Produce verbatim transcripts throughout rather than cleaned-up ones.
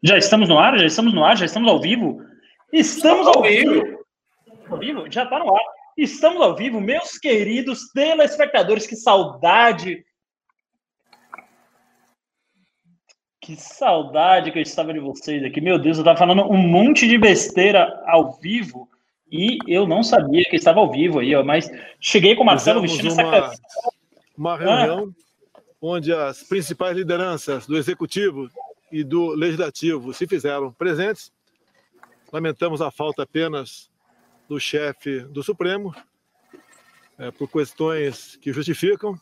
Já estamos no ar? Já estamos no ar? Já estamos ao vivo? Estamos ao vivo! Ao vivo? Já está no ar. Estamos ao vivo, meus queridos telespectadores. Que saudade! Que saudade que eu estava de vocês aqui. Meu Deus, eu estava falando um monte de besteira ao vivo e eu não sabia que estava ao vivo aí, ó. Mas cheguei com o Marcelo vestindo essa camisa. Uma reunião ah. onde as principais lideranças do Executivo e do Legislativo se fizeram presentes. Lamentamos a falta apenas do chefe do Supremo, é, por questões que justificam.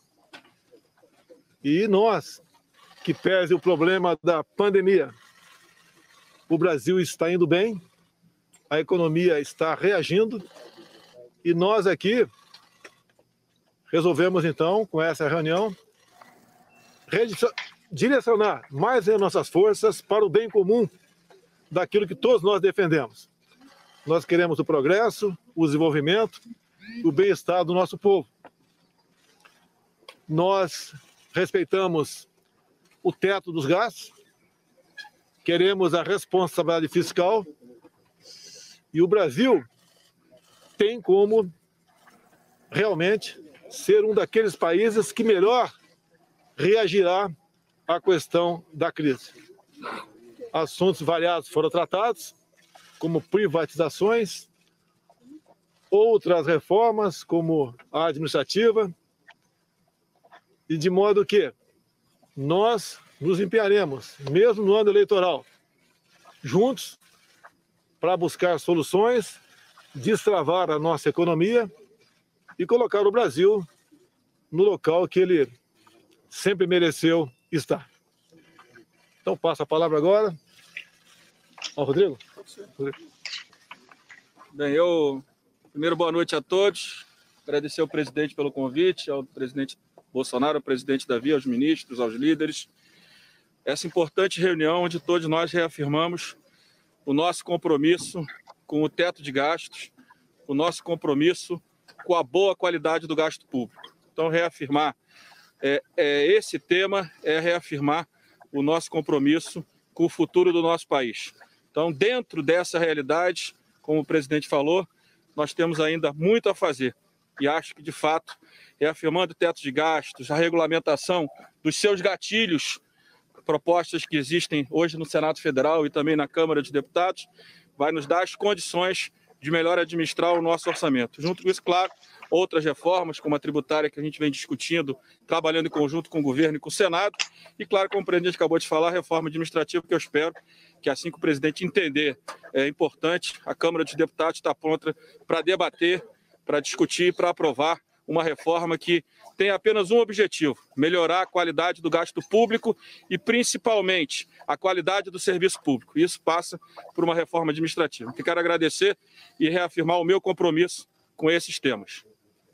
E nós, que pese o problema da pandemia, o Brasil está indo bem, a economia está reagindo, e nós aqui resolvemos, então, com essa reunião, direcionar mais as nossas forças para o bem comum daquilo que todos nós defendemos. Nós queremos o progresso, o desenvolvimento, o bem-estar do nosso povo. Nós respeitamos o teto dos gastos, queremos a responsabilidade fiscal e o Brasil tem como realmente ser um daqueles países que melhor reagirá à questão da crise. Assuntos variados foram tratados, como privatizações, outras reformas, como a administrativa, e de modo que nós nos empenharemos, mesmo no ano eleitoral, juntos, para buscar soluções, destravar a nossa economia e colocar o Brasil no local que ele sempre mereceu estar. Então, passo a palavra agora ao Rodrigo. Bem, eu, primeiro, boa noite a todos. Agradecer ao presidente pelo convite, ao presidente Bolsonaro, ao presidente Davi, aos ministros, aos líderes. Essa importante reunião onde todos nós reafirmamos o nosso compromisso com o teto de gastos, o nosso compromisso com a boa qualidade do gasto público. Então, reafirmar é, é, esse tema é reafirmar o nosso compromisso com o futuro do nosso país. Então, dentro dessa realidade, como o presidente falou, nós temos ainda muito a fazer. E acho que, de fato, reafirmando o teto de gastos, a regulamentação dos seus gatilhos, propostas que existem hoje no Senado Federal e também na Câmara de Deputados, vai nos dar as condições de melhor administrar o nosso orçamento. Junto com isso, claro, outras reformas, como a tributária que a gente vem discutindo, trabalhando em conjunto com o governo e com o Senado, e, claro, como o presidente acabou de falar, a reforma administrativa, que eu espero que, assim que o presidente entender, é importante, a Câmara dos Deputados está pronta para debater, para discutir, para aprovar uma reforma que tem apenas um objetivo: melhorar a qualidade do gasto público e, principalmente, a qualidade do serviço público. Isso passa por uma reforma administrativa. Eu quero agradecer e reafirmar o meu compromisso com esses temas.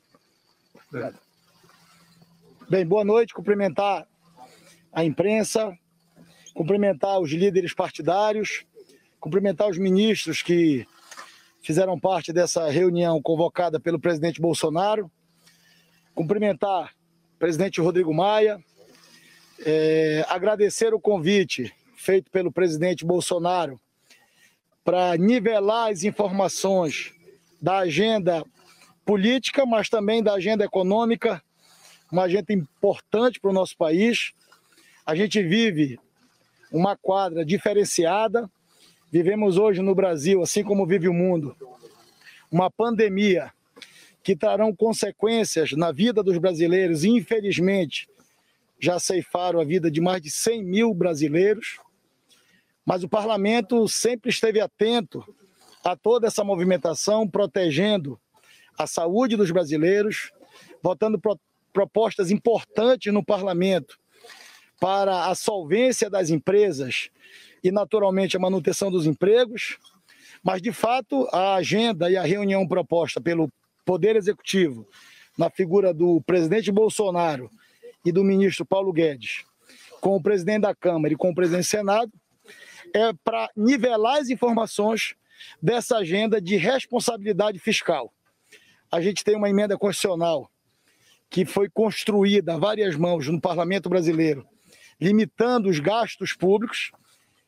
Bem, boa noite. Cumprimentar a imprensa, cumprimentar os líderes partidários, cumprimentar os ministros que fizeram parte dessa reunião convocada pelo presidente Bolsonaro, cumprimentar o presidente Rodrigo Maia, é, agradecer o convite feito pelo presidente Bolsonaro para nivelar as informações da agenda política, mas também da agenda econômica, uma agenda importante para o nosso país. A gente vive uma quadra diferenciada, vivemos hoje no Brasil, assim como vive o mundo, uma pandemia que trarão consequências na vida dos brasileiros e, infelizmente, já ceifaram a vida de mais de cem mil brasileiros. Mas o parlamento sempre esteve atento a toda essa movimentação, protegendo a saúde dos brasileiros, votando pro, propostas importantes no parlamento para a solvência das empresas e, naturalmente, a manutenção dos empregos. Mas, de fato, a agenda e a reunião proposta pelo Poder Executivo, na figura do presidente Bolsonaro e do ministro Paulo Guedes, com o presidente da Câmara e com o presidente do Senado, é para nivelar as informações dessa agenda de responsabilidade fiscal. A gente tem uma emenda constitucional que foi construída a várias mãos no Parlamento brasileiro, limitando os gastos públicos,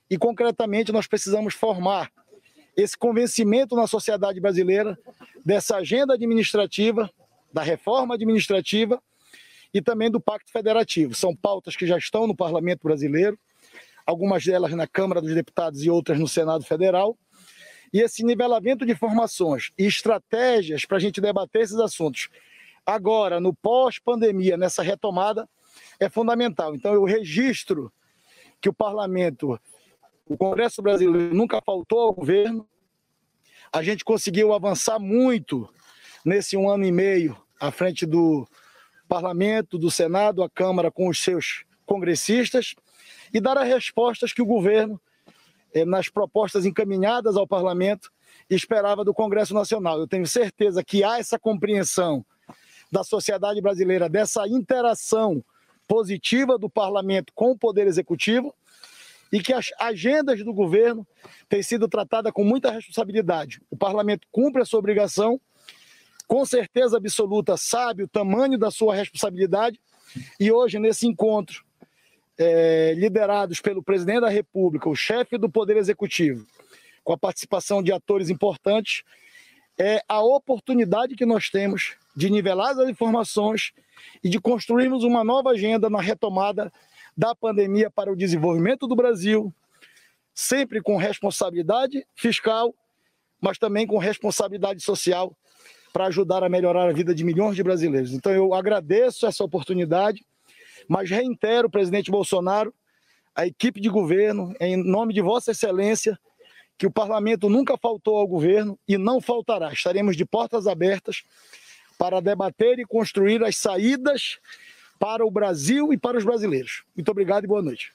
e, concretamente, nós precisamos formar esse convencimento na sociedade brasileira dessa agenda administrativa, da reforma administrativa e também do Pacto Federativo. São pautas que já estão no Parlamento Brasileiro, algumas delas na Câmara dos Deputados e outras no Senado Federal. E esse nivelamento de informações e estratégias para a gente debater esses assuntos agora, no pós-pandemia, nessa retomada, é fundamental. Então, eu registro que o Parlamento, o Congresso Brasileiro, nunca faltou ao governo. A gente conseguiu avançar muito nesse um ano e meio à frente do Parlamento, do Senado, a Câmara com os seus congressistas e dar as respostas que o governo, nas propostas encaminhadas ao Parlamento, esperava do Congresso Nacional. Eu tenho certeza que há essa compreensão da sociedade brasileira, dessa interação positiva do Parlamento com o Poder Executivo e que as agendas do governo têm sido tratadas com muita responsabilidade. O Parlamento cumpre a sua obrigação, com certeza absoluta sabe o tamanho da sua responsabilidade e hoje, nesse encontro, É, liderados pelo presidente da República, o chefe do Poder Executivo, com a participação de atores importantes, é a oportunidade que nós temos de nivelar as informações e de construirmos uma nova agenda na retomada da pandemia para o desenvolvimento do Brasil, sempre com responsabilidade fiscal, mas também com responsabilidade social para ajudar a melhorar a vida de milhões de brasileiros. Então eu agradeço essa oportunidade, mas reitero, presidente Bolsonaro, a equipe de governo, em nome de Vossa Excelência, que o Parlamento nunca faltou ao governo e não faltará. Estaremos de portas abertas para debater e construir as saídas para o Brasil e para os brasileiros. Muito obrigado e boa noite.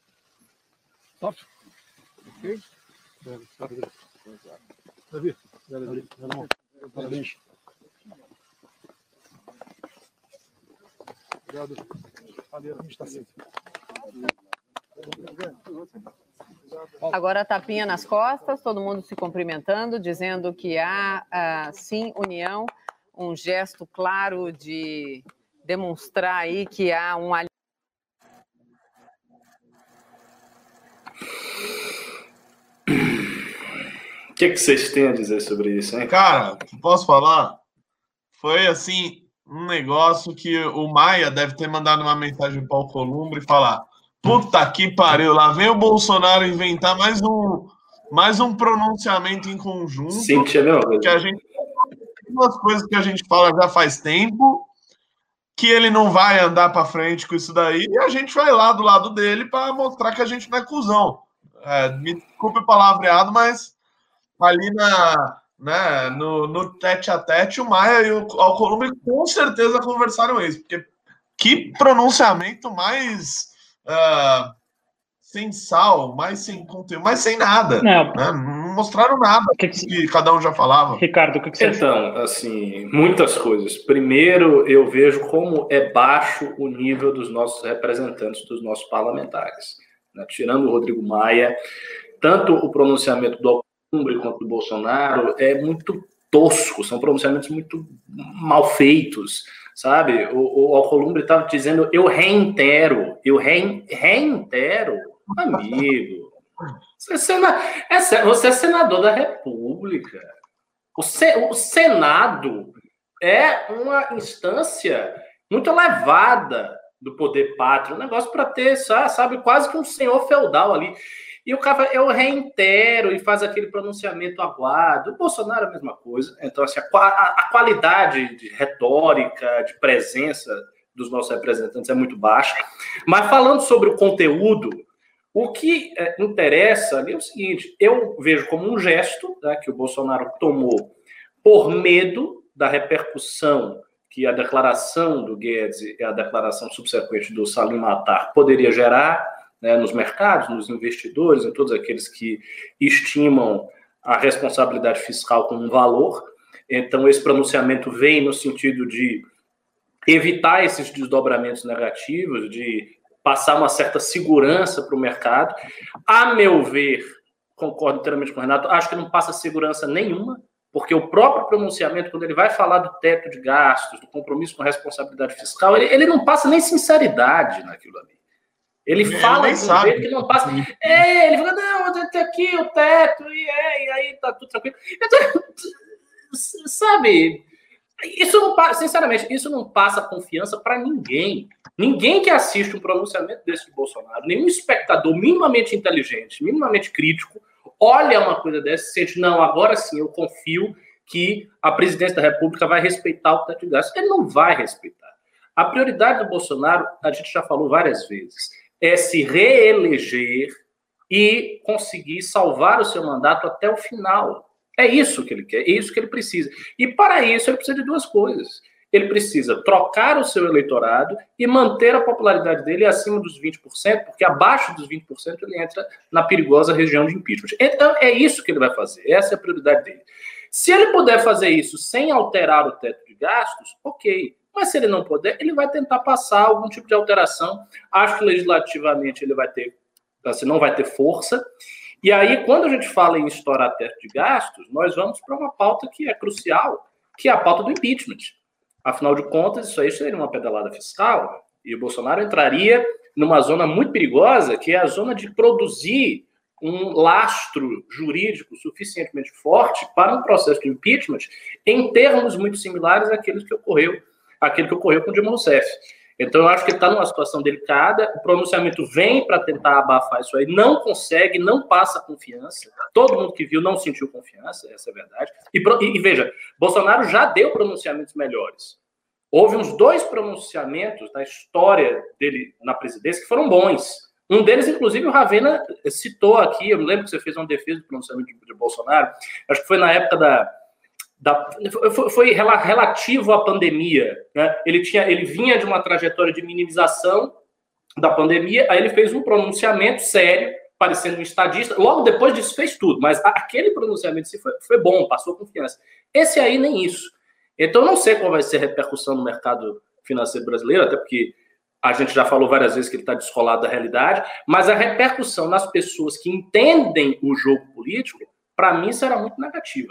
Top. Ok? Davi, parabéns. Obrigado. Agora tapinha nas costas, todo mundo se cumprimentando, dizendo que há, ah, sim, união, um gesto claro de demonstrar aí que há um alinhamento. O que, que vocês têm a dizer sobre isso, hein? Cara, posso falar? Foi assim... um negócio que o Maia deve ter mandado uma mensagem para o Alcolumbre e falar: puta que pariu, lá vem o Bolsonaro inventar mais um, mais um pronunciamento em conjunto. Senti a mesma coisa. Que a gente, umas coisas que a gente fala já faz tempo, que ele não vai andar para frente com isso daí, e a gente vai lá do lado dele para mostrar que a gente não é cuzão. É, me desculpe o palavreado, mas ali na... né, no, no tete a tete, o Maia e o Alcolumbre com certeza conversaram isso, porque que pronunciamento mais uh, sem sal, mais sem conteúdo, mais sem nada. Não, né? Não mostraram nada que, que, que cada um já falava. Ricardo, o que, que você Então, acha? assim, muitas coisas. Primeiro, eu vejo como é baixo o nível dos nossos representantes, dos nossos parlamentares. Né? Tirando o Rodrigo Maia, tanto o pronunciamento do quanto do Bolsonaro é muito tosco, são pronunciamentos muito mal feitos, sabe? O, o Alcolumbre estava dizendo, eu reitero, eu rein, reitero, amigo, você é, sena, é, você é senador da República, o, se, o Senado é uma instância muito elevada do poder pátrio, um negócio para ter, sabe, quase que um senhor feudal ali. E o cara, eu reitero, e faz aquele pronunciamento aguado. O Bolsonaro é a mesma coisa. Então, assim, a, a, a qualidade de retórica, de presença dos nossos representantes é muito baixa. Mas falando sobre o conteúdo, o que é, interessa ali é o seguinte, eu vejo como um gesto, né, que o Bolsonaro tomou por medo da repercussão que a declaração do Guedes e a declaração subsequente do Salim Matar poderia gerar, né, nos mercados, nos investidores, em todos aqueles que estimam a responsabilidade fiscal como um valor. Então, esse pronunciamento vem no sentido de evitar esses desdobramentos negativos, de passar uma certa segurança para o mercado. A meu ver, concordo inteiramente com o Renato, acho que não passa segurança nenhuma, porque o próprio pronunciamento, quando ele vai falar do teto de gastos, do compromisso com a responsabilidade fiscal, ele, ele não passa nem sinceridade naquilo ali. Ele, ele fala de um jeito que não passa. É, ele fala, não, tem aqui o teto, e, é, e aí tá tudo tranquilo. Então, sabe, isso não passa, sinceramente, isso não passa confiança para ninguém. Ninguém que assiste um pronunciamento desse de Bolsonaro, nenhum espectador minimamente inteligente, minimamente crítico, olha uma coisa dessa e sente, não, agora sim, eu confio que a presidência da República vai respeitar o teto de gastos. Ele não vai respeitar. A prioridade do Bolsonaro, a gente já falou várias vezes, é se reeleger e conseguir salvar o seu mandato até o final. É isso que ele quer, é isso que ele precisa. E para isso ele precisa de duas coisas. Ele precisa trocar o seu eleitorado e manter a popularidade dele acima dos vinte por cento, porque abaixo dos vinte por cento ele entra na perigosa região de impeachment. Então é isso que ele vai fazer, essa é a prioridade dele. Se ele puder fazer isso sem alterar o teto de gastos, ok. Mas se ele não puder, ele vai tentar passar algum tipo de alteração. Acho que legislativamente ele vai ter, assim, não vai ter força. E aí, quando a gente fala em estourar teto de gastos, nós vamos para uma pauta que é crucial, que é a pauta do impeachment. Afinal de contas, isso aí seria uma pedalada fiscal, e o Bolsonaro entraria numa zona muito perigosa, que é a zona de produzir um lastro jurídico suficientemente forte para um processo de impeachment em termos muito similares àqueles que ocorreu, àquele que ocorreu com Dilma Rousseff. Então, eu acho que está numa situação delicada, o pronunciamento vem para tentar abafar isso aí, não consegue, não passa confiança, todo mundo que viu não sentiu confiança, essa é a verdade. E, e, e veja, Bolsonaro já deu pronunciamentos melhores. Houve uns dois pronunciamentos na história dele na presidência que foram bons. Um deles, inclusive, o Ravena citou aqui, eu me lembro que você fez uma defesa do pronunciamento de, de Bolsonaro, acho que foi na época da... Da, foi, foi relativo à pandemia, né? Ele, tinha, ele vinha de uma trajetória de minimização da pandemia, aí ele fez um pronunciamento sério, parecendo um estadista, logo depois disso fez tudo, mas aquele pronunciamento foi, foi bom, passou confiança. Esse aí nem isso. Então eu não sei qual vai ser a repercussão no mercado financeiro brasileiro, até porque a gente já falou várias vezes que ele está descolado da realidade, mas a repercussão nas pessoas que entendem o jogo político, para mim, será muito negativa.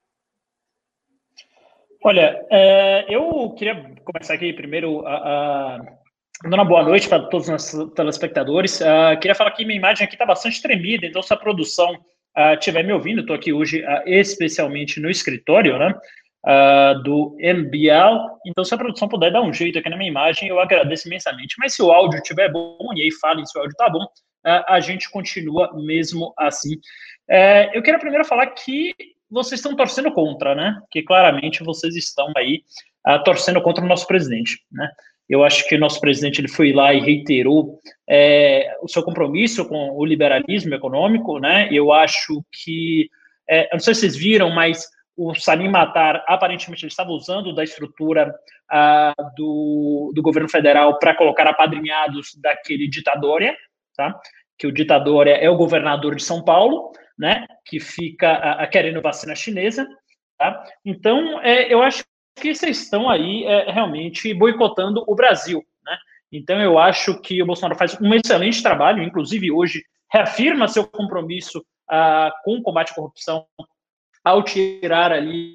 Olha, é, eu queria começar aqui primeiro a, a, dando uma boa noite para todos os nossos telespectadores. Uh, queria falar que minha imagem aqui está bastante tremida, então se a produção estiver uh, me ouvindo, estou aqui hoje uh, especialmente no escritório, né, uh, do M B L, então se a produção puder dar um jeito aqui na minha imagem, eu agradeço imensamente. Mas se o áudio estiver bom, e aí falem se o áudio está bom, uh, a gente continua mesmo assim. Uh, eu queria primeiro falar que vocês estão torcendo contra, né? Que claramente vocês estão aí uh, torcendo contra o nosso presidente, né? Eu acho que o nosso presidente ele foi lá e reiterou é, o seu compromisso com o liberalismo econômico, né? Eu acho que, é, eu não sei se vocês viram, mas o Salim Matar, aparentemente, ele estava usando da estrutura uh, do, do governo federal para colocar apadrinhados daquele Ditadoria, tá? Que o Ditadoria é o governador de São Paulo, né, que fica a, a querendo vacina chinesa, tá? Então, é, eu acho que vocês estão aí é, realmente boicotando o Brasil, né? Então, eu acho que o Bolsonaro faz um excelente trabalho, inclusive hoje reafirma seu compromisso ah, com o combate à corrupção ao tirar ali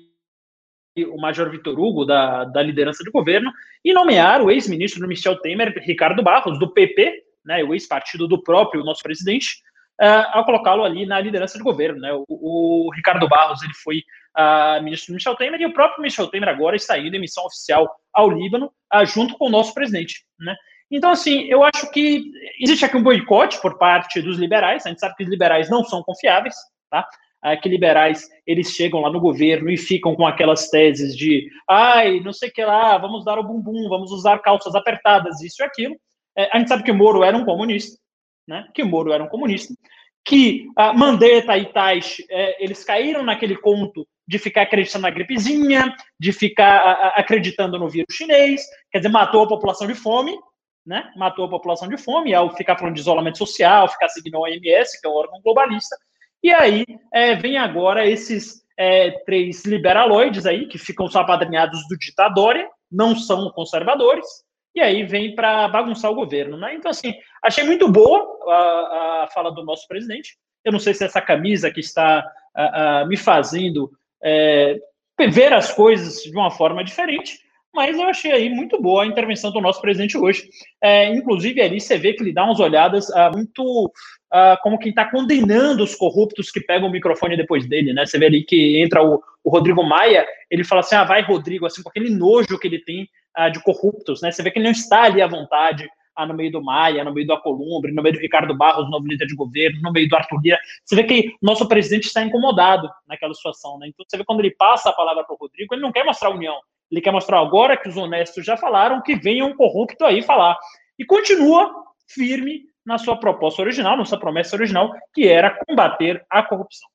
o Major Vitor Hugo da, da liderança do governo e nomear o ex-ministro do Michel Temer, Ricardo Barros, do P P, né, o ex-partido do próprio nosso presidente, Uh, ao colocá-lo ali na liderança do governo, né? O, o Ricardo Barros ele foi uh, ministro do Michel Temer e o próprio Michel Temer agora está indo em missão oficial ao Líbano, uh, junto com o nosso presidente, né? Então, assim, eu acho que existe aqui um boicote por parte dos liberais. A gente sabe que os liberais não são confiáveis, tá? Uh, que liberais eles chegam lá no governo e ficam com aquelas teses de, ai, não sei o que lá, vamos dar o bumbum, vamos usar calças apertadas, isso e aquilo. Uh, a gente sabe que o Moro era um comunista. Né, que o Moro era um comunista, que uh, Mandetta e Tais, eh, eles caíram naquele conto de ficar acreditando na gripezinha, de ficar uh, acreditando no vírus chinês, quer dizer, matou a população de fome, né, matou a população de fome ao ficar falando de isolamento social, ficar seguindo a O M S, que é um órgão globalista, e aí eh, vem agora esses eh, três liberaloides aí, que ficam só apadrinhados do Ditadoria, não são conservadores, e aí vem para bagunçar o governo, né? Então, assim, achei muito boa a, a fala do nosso presidente. Eu não sei se essa camisa que está a, a, me fazendo é, ver as coisas de uma forma diferente, mas eu achei aí muito boa a intervenção do nosso presidente hoje. É, inclusive, ali você vê que ele dá umas olhadas uh, muito uh, como quem está condenando os corruptos que pegam o microfone depois dele, né? Você vê ali que entra o, o Rodrigo Maia, ele fala assim, ah, vai, Rodrigo, assim, com aquele nojo que ele tem uh, de corruptos, né? Você vê que ele não está ali à vontade, ah, no meio do Maia, no meio do Alcolumbre, no meio do Ricardo Barros, novo líder de governo, no meio do Arthur Lira. Você vê que o nosso presidente está incomodado naquela situação, né? Então você vê quando ele passa a palavra para o Rodrigo, ele não quer mostrar a união. Ele quer mostrar agora que os honestos já falaram, que venha um corrupto aí falar. E continua firme na sua proposta original, na sua promessa original, que era combater a corrupção.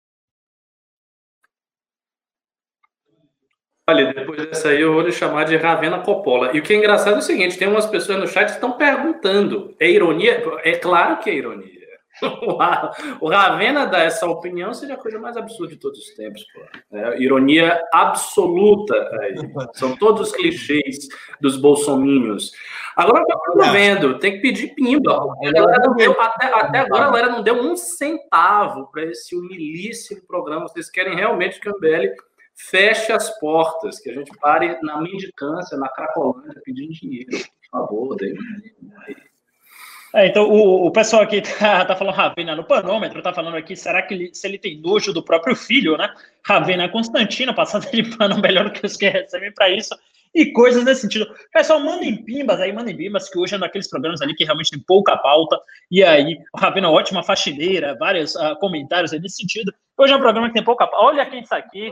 Olha, depois dessa aí eu vou lhe chamar de Ravena Coppola. E o que é engraçado é o seguinte, tem umas pessoas no chat que estão perguntando. É ironia? É claro que é ironia. O Ravena dar essa opinião seria a coisa mais absurda de todos os tempos. Pô. É, ironia absoluta. Aí. São todos os clichês dos bolsominhos. Agora eu tô vendo, tem que pedir pimba. A galera não deu, até, até agora a galera não deu um centavo para esse humilíssimo programa. Vocês querem realmente que o M B L feche as portas, que a gente pare na mendicância, na Cracolândia, pedindo dinheiro. Por favor, daí. É, então, o, o pessoal aqui tá, tá falando Ravena no panômetro, tá falando aqui, será que ele, se ele tem nojo do próprio filho, né? Ravena Constantino, passando de pano melhor do que os que recebem para isso, e coisas nesse sentido. Pessoal, mandem pimbas aí, mandem pimbas, que hoje é daqueles programas ali que realmente tem pouca pauta, e aí, o Ravena, ótima faxineira, vários uh, comentários aí nesse sentido. Hoje é um programa que tem pouca pauta. Olha quem está aqui.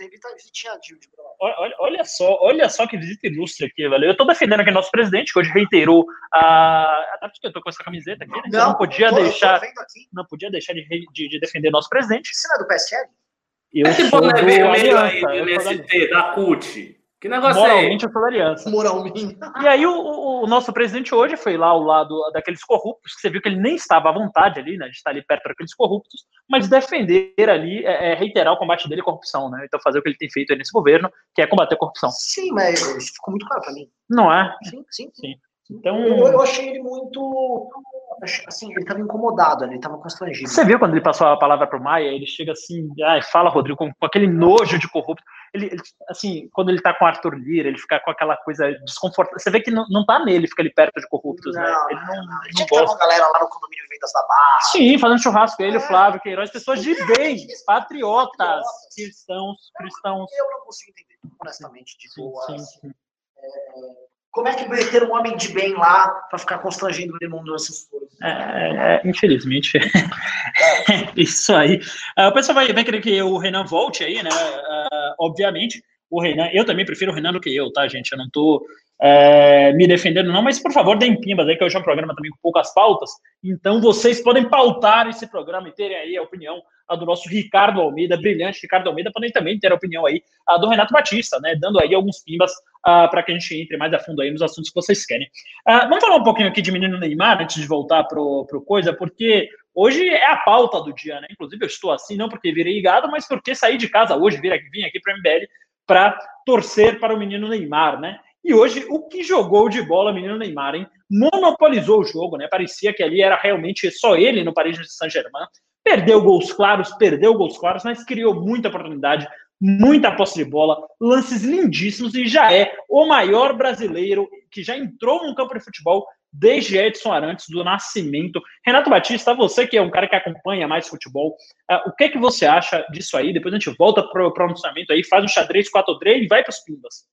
Olha, olha só, olha só que visita ilustre aqui, velho. Eu estou defendendo aqui o nosso presidente, que hoje reiterou a. Até porque eu estou com essa camiseta aqui, né? Não, não podia tô, deixar. Não podia deixar de, de, de defender nosso presidente. Você não é do P S L? Eu é sou do Aliança, aí, do M S T, da, da C U T. Que negócio Moralmente, é? eu sou da Aliança. Moralmente. E aí, o, o, o nosso presidente hoje foi lá ao lado daqueles corruptos, que você viu que ele nem estava à vontade ali, né, de estar ali perto daqueles corruptos, mas defender ali, é, é, reiterar o combate dele à corrupção, né? Então, fazer o que ele tem feito aí nesse governo, que é combater a corrupção. Sim, mas isso ficou muito claro para mim. Não é? Sim, sim. sim. Então, eu, eu achei ele muito. Assim, ele estava incomodado, ele estava constrangido. Você viu quando ele passou a palavra para o Maia, ele chega assim, ai, fala, Rodrigo, com, com aquele nojo de corrupto. Ele, ele, assim, quando ele tá com o Arthur Lira, ele fica com aquela coisa desconfortável. Você vê que não, não tá nele, fica ali perto de corruptos, não, né? Ele não, não, não, ele tinha que estar com a galera lá no condomínio de Vendas da Barra. Sim, fazendo churrasco, ele, o Flávio Queiroz, pessoas de bem, patriotas, cristãos, cristãos. Eu não consigo entender, honestamente, de boa. Sim, assim. sim. É... Como é que meter um homem de bem lá para ficar constrangendo o mundo nessas coisas? É, é, infelizmente. Isso aí. Uh, o pessoal vai, vai querer que o Renan volte aí, né? Uh, obviamente, o Renan, eu também prefiro o Renan do que eu, tá, gente? Eu não tô é, me defendendo, não, mas por favor, deem pimbas aí, que hoje é um programa também com poucas pautas. Então, vocês podem pautar esse programa e terem aí a opinião a do nosso Ricardo Almeida, brilhante Ricardo Almeida, podem também ter a opinião aí a do Renato Batista, né? Dando aí alguns pimbas uh, para que a gente entre mais a fundo aí nos assuntos que vocês querem. Uh, vamos falar um pouquinho aqui de menino Neymar, antes de voltar pro, pro coisa, porque hoje é a pauta do dia, né? Inclusive, eu estou assim, não porque virei gado, mas porque saí de casa hoje, vim aqui, vim aqui para o M B L para torcer para o menino Neymar, né? E hoje, o que jogou de bola o menino Neymar, hein? Monopolizou o jogo, né? Parecia que ali era realmente só ele no Paris Saint-Germain. Perdeu gols claros, perdeu gols claros, mas criou muita oportunidade, muita posse de bola, lances lindíssimos e já é o maior brasileiro que já entrou no campo de futebol desde Edson Arantes, do Nascimento. Renato Batista, você que é um cara que acompanha mais futebol, uh, o que é que você acha disso aí? Depois a gente volta para o pronunciamento aí, faz um xadrez quatro três e vai para os pimbas.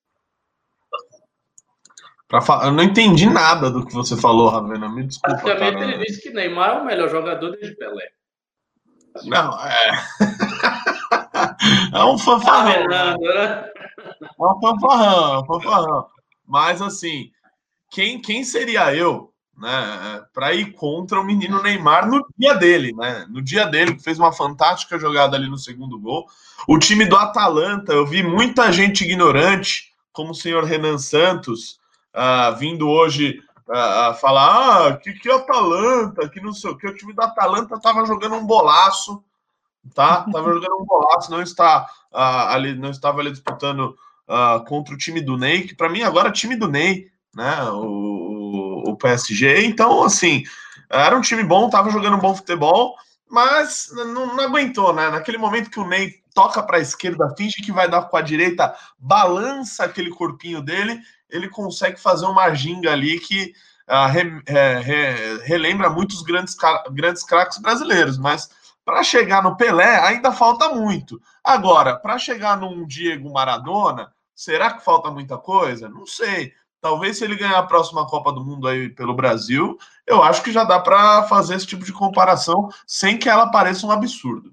Pra, eu não entendi nada do que você falou, Ravena. Me desculpa. Basicamente, cara. ele disse que Neymar é o melhor jogador desde Pelé. Não, é. É um fanfarrão. Tá né? É um fanfarrão, é um fanfarrão. Mas, assim, quem, quem seria eu, né, para ir contra o menino Neymar no dia dele, né? No dia dele, que fez uma fantástica jogada ali no segundo gol. O time do Atalanta, eu vi muita gente ignorante, como o senhor Renan Santos. Uh, vindo hoje uh, uh, falar ah, que, que Atalanta, que não sei o que, o time da Atalanta estava jogando um bolaço, tá? Tava jogando um bolaço, não, está, uh, ali, não estava ali disputando uh, contra o time do Ney, que para mim agora é time do Ney, né? O, o, o P S G, então assim, era um time bom, estava jogando um bom futebol, mas não, não aguentou, né? Naquele momento que o Ney toca para a esquerda, finge que vai dar com a direita, balança aquele corpinho dele, ele consegue fazer uma ginga ali que uh, re, re, relembra muitos grandes, grandes craques brasileiros, mas para chegar no Pelé ainda falta muito. Agora, para chegar num Diego Maradona, será que falta muita coisa? Não sei. Talvez se ele ganhar a próxima Copa do Mundo aí pelo Brasil, eu acho que já dá para fazer esse tipo de comparação sem que ela pareça um absurdo.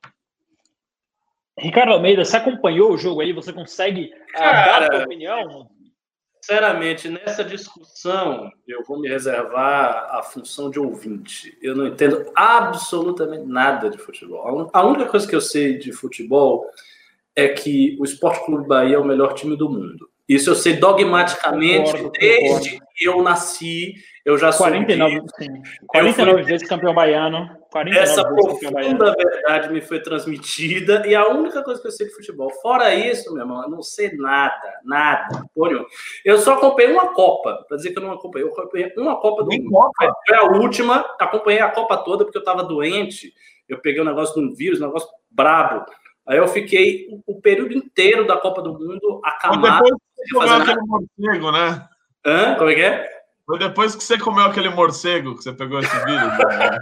Ricardo Almeida, você acompanhou o jogo aí? Você consegue Cara, dar a sua opinião? Sinceramente, nessa discussão, eu vou me reservar a função de ouvinte. Eu não entendo absolutamente nada de futebol. A única coisa que eu sei de futebol é que o Sport Clube Bahia é o melhor time do mundo. Isso eu sei dogmaticamente, concordo, desde concordo. que eu nasci, eu já sou... quarenta e nove, sim. quarenta e nove vezes campeão baiano. quarenta e nove Essa vezes campeão baiano. profunda verdade me foi transmitida, e a única coisa que eu sei de futebol, fora isso, meu irmão, eu não sei nada, nada. Porra, eu só acompanhei uma Copa, para dizer que eu não acompanhei, eu acompanhei uma Copa do Nem Mundo. Copa. Foi a última, acompanhei a Copa toda, porque eu estava doente, eu peguei um negócio de um vírus, um negócio brabo. Aí eu fiquei o período inteiro da Copa do Mundo acamado. Depois que você comeu aquele morcego, né? Hã? Como é que é? Foi depois que você comeu aquele morcego que você pegou esse vírus. Né?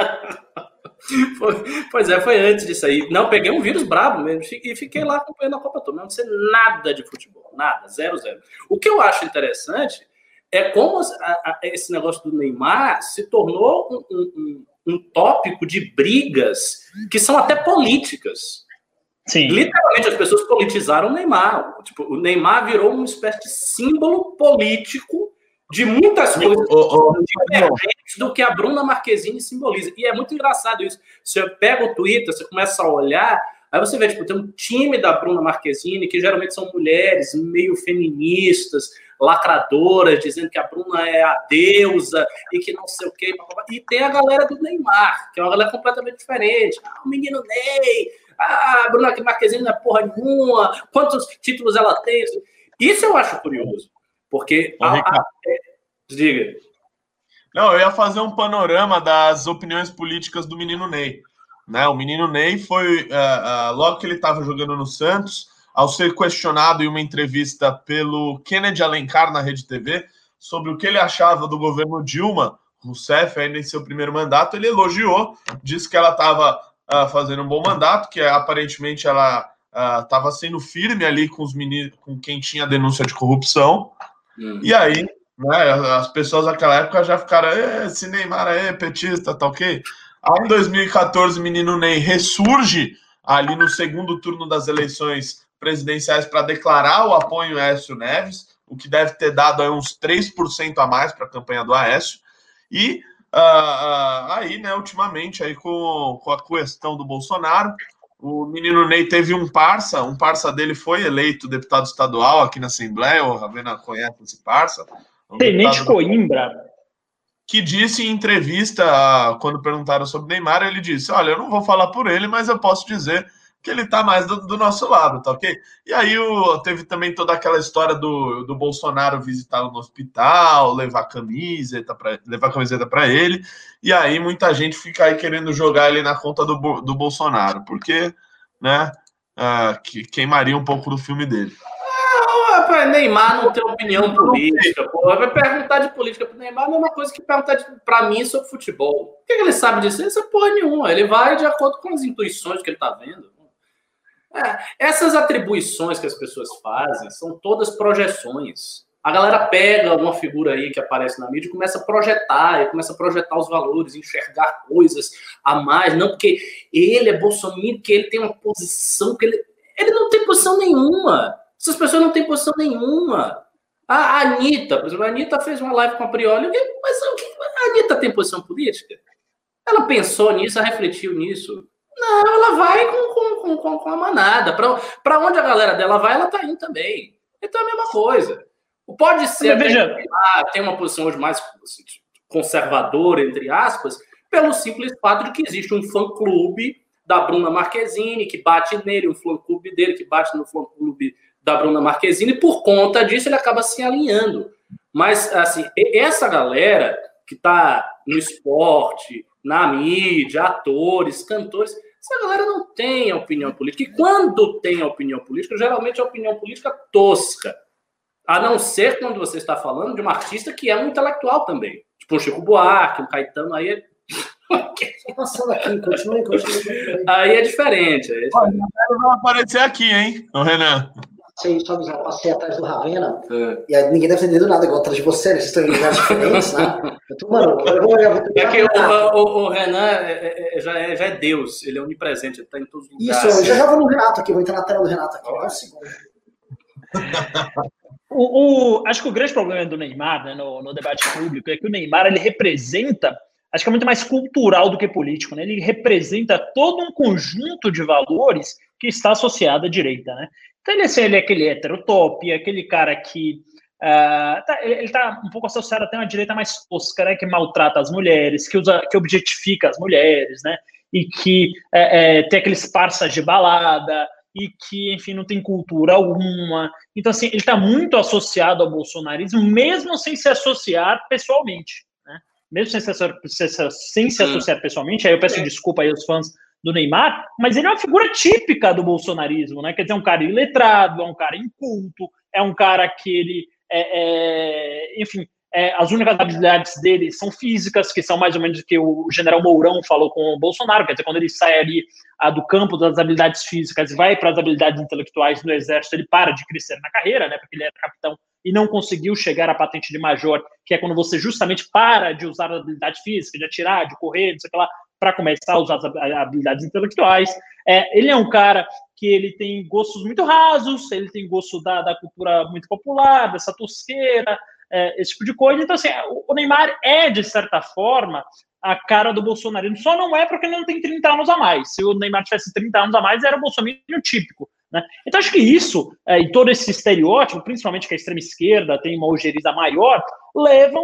Foi, pois é, foi antes disso aí. Não, peguei um vírus brabo mesmo e fiquei lá acompanhando a Copa toda. Não sei nada de futebol, nada, zero, zero. O que eu acho interessante é como a, a, esse negócio do Neymar se tornou um, um, um, um tópico de brigas que são até políticas. Sim. Literalmente, as pessoas politizaram o Neymar. Tipo, o Neymar virou uma espécie de símbolo político de muitas coisas oh, oh, diferentes do que a Bruna Marquezine simboliza. E é muito engraçado isso. Você pega o Twitter, você começa a olhar, aí você vê, tipo, tem um time da Bruna Marquezine, que geralmente são mulheres meio feministas, lacradoras, dizendo que a Bruna é a deusa e que não sei o quê. E tem a galera do Neymar, que é uma galera completamente diferente. Ah, o menino Ney... Ah, a Bruna Marquezine não é porra nenhuma, quantos títulos ela tem? Isso eu acho curioso, porque... A, a, diga. Não, eu ia fazer um panorama das opiniões políticas do menino Ney. Né? O menino Ney foi, uh, uh, logo que ele estava jogando no Santos, ao ser questionado em uma entrevista pelo Kennedy Alencar na Rede T V sobre o que ele achava do governo Dilma Rousseff, ainda em seu primeiro mandato, ele elogiou, disse que ela estava... Uh, fazendo um bom mandato, que aparentemente ela estava uh, sendo firme ali com os meninos, com quem tinha denúncia de corrupção. Hum. E aí, né, as pessoas naquela época já ficaram, esse Neymar é petista, tá ok? Aí em dois mil e quatorze, o menino Ney ressurge ali no segundo turno das eleições presidenciais para declarar o apoio a Aécio Neves, o que deve ter dado aí uns três por cento a mais para a campanha do Aécio. E Uh, uh, aí, né, ultimamente, aí com, com a questão do Bolsonaro, o menino Ney teve um parça, um parça dele foi eleito deputado estadual aqui na Assembleia, o Ravena conhece esse parça. Tenente Coimbra. Que disse em entrevista, quando perguntaram sobre Neymar, ele disse, olha, eu não vou falar por ele, mas eu posso dizer que ele tá mais do, do nosso lado, tá ok? E aí o, teve também toda aquela história do, do Bolsonaro visitá-lo no hospital, levar camiseta pra, levar camiseta para ele, e aí muita gente fica aí querendo jogar ele na conta do, do Bolsonaro, porque, né, uh, que, queimaria um pouco do filme dele. Ah, Neymar não tem opinião política, porra. Vai perguntar de política pro Neymar, não é uma coisa que perguntar para mim sobre futebol. O que ele sabe disso? Essa porra nenhuma. Ele vai de acordo com as intuições que ele tá vendo. É, essas atribuições que as pessoas fazem são todas projeções. A galera pega uma figura aí que aparece na mídia e começa a projetar, e começa a projetar os valores, enxergar coisas a mais. Não porque ele é bolsominion, que ele tem uma posição, que ele, ele não tem posição nenhuma. Essas pessoas não têm posição nenhuma. A Anitta, por exemplo, a Anitta fez uma live com a Prioli, mas a Anitta tem posição política? Ela pensou nisso, ela refletiu nisso? Não, ela vai com, com, com, com a manada. Para onde a galera dela vai, ela tá indo também. Então é a mesma coisa. Pode ser veja... que ah, tem uma posição hoje mais conservadora, entre aspas, pelo simples fato de que existe um fã-clube da Bruna Marquezine, que bate nele, um fã-clube dele que bate no fã-clube da Bruna Marquezine, e por conta disso ele acaba se alinhando. Mas, assim, essa galera que tá no esporte, na mídia, atores, cantores, essa galera não tem opinião política. E quando tem opinião política, geralmente é opinião política tosca. A não ser quando você está falando de um artista que é um intelectual também. Tipo um Chico Buarque, um Caetano, aí é... Passando aqui, continue, continue. Aí é diferente. Aí é diferente. Olha, vai aparecer aqui, hein, o Renan. Passei, só avisar, passei atrás do Ravena, é. E aí ninguém deve ter entendido nada igual atrás de você, eles estão em lugares diferentes, né? Eu tô, mano, eu vou, eu vou é que o, o, o Renan é, é, já, é, já é Deus, ele é onipresente, ele está em todos os lugares. Isso, eu já já vou no Renato aqui, vou entrar na tela do Renato aqui, um segundo. O, o, acho que o grande problema do Neymar, né, no, no debate público, é que o Neymar ele representa, acho que é muito mais cultural do que político, né? Ele representa todo um conjunto de valores que está associado à direita, né? Então ele, assim, ele é aquele hétero top, é aquele cara que uh, tá, ele está um pouco associado até a uma direita mais tosca, né? Que maltrata as mulheres, que usa, que objetifica as mulheres, né? E que é, é, tem aqueles parças de balada e que, enfim, não tem cultura alguma. Então, assim, ele está muito associado ao bolsonarismo, mesmo sem se associar pessoalmente, né? Mesmo sem se, sem, sem se associar pessoalmente, aí eu peço desculpa aí aos fãs do Neymar, mas ele é uma figura típica do bolsonarismo, né? Quer dizer, é um cara iletrado, é um cara inculto, é um cara que ele, é, é, enfim, é, as únicas habilidades dele são físicas, que são mais ou menos o que o general Mourão falou com o Bolsonaro, quer dizer, quando ele sai ali a, do campo das habilidades físicas e vai para as habilidades intelectuais no exército, ele para de crescer na carreira, né? Porque ele era capitão e não conseguiu chegar à patente de major, que é quando você justamente para de usar a habilidade física, de atirar, de correr, não sei o que lá, para começar a usar as habilidades intelectuais. É, ele é um cara que ele tem gostos muito rasos, ele tem gosto da, da cultura muito popular, dessa tosqueira, é, esse tipo de coisa. Então, assim, o Neymar é, de certa forma, a cara do bolsonarismo. Só não é porque ele não tem trinta anos a mais. Se o Neymar tivesse trinta anos a mais, era o bolsonarismo típico, né? Então, acho que isso, é, e todo esse estereótipo, principalmente que a extrema-esquerda tem uma ojeriza maior, levam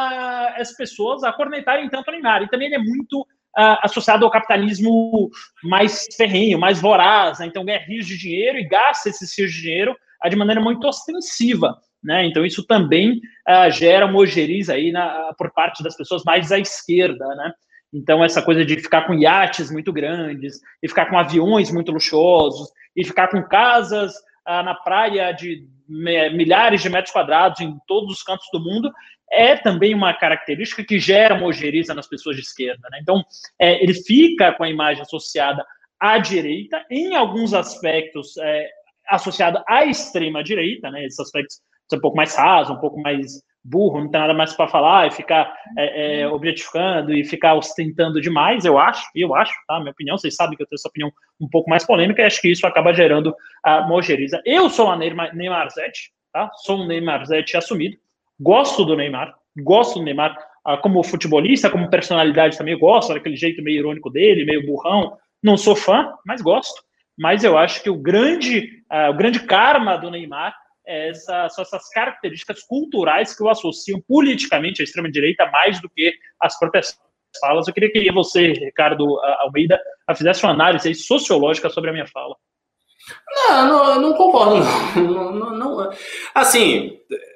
a, as pessoas a cornetarem tanto o Neymar. E também ele é muito Uh, associado ao capitalismo mais ferrenho, mais voraz, né? Então ganha rios de dinheiro e gasta esses rios de dinheiro uh, de maneira muito ostensiva, né? Então isso também uh, gera uma ojeriza aí na, por parte das pessoas mais à esquerda, né? Então essa coisa de ficar com iates muito grandes, e ficar com aviões muito luxuosos, e ficar com casas uh, na praia de milhares de metros quadrados em todos os cantos do mundo, é também uma característica que gera uma ojeriza nas pessoas de esquerda, né? Então, é, ele fica com a imagem associada à direita, em alguns aspectos é, associado à extrema-direita, né? Esses aspectos são um pouco mais raso, um pouco mais burro, não tem nada mais para falar, e ficar é, é, objetificando e ficar ostentando demais, eu acho, eu acho, tá? Minha opinião, vocês sabem que eu tenho essa opinião um pouco mais polêmica, e acho que isso acaba gerando uma ojeriza. Eu sou a Neymar, Neymarzete, tá? Sou um Neymarzete assumido, gosto do Neymar, gosto do Neymar uh, como futebolista, como personalidade também eu gosto, daquele jeito meio irônico dele, meio burrão. Não sou fã, mas gosto. Mas eu acho que o grande, uh, o grande karma do Neymar é essa, são essas características culturais que o associam politicamente à extrema-direita mais do que as próprias falas. Eu queria que você, Ricardo Almeida, fizesse uma análise aí sociológica sobre a minha fala. Não, não, não concordo, não. não, não, não. Assim...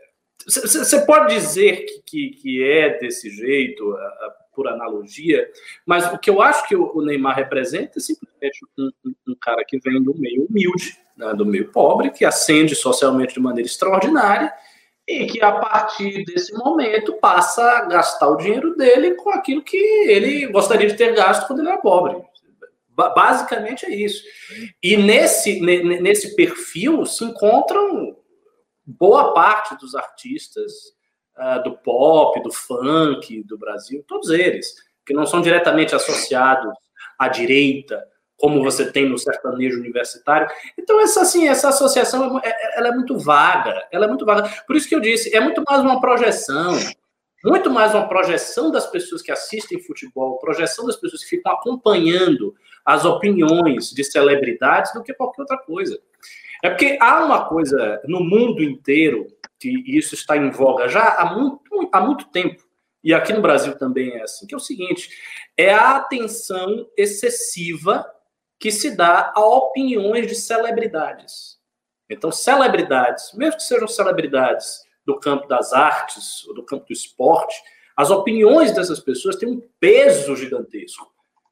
Você pode dizer que, que, que é desse jeito, por analogia, mas o que eu acho que o Neymar representa é simplesmente um, um, um cara que vem do meio humilde, né, do meio pobre, que ascende socialmente de maneira extraordinária e que, a partir desse momento, passa a gastar o dinheiro dele com aquilo que ele gostaria de ter gasto quando ele era pobre. Basicamente é isso. E nesse, nesse perfil se encontram boa parte dos artistas uh, do pop, do funk, do Brasil, todos eles, que não são diretamente associados à direita, como você tem no sertanejo universitário. Então, essa, assim, essa associação é, ela é muito vaga, ela é muito vaga. Por isso que eu disse, é muito mais uma projeção, muito mais uma projeção das pessoas que assistem futebol, projeção das pessoas que ficam acompanhando as opiniões de celebridades do que qualquer outra coisa. É porque há uma coisa no mundo inteiro, que isso está em voga já há muito, há muito tempo, e aqui no Brasil também é assim, que é o seguinte, é a atenção excessiva que se dá a opiniões de celebridades. Então, celebridades, mesmo que sejam celebridades do campo das artes ou do campo do esporte, as opiniões dessas pessoas têm um peso gigantesco.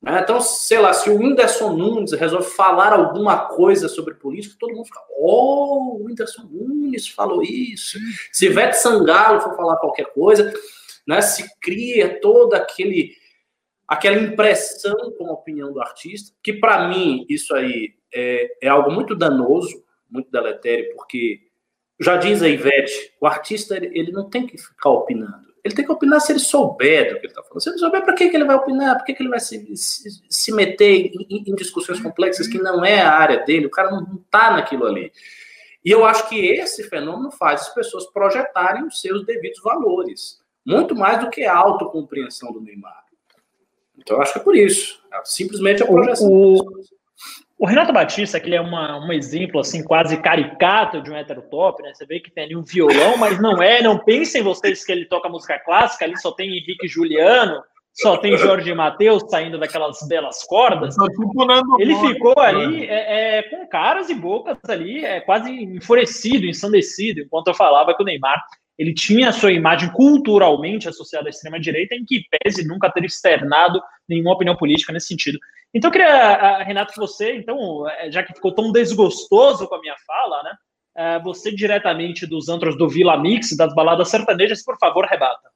Então, sei lá, se o Whindersson Nunes resolve falar alguma coisa sobre política, todo mundo fica, oh, o Whindersson Nunes falou isso. Se Ivete Sangalo for falar qualquer coisa, né, se cria toda aquele, aquela impressão com a opinião do artista, que para mim isso aí é, é algo muito danoso, muito deletério, porque já diz a Ivete, o artista ele, ele não tem que ficar opinando. Ele tem que opinar se ele souber do que ele está falando. Se ele souber, para que, que ele vai opinar? Por que, que ele vai se, se, se meter em, em discussões complexas que não é a área dele? O cara não está naquilo ali. E eu acho que esse fenômeno faz as pessoas projetarem os seus devidos valores. Muito mais do que a autocompreensão do Neymar. Então, eu acho que é por isso. É simplesmente a projeção. O, o, o Renato Batista, que ele é uma, um exemplo assim, quase caricato de um heterotop, né? Você vê que tem ali um violão, mas não é. Não pensem vocês que ele toca música clássica, ali só tem Henrique e Juliano, só tem Jorge e Mateus saindo daquelas belas cordas. Ele ficou ali é, é, com caras e bocas ali, é, quase enfurecido, ensandecido, enquanto eu falava que o Neymar ele tinha a sua imagem culturalmente associada à extrema-direita, em que pese nunca ter externado nenhuma opinião política nesse sentido. Então, eu queria, Renato, que você, então, já que ficou tão desgostoso com a minha fala, né, você diretamente dos antros do Vila Mix, das baladas sertanejas, por favor, rebata.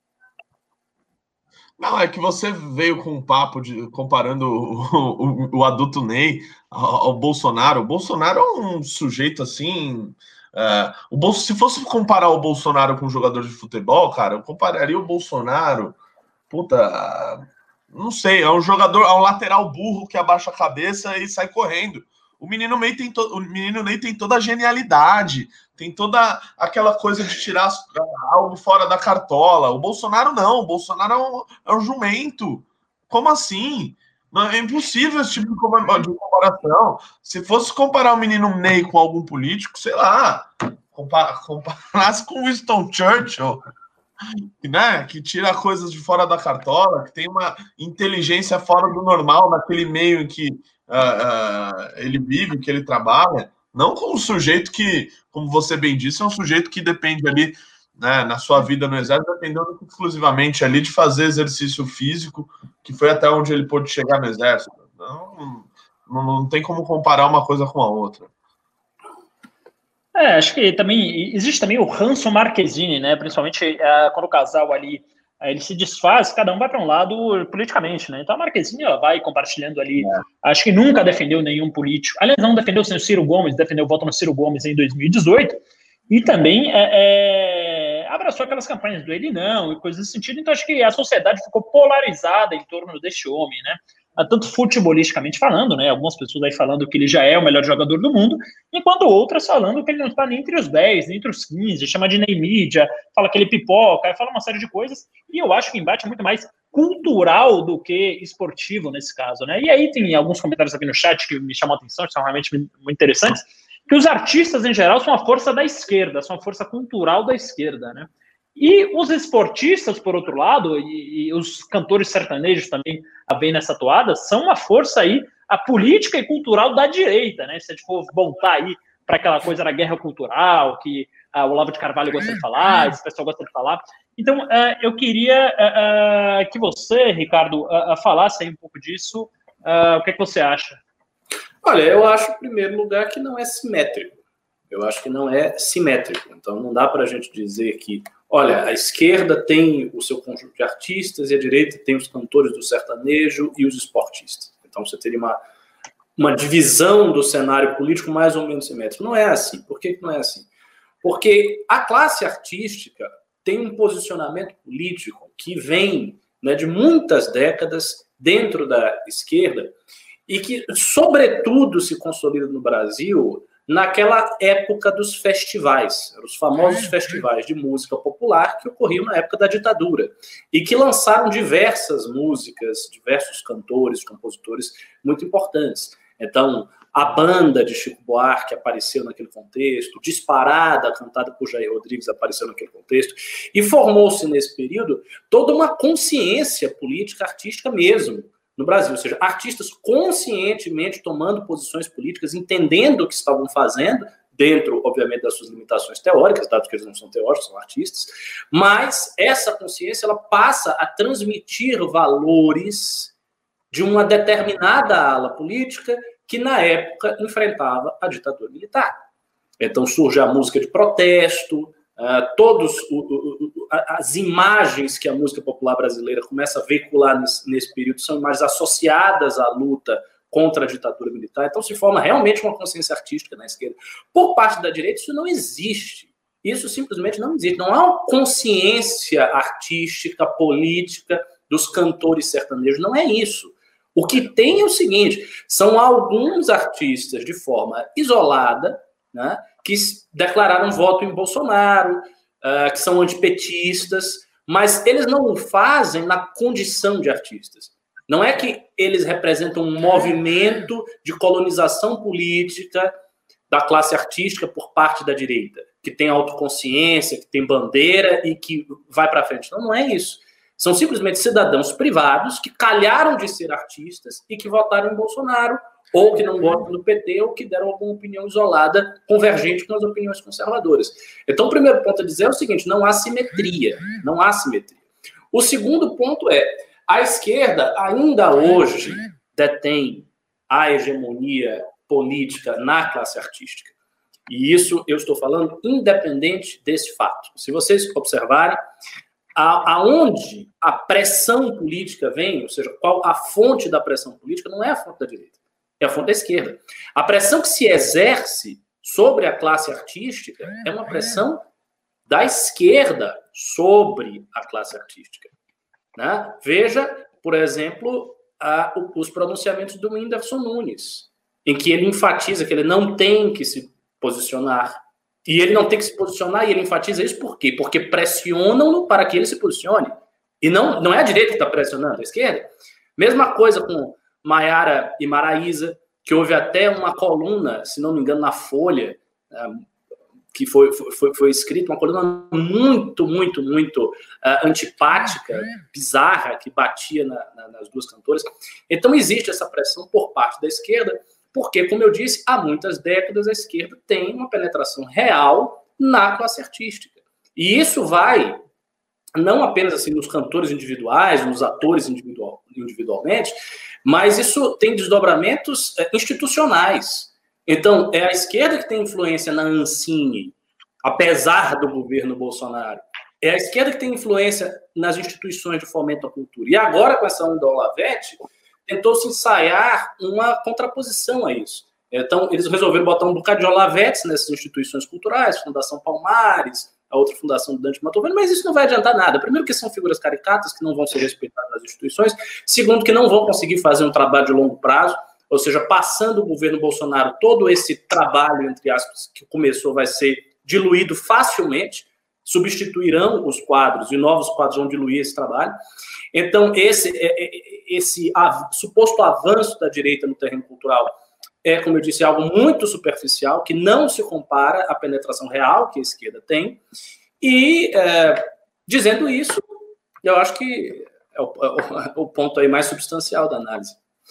Não, é que você veio com um papo de, comparando o, o, o adulto Ney ao, ao Bolsonaro. O Bolsonaro é um sujeito assim... Uh, o Bolso, se fosse comparar o Bolsonaro com um jogador de futebol, cara, eu compararia o Bolsonaro, puta, não sei, é um jogador, é um lateral burro que abaixa a cabeça e sai correndo. O menino Ney tem, to, o menino Ney tem toda a genialidade, tem toda aquela coisa de tirar algo fora da cartola. O Bolsonaro não, o Bolsonaro é um, é um jumento. Como assim? É impossível esse tipo de comparação. Se fosse comparar o menino Ney com algum político, sei lá, comparasse com Winston Churchill, né, que tira coisas de fora da cartola, que tem uma inteligência fora do normal naquele meio em que uh, uh, ele vive, que ele trabalha, não com um sujeito que, como você bem disse, é um sujeito que depende ali, né, na sua vida no exército, dependendo exclusivamente ali de fazer exercício físico, que foi até onde ele pôde chegar no exército. Não, não, não tem como comparar uma coisa com a outra. É, acho que também existe também o ranço Marquezine, né? Principalmente uh, quando o casal ali uh, ele se desfaz, cada um vai para um lado politicamente, né? Então a Marquezine ó, vai compartilhando ali. É. Acho que nunca defendeu nenhum político. Aliás, não defendeu o Ciro Gomes, defendeu o voto no Ciro Gomes em dois mil e dezoito. E também é, é, abraçou aquelas campanhas do ele não e coisas desse sentido. Então acho que a sociedade ficou polarizada em torno deste homem, né? Tanto futebolisticamente falando, né? Algumas pessoas aí falando que ele já é o melhor jogador do mundo, enquanto outras falando que ele não está nem entre os dez, nem entre os quinze, chama de Ney mídia, fala que ele pipoca, fala uma série de coisas, e eu acho que o embate é muito mais cultural do que esportivo nesse caso, né? E aí tem alguns comentários aqui no chat que me chamam a atenção, que são realmente muito interessantes, que os artistas, em geral, são a força da esquerda, são a força cultural da esquerda, né? E os esportistas, por outro lado, e, e os cantores sertanejos também vêm nessa toada, são uma força aí, a política e cultural da direita, né? Se a gente for voltar aí para aquela coisa da guerra cultural, que uh, o Olavo de Carvalho gosta de falar, esse pessoal gosta de falar. Então, uh, eu queria uh, uh, que você, Ricardo, uh, uh, falasse aí um pouco disso. Uh, o que é que você acha? Olha, eu acho, em primeiro lugar, que não é simétrico. Eu acho que não é simétrico. Então, não dá para a gente dizer que, olha, a esquerda tem o seu conjunto de artistas e a direita tem os cantores do sertanejo e os esportistas. Então, você teria uma, uma divisão do cenário político mais ou menos simétrico. Não é assim. Por que não é assim? Porque a classe artística tem um posicionamento político que vem, né, de muitas décadas dentro da esquerda e que, sobretudo, se consolida no Brasil naquela época dos festivais, os famosos festivais de música popular que ocorriam na época da ditadura e que lançaram diversas músicas, diversos cantores, compositores muito importantes. Então, a banda de Chico Buarque apareceu naquele contexto, Disparada, cantada por Jair Rodrigues, apareceu naquele contexto, e formou-se nesse período toda uma consciência política, artística mesmo, no Brasil, ou seja, artistas conscientemente tomando posições políticas, entendendo o que estavam fazendo, dentro, obviamente, das suas limitações teóricas, dado que eles não são teóricos, são artistas, mas essa consciência ela passa a transmitir valores de uma determinada ala política que, na época, enfrentava a ditadura militar. Então surge a música de protesto, uh, todos o, o, o, as imagens que a música popular brasileira começa a veicular nesse, nesse período são imagens associadas à luta contra a ditadura militar. Então se forma realmente uma consciência artística na esquerda. Por parte da direita isso não existe. Isso simplesmente não existe. Não há uma consciência artística, política dos cantores sertanejos. Não é isso. O que tem é o seguinte, são alguns artistas de forma isolada, né, que declararam voto em Bolsonaro, uh, que são antipetistas, mas eles não o fazem na condição de artistas. Não é que eles representam um movimento de colonização política da classe artística por parte da direita, que tem autoconsciência, que tem bandeira e que vai para frente. Não, não é isso. São simplesmente cidadãos privados que calharam de ser artistas e que votaram em Bolsonaro, ou que não gostam do P T, ou que deram alguma opinião isolada, convergente com as opiniões conservadoras. Então, o primeiro ponto a dizer é o seguinte, não há simetria, não há simetria. O segundo ponto é, a esquerda ainda hoje detém a hegemonia política na classe artística. E isso eu estou falando independente desse fato. Se vocês observarem, a, aonde a pressão política vem, ou seja, qual a fonte da pressão política, não é a fonte da direita, é a fonte da esquerda. A pressão que se exerce sobre a classe artística é uma pressão da esquerda sobre a classe artística. Né? Veja, por exemplo, a, os pronunciamentos do Whindersson Nunes, em que ele enfatiza que ele não tem que se posicionar. E ele não tem que se posicionar, e ele enfatiza isso por quê? Porque pressionam-no para que ele se posicione. E não, não é a direita que está pressionando, é a esquerda. Mesma coisa com Maiara e Maraísa, que houve até uma coluna, se não me engano, na Folha, que foi, foi, foi escrita, uma coluna muito, muito, muito uh, antipática, bizarra, que batia na, na, nas duas cantoras. Então existe essa pressão por parte da esquerda, porque, como eu disse, há muitas décadas a esquerda tem uma penetração real na classe artística. E isso vai, não apenas assim nos cantores individuais, nos atores individual, individualmente, mas isso tem desdobramentos é, institucionais. Então, é a esquerda que tem influência na Ancine, apesar do governo Bolsonaro. É a esquerda que tem influência nas instituições de fomento à cultura. E agora, com essa onda Olavete, tentou-se ensaiar uma contraposição a isso. Então, eles resolveram botar um bocado de Olavetes nessas instituições culturais, Fundação Palmares, a outra fundação do Dante Mantovani, mas isso não vai adiantar nada. Primeiro que são figuras caricatas que não vão ser respeitadas nas instituições. Segundo que não vão conseguir fazer um trabalho de longo prazo, ou seja, passando o governo Bolsonaro, todo esse trabalho, entre aspas, que começou vai ser diluído facilmente, substituirão os quadros e novos quadros vão diluir esse trabalho. Então, esse, esse suposto avanço da direita no terreno cultural é, como eu disse, algo muito superficial, que não se compara à penetração real que a esquerda tem. E, é, dizendo isso, eu acho que é o, é o ponto aí mais substancial da análise.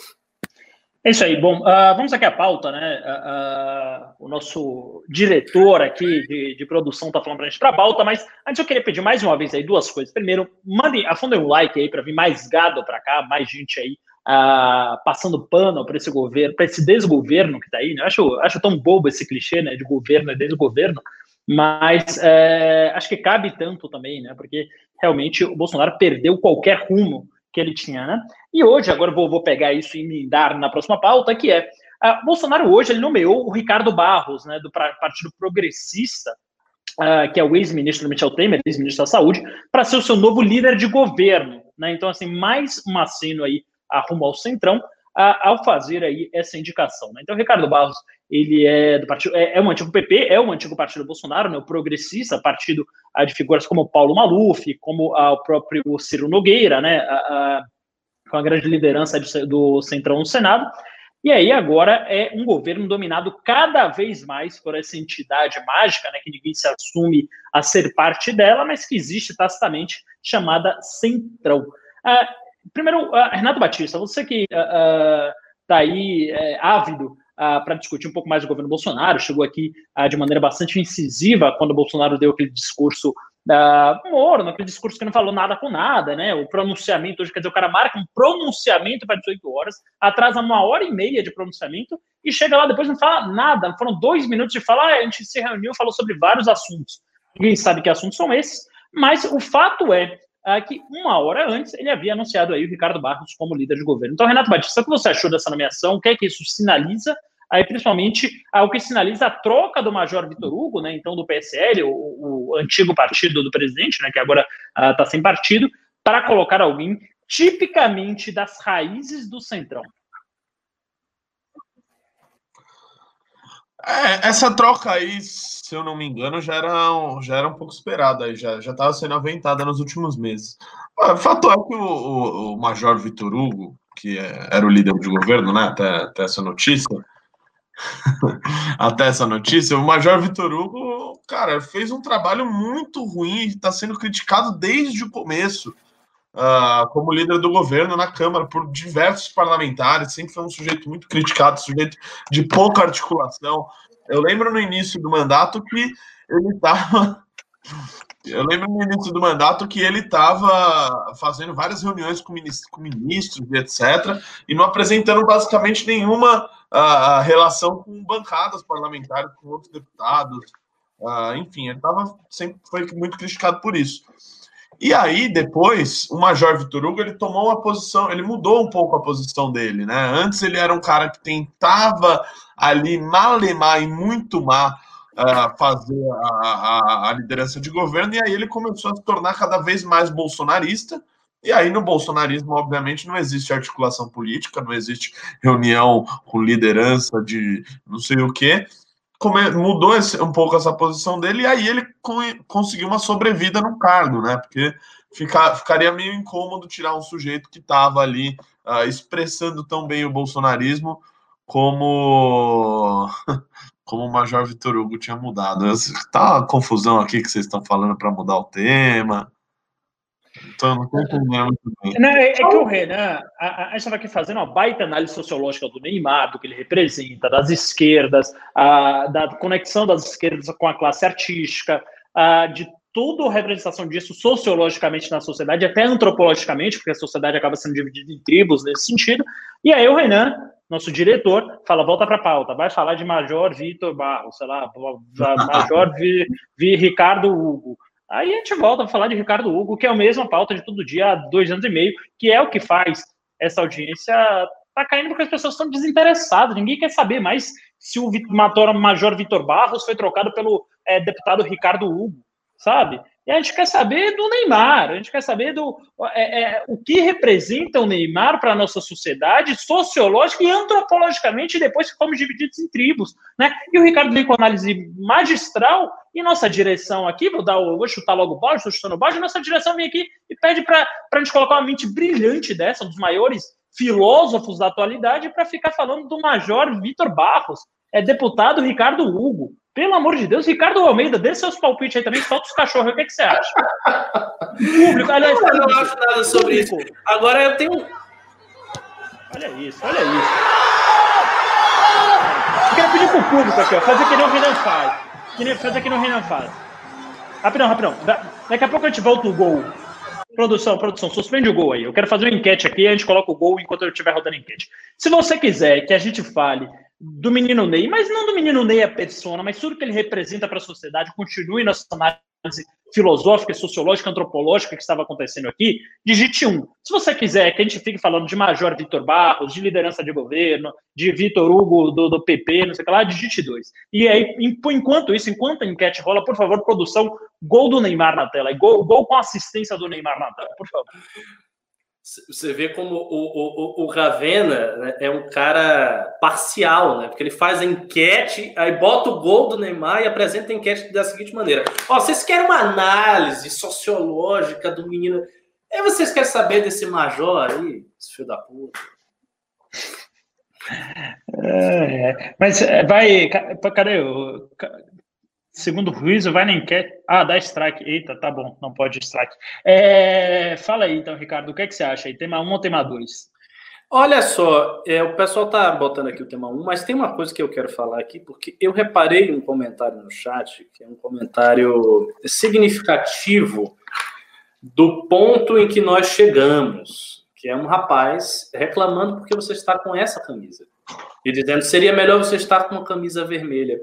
É isso aí. Bom, uh, vamos aqui à pauta, né? Uh, uh, o nosso diretor aqui de, de produção está falando para a gente para a pauta, mas antes eu queria pedir mais uma vez aí duas coisas. Primeiro, mandem, afundem um like aí para vir mais gado para cá, mais gente aí uh, passando pano para esse governo, para esse desgoverno que está aí. Né? Eu acho, acho tão bobo esse clichê, né? De governo e desgoverno, mas uh, acho que cabe tanto também, né? Porque realmente o Bolsonaro perdeu qualquer rumo que ele tinha, né? E hoje, agora vou, vou pegar isso e me dar na próxima pauta, que é, uh, Bolsonaro hoje, ele nomeou o Ricardo Barros, né, do Partido Progressista, uh, que é o ex-ministro Michel Temer, ex-ministro da Saúde, para ser o seu novo líder de governo, né? Então, assim, mais um aceno aí rumo ao Centrão, uh, ao fazer aí essa indicação, né? Então, o Ricardo Barros, ele é do partido, é, é um antigo P P, é um antigo partido Bolsonaro, né, o Progressista, partido uh, de figuras como o Paulo Maluf, como uh, o próprio Ciro Nogueira, né, uh, uh, com a grande liderança de, do Centrão no Senado. E aí agora é um governo dominado cada vez mais por essa entidade mágica, né, que ninguém se assume a ser parte dela, mas que existe tacitamente, chamada Centrão. Uh, primeiro, uh, Renato Batista, você que está uh, uh, aí é, ávido Uh, para discutir um pouco mais do governo Bolsonaro, chegou aqui uh, de maneira bastante incisiva quando o Bolsonaro deu aquele discurso da Moro, naquele discurso que não falou nada com nada, né? O pronunciamento, hoje, quer dizer, o cara marca um pronunciamento para dezoito horas, atrasa uma hora e meia de pronunciamento e chega lá depois não fala nada. Foram dois minutos de falar, ah, a gente se reuniu, falou sobre vários assuntos. Ninguém sabe que assuntos são esses, mas o fato é ah, que uma hora antes ele havia anunciado aí o Ricardo Barros como líder de governo. Então, Renato Batista, o que você achou dessa nomeação? O que é que isso sinaliza? Aí, principalmente, ao que sinaliza a troca do Major Vitor Hugo, né, então do P S L, o, o antigo partido do presidente, né, que agora está uh, sem partido, para colocar alguém tipicamente das raízes do Centrão. É, essa troca aí, se eu não me engano, já era um, já era um pouco esperada, já estava sendo aventada nos últimos meses. O fato é que o, o, o Major Vitor Hugo, que é, era o líder de governo, né, até, até essa notícia, até essa notícia, o Major Vitor Hugo, cara, fez um trabalho muito ruim e está sendo criticado desde o começo uh, como líder do governo na Câmara por diversos parlamentares, sempre foi um sujeito muito criticado, sujeito de pouca articulação. Eu lembro no início do mandato que ele estava... Eu lembro no início do mandato que ele estava fazendo várias reuniões com ministros, com ministros e etcétera, e não apresentando basicamente nenhuma uh, relação com bancadas parlamentares, com outros deputados. Uh, enfim, ele tava, sempre foi muito criticado por isso. E aí, depois, o Major Vitor Hugo, ele tomou uma posição, ele mudou um pouco a posição dele, né? Antes ele era um cara que tentava ali malemar e muito má Uh, fazer a, a, a liderança de governo, e aí ele começou a se tornar cada vez mais bolsonarista, e aí no bolsonarismo, obviamente, não existe articulação política, não existe reunião com liderança de não sei o quê, Come, mudou esse, um pouco essa posição dele, e aí ele co conseguiu uma sobrevida no cargo, né, porque fica, ficaria meio incômodo tirar um sujeito que estava ali uh, expressando tão bem o bolsonarismo como... como o Major Vitor Hugo tinha mudado. Tá uma confusão aqui que vocês estão falando para mudar o tema. Então, não estou entendendo muito bem. Não, é, é que o Renan, a, a gente estava aqui fazendo uma baita análise sociológica do Neymar, do que ele representa, das esquerdas, a, da conexão das esquerdas com a classe artística, a, de toda a representação disso sociologicamente na sociedade, até antropologicamente, porque a sociedade acaba sendo dividida em tribos nesse sentido. E aí o Renan, nosso diretor, fala, volta para a pauta, vai falar de Major Vitor Barros, sei lá, Major Vi, Vi Ricardo Hugo. Aí a gente volta a falar de Ricardo Hugo, que é a mesma pauta de todo dia há dois anos e meio, que é o que faz essa audiência tá caindo porque as pessoas estão desinteressadas, ninguém quer saber mais se o Major Vitor Barros foi trocado pelo é, deputado Ricardo Hugo, sabe? E a gente quer saber do Neymar, a gente quer saber do é, é, o que representa o Neymar para a nossa sociedade, sociológica e antropologicamente, depois que fomos divididos em tribos, né? E o Ricardo veio com análise magistral, e nossa direção aqui, vou, dar, vou chutar logo o balde, estou chutando o balde, nossa direção vem aqui e pede para a gente colocar uma mente brilhante dessa, um dos maiores filósofos da atualidade, para ficar falando do Major Vitor Barros, é deputado Ricardo Hugo. Pelo amor de Deus, Ricardo Almeida, dê seus palpites aí também, solta os cachorros, o que, é que você acha? Público, aliás, eu não acho nada sobre público. Isso. Agora eu tenho... Olha isso, olha isso. Eu quero pedir pro público aqui, ó, fazer que nem o Renan faz. Que nem, fazer que nem o Renan faz. Rapidão, rapidão. Daqui a pouco a gente volta o gol. Produção, produção, suspende o gol aí. Eu quero fazer uma enquete aqui, a gente coloca o gol enquanto eu estiver rodando a enquete. Se você quiser que a gente fale do menino Ney, mas não do menino Ney a persona, mas tudo que ele representa para a sociedade, continue nossa análise filosófica, sociológica, antropológica que estava acontecendo aqui, digite um. Se você quiser que a gente fique falando de Major Vitor Barros, de liderança de governo, de Vitor Hugo do, do P P, não sei o que lá, digite dois. E aí, enquanto isso, enquanto a enquete rola, por favor, produção, gol do Neymar na tela, gol, gol com assistência do Neymar na tela, por favor. Você vê como o, o, o Ravena, né, é um cara parcial, né? Porque ele faz a enquete, aí bota o gol do Neymar e apresenta a enquete da seguinte maneira. Ó, vocês querem uma análise sociológica do menino? É, vocês querem saber desse Major aí, esse filho da puta? É, mas vai... Cadê o... Segundo o juízo, vai na enquete. Ah, dá strike. Eita, tá bom, não pode strike. É, fala aí, então, Ricardo, o que, é que você acha aí? Tema um ou tema dois? Olha só, é, o pessoal está botando aqui o tema um, mas tem uma coisa que eu quero falar aqui, porque eu reparei um comentário no chat, que é um comentário significativo do ponto em que nós chegamos, que é um rapaz reclamando porque você está com essa camisa, e dizendo que seria melhor você estar com uma camisa vermelha.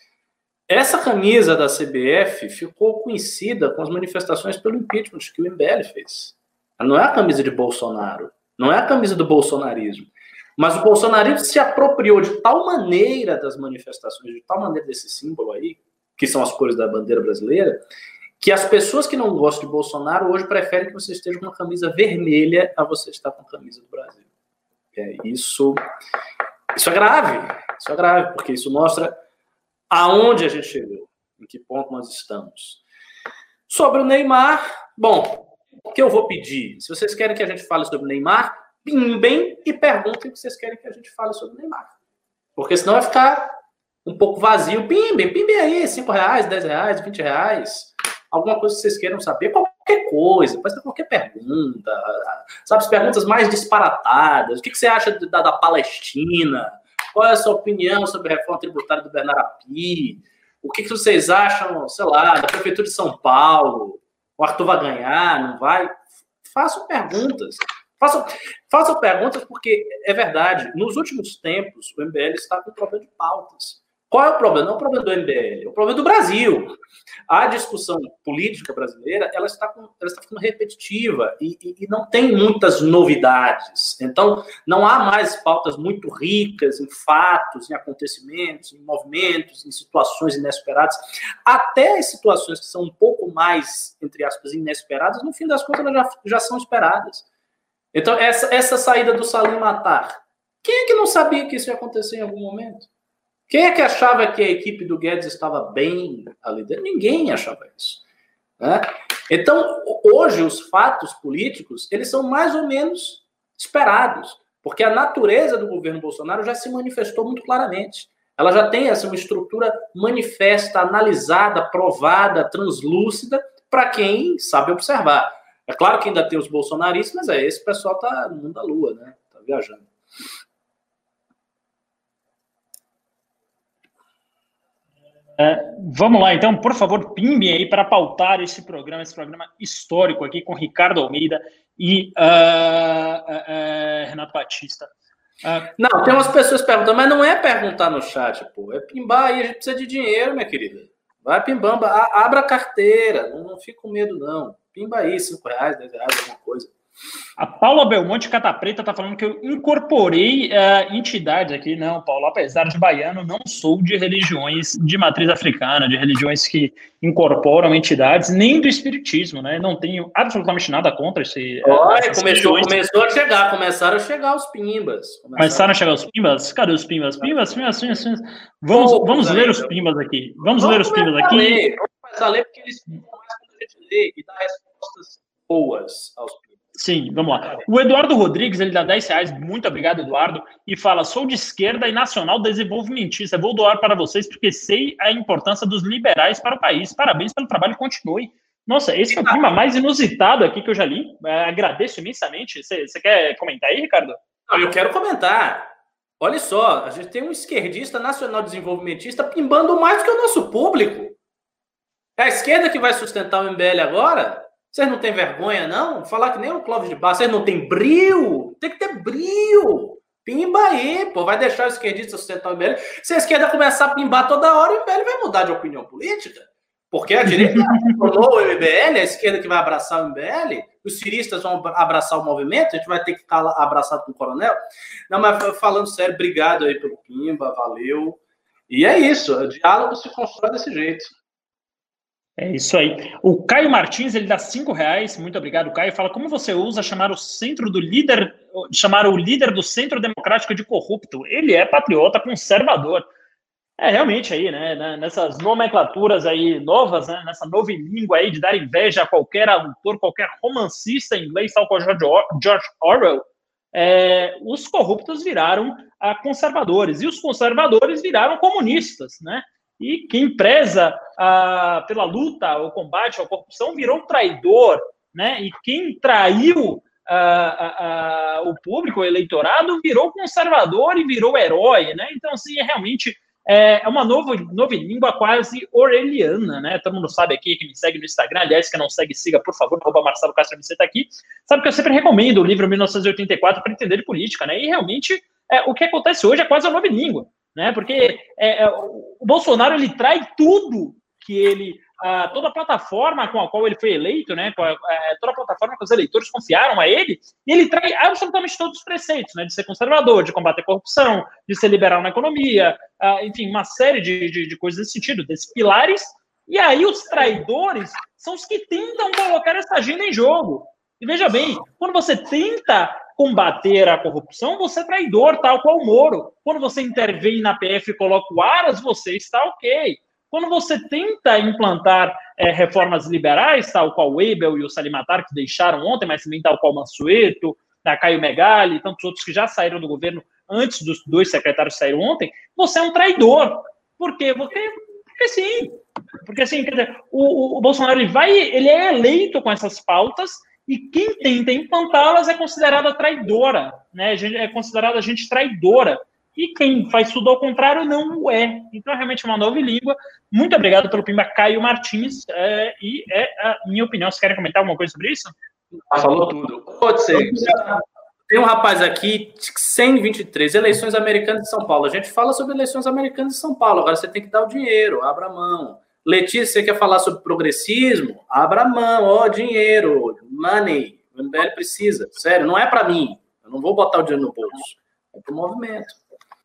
Essa camisa da C B F ficou conhecida com as manifestações pelo impeachment que o M B L fez. Não é a camisa de Bolsonaro, não é a camisa do bolsonarismo. Mas o bolsonarismo se apropriou de tal maneira das manifestações, de tal maneira desse símbolo aí, que são as cores da bandeira brasileira, que as pessoas que não gostam de Bolsonaro hoje preferem que você esteja com uma camisa vermelha a você estar com a camisa do Brasil. É, isso, isso é grave, isso é grave, porque isso mostra aonde a gente chegou, em que ponto nós estamos. Sobre o Neymar, bom, o que eu vou pedir? Se vocês querem que a gente fale sobre o Neymar, pimbem e perguntem o que vocês querem que a gente fale sobre o Neymar. Porque senão vai ficar um pouco vazio. Pimbem, pimbem aí, cinco reais, dez reais, vinte reais. Alguma coisa que vocês queiram saber, qualquer coisa, pode ser qualquer pergunta. Sabe, as perguntas mais disparatadas. O que você acha da, da Palestina? Qual é a sua opinião sobre a reforma tributária do Bernardo Api? O que vocês acham, sei lá, da Prefeitura de São Paulo? O Arthur vai ganhar, não vai? Façam perguntas. Façam, façam perguntas porque, é verdade, nos últimos tempos, o M B L está com problema de pautas. Qual é o problema? Não é o problema do M B L, é o problema do Brasil. A discussão política brasileira, ela está, com, ela está ficando repetitiva e, e, e não tem muitas novidades. Então, não há mais pautas muito ricas em fatos, em acontecimentos, em movimentos, em situações inesperadas. Até as situações que são um pouco mais, entre aspas, inesperadas, no fim das contas, elas já, já são esperadas. Então, essa, essa saída do Salim Matar, quem é que não sabia que isso ia acontecer em algum momento? Quem é que achava que a equipe do Guedes estava bem ali dentro? Ninguém achava isso. Né? Então, hoje, os fatos políticos, eles são mais ou menos esperados, porque a natureza do governo Bolsonaro já se manifestou muito claramente. Ela já tem assim, uma estrutura manifesta, analisada, provada, translúcida, para quem sabe observar. É claro que ainda tem os bolsonaristas, mas é, esse pessoal está no mundo da lua, né? Está viajando. É, vamos lá, então, por favor, pimbem aí para pautar esse programa, esse programa histórico aqui com Ricardo Almeida e uh, uh, uh, Renato Batista. Uh, não, tem umas pessoas perguntando, mas não é perguntar no chat, pô, é pimbar aí, a gente precisa de dinheiro, minha querida. Vai pimbamba, abra a carteira, não, não fica com medo, não. Pimba aí, cinco reais, dez reais, alguma coisa. A Paula Belmonte Cata Preta está falando que eu incorporei uh, entidades aqui. Não, Paulo, apesar de baiano, não sou de religiões de matriz africana, de religiões que incorporam entidades, nem do espiritismo, né? Não tenho absolutamente nada contra esse. Olha, começou, começou a chegar, começaram a chegar os pimbas. Começaram, começaram a chegar os pimbas? Cadê os pimbas? Pimbas, pimbas, pimbas, pimbas. Vamos, Pô, vamos ler os pimbas aqui. Vamos, vamos ler os pimbas aqui. Ler. Vamos começar a ler porque eles mais quando a gente lê e dá respostas boas aos pimbas. Sim, vamos lá. O Eduardo Rodrigues, ele dá dez reais, muito obrigado, Eduardo, e fala, sou de esquerda e nacional desenvolvimentista, vou doar para vocês porque sei a importância dos liberais para o país. Parabéns pelo trabalho, continue. Nossa, esse é o clima mais inusitado aqui que eu já li, é, agradeço imensamente. Você quer comentar aí, Ricardo? Não, eu quero comentar. Olha só, a gente tem um esquerdista nacional desenvolvimentista pimbando mais do que o nosso público. É a esquerda que vai sustentar o M B L agora? Vocês não têm vergonha, não? Falar que nem o Clóvis de Barros, vocês não têm brio? Tem que ter brio. Pimba aí, pô. Vai deixar o esquerdista sustentar o M B L. Se a esquerda começar a pimbar toda hora, o M B L vai mudar de opinião política. Porque a direita tornou o M B L, a esquerda que vai abraçar o M B L, os ciristas vão abraçar o movimento, a gente vai ter que ficar abraçado com o coronel. Não, mas falando sério, obrigado aí pelo pimba, valeu. E é isso, o diálogo se constrói desse jeito. É isso aí. O Caio Martins, ele dá cinco reais. Muito obrigado, Caio. Fala, como você usa chamar o centro do líder, chamar o líder do Centro Democrático de corrupto? Ele é patriota conservador. É, realmente aí, né, nessas nomenclaturas aí novas, né, nessa nova língua aí de dar inveja a qualquer autor, qualquer romancista em inglês, tal como George Orwell, é, os corruptos viraram ah, conservadores, e os conservadores viraram comunistas, né? E quem preza ah, pela luta, o combate à corrupção, virou um traidor, né? E quem traiu a, a, a, o público, o eleitorado, virou conservador e virou herói, né? Então, assim, é realmente é uma nova, nova língua quase orwelliana, né? Todo mundo sabe aqui, que me segue no Instagram, aliás, que não segue, siga, por favor, arroba Marcelo Castro, você tá aqui, sabe que eu sempre recomendo o livro mil novecentos e oitenta e quatro para entender de política, né? E realmente, é, o que acontece hoje é quase uma nova língua, né? Porque é, é, o Bolsonaro, ele trai tudo que ele... Uh, toda a plataforma com a qual ele foi eleito, né, a, a, toda a plataforma que os eleitores confiaram a ele, e ele traz absolutamente todos os preceitos, né, de ser conservador, de combater a corrupção, de ser liberal na economia, uh, enfim, uma série de, de, de coisas desse sentido, desses pilares, e aí os traidores são os que tentam colocar essa agenda em jogo. E veja bem, quando você tenta combater a corrupção, você é traidor, tal qual o Moro. Quando você intervém na P F e coloca o Aras, você está ok. Quando você tenta implantar é, reformas liberais, tal qual o Weibel e o Salimatar, que deixaram ontem, mas também tal qual o Mansueto, a Caio Megali e tantos outros que já saíram do governo antes dos dois secretários saíram ontem, você é um traidor. Por quê? Porque, porque sim. Porque assim, quer dizer, o, o Bolsonaro ele vai, ele é eleito com essas pautas e quem tenta implantá-las é considerada traidora, né? É considerada gente traidora. E quem faz tudo ao contrário não o é. Então, é realmente uma nova língua. Muito obrigado pelo Pimba, Caio Martins. É, e é a minha opinião. Vocês querem comentar alguma coisa sobre isso? Falou tudo. Pode ser. Tem um rapaz aqui, cento e vinte e três, eleições americanas de São Paulo. A gente fala sobre eleições americanas de São Paulo. Agora você tem que dar o dinheiro, abra a mão. Letícia, você quer falar sobre progressismo? Abra a mão, ó, dinheiro, money. O M B L precisa. Sério, não é para mim. Eu não vou botar o dinheiro no bolso. É para o movimento.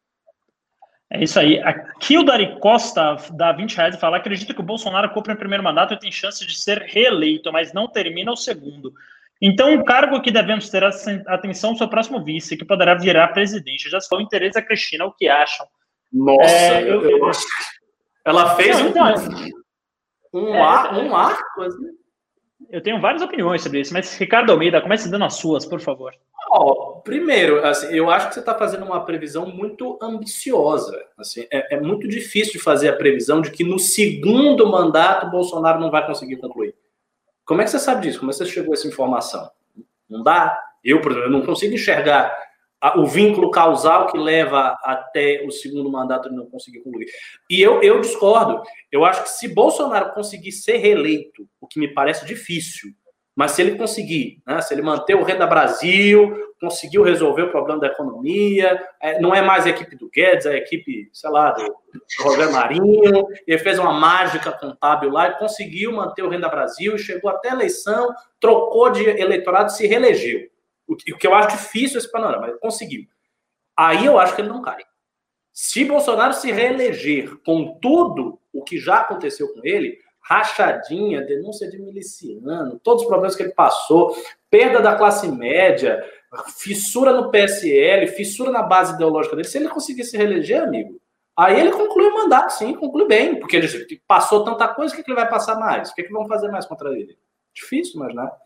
É isso aí. Aqui o Dari Costa dá vinte reais e fala: acredita que o Bolsonaro cumpre o primeiro mandato e tem chance de ser reeleito, mas não termina o segundo. Então, o cargo que devemos ter atenção é o seu próximo vice, que poderá virar presidente. Já estou em Tereza Cristina, o que acham? Nossa, é, eu, eu, eu... ela fez não, então, um, um, é, ar, um arco, assim. Eu tenho várias opiniões sobre isso, mas Ricardo Almeida, comece dando as suas, por favor. Oh, primeiro, assim, eu acho que você está fazendo uma previsão muito ambiciosa. Assim, é, é muito difícil de fazer a previsão de que no segundo mandato o Bolsonaro não vai conseguir concluir. Como é que você sabe disso? Como é que você chegou a essa informação? Não dá? Eu, por exemplo, eu não consigo enxergar a, o vínculo causal que leva até o segundo mandato e não conseguir concluir. E eu, eu discordo. Eu acho que se Bolsonaro conseguir ser reeleito, o que me parece difícil, mas se ele conseguir, né, se ele manter o Renda Brasil, conseguiu resolver o problema da economia, é, não é mais a equipe do Guedes, é a equipe, sei lá, do, do Rogério Marinho, ele fez uma mágica contábil lá e conseguiu manter o Renda Brasil e chegou até a eleição, trocou de eleitorado e se reelegeu. O que, o que eu acho difícil esse panorama, mas ele conseguiu. Aí eu acho que ele não cai. Se Bolsonaro se reeleger com tudo o que já aconteceu com ele, rachadinha, denúncia de miliciano, todos os problemas que ele passou, perda da classe média, fissura no P S L, fissura na base ideológica dele, se ele conseguir se reeleger, amigo, aí ele conclui o mandato, sim, conclui bem, porque ele passou tanta coisa, o que ele vai passar mais? O que, é que vão fazer mais contra ele? Difícil, mas né?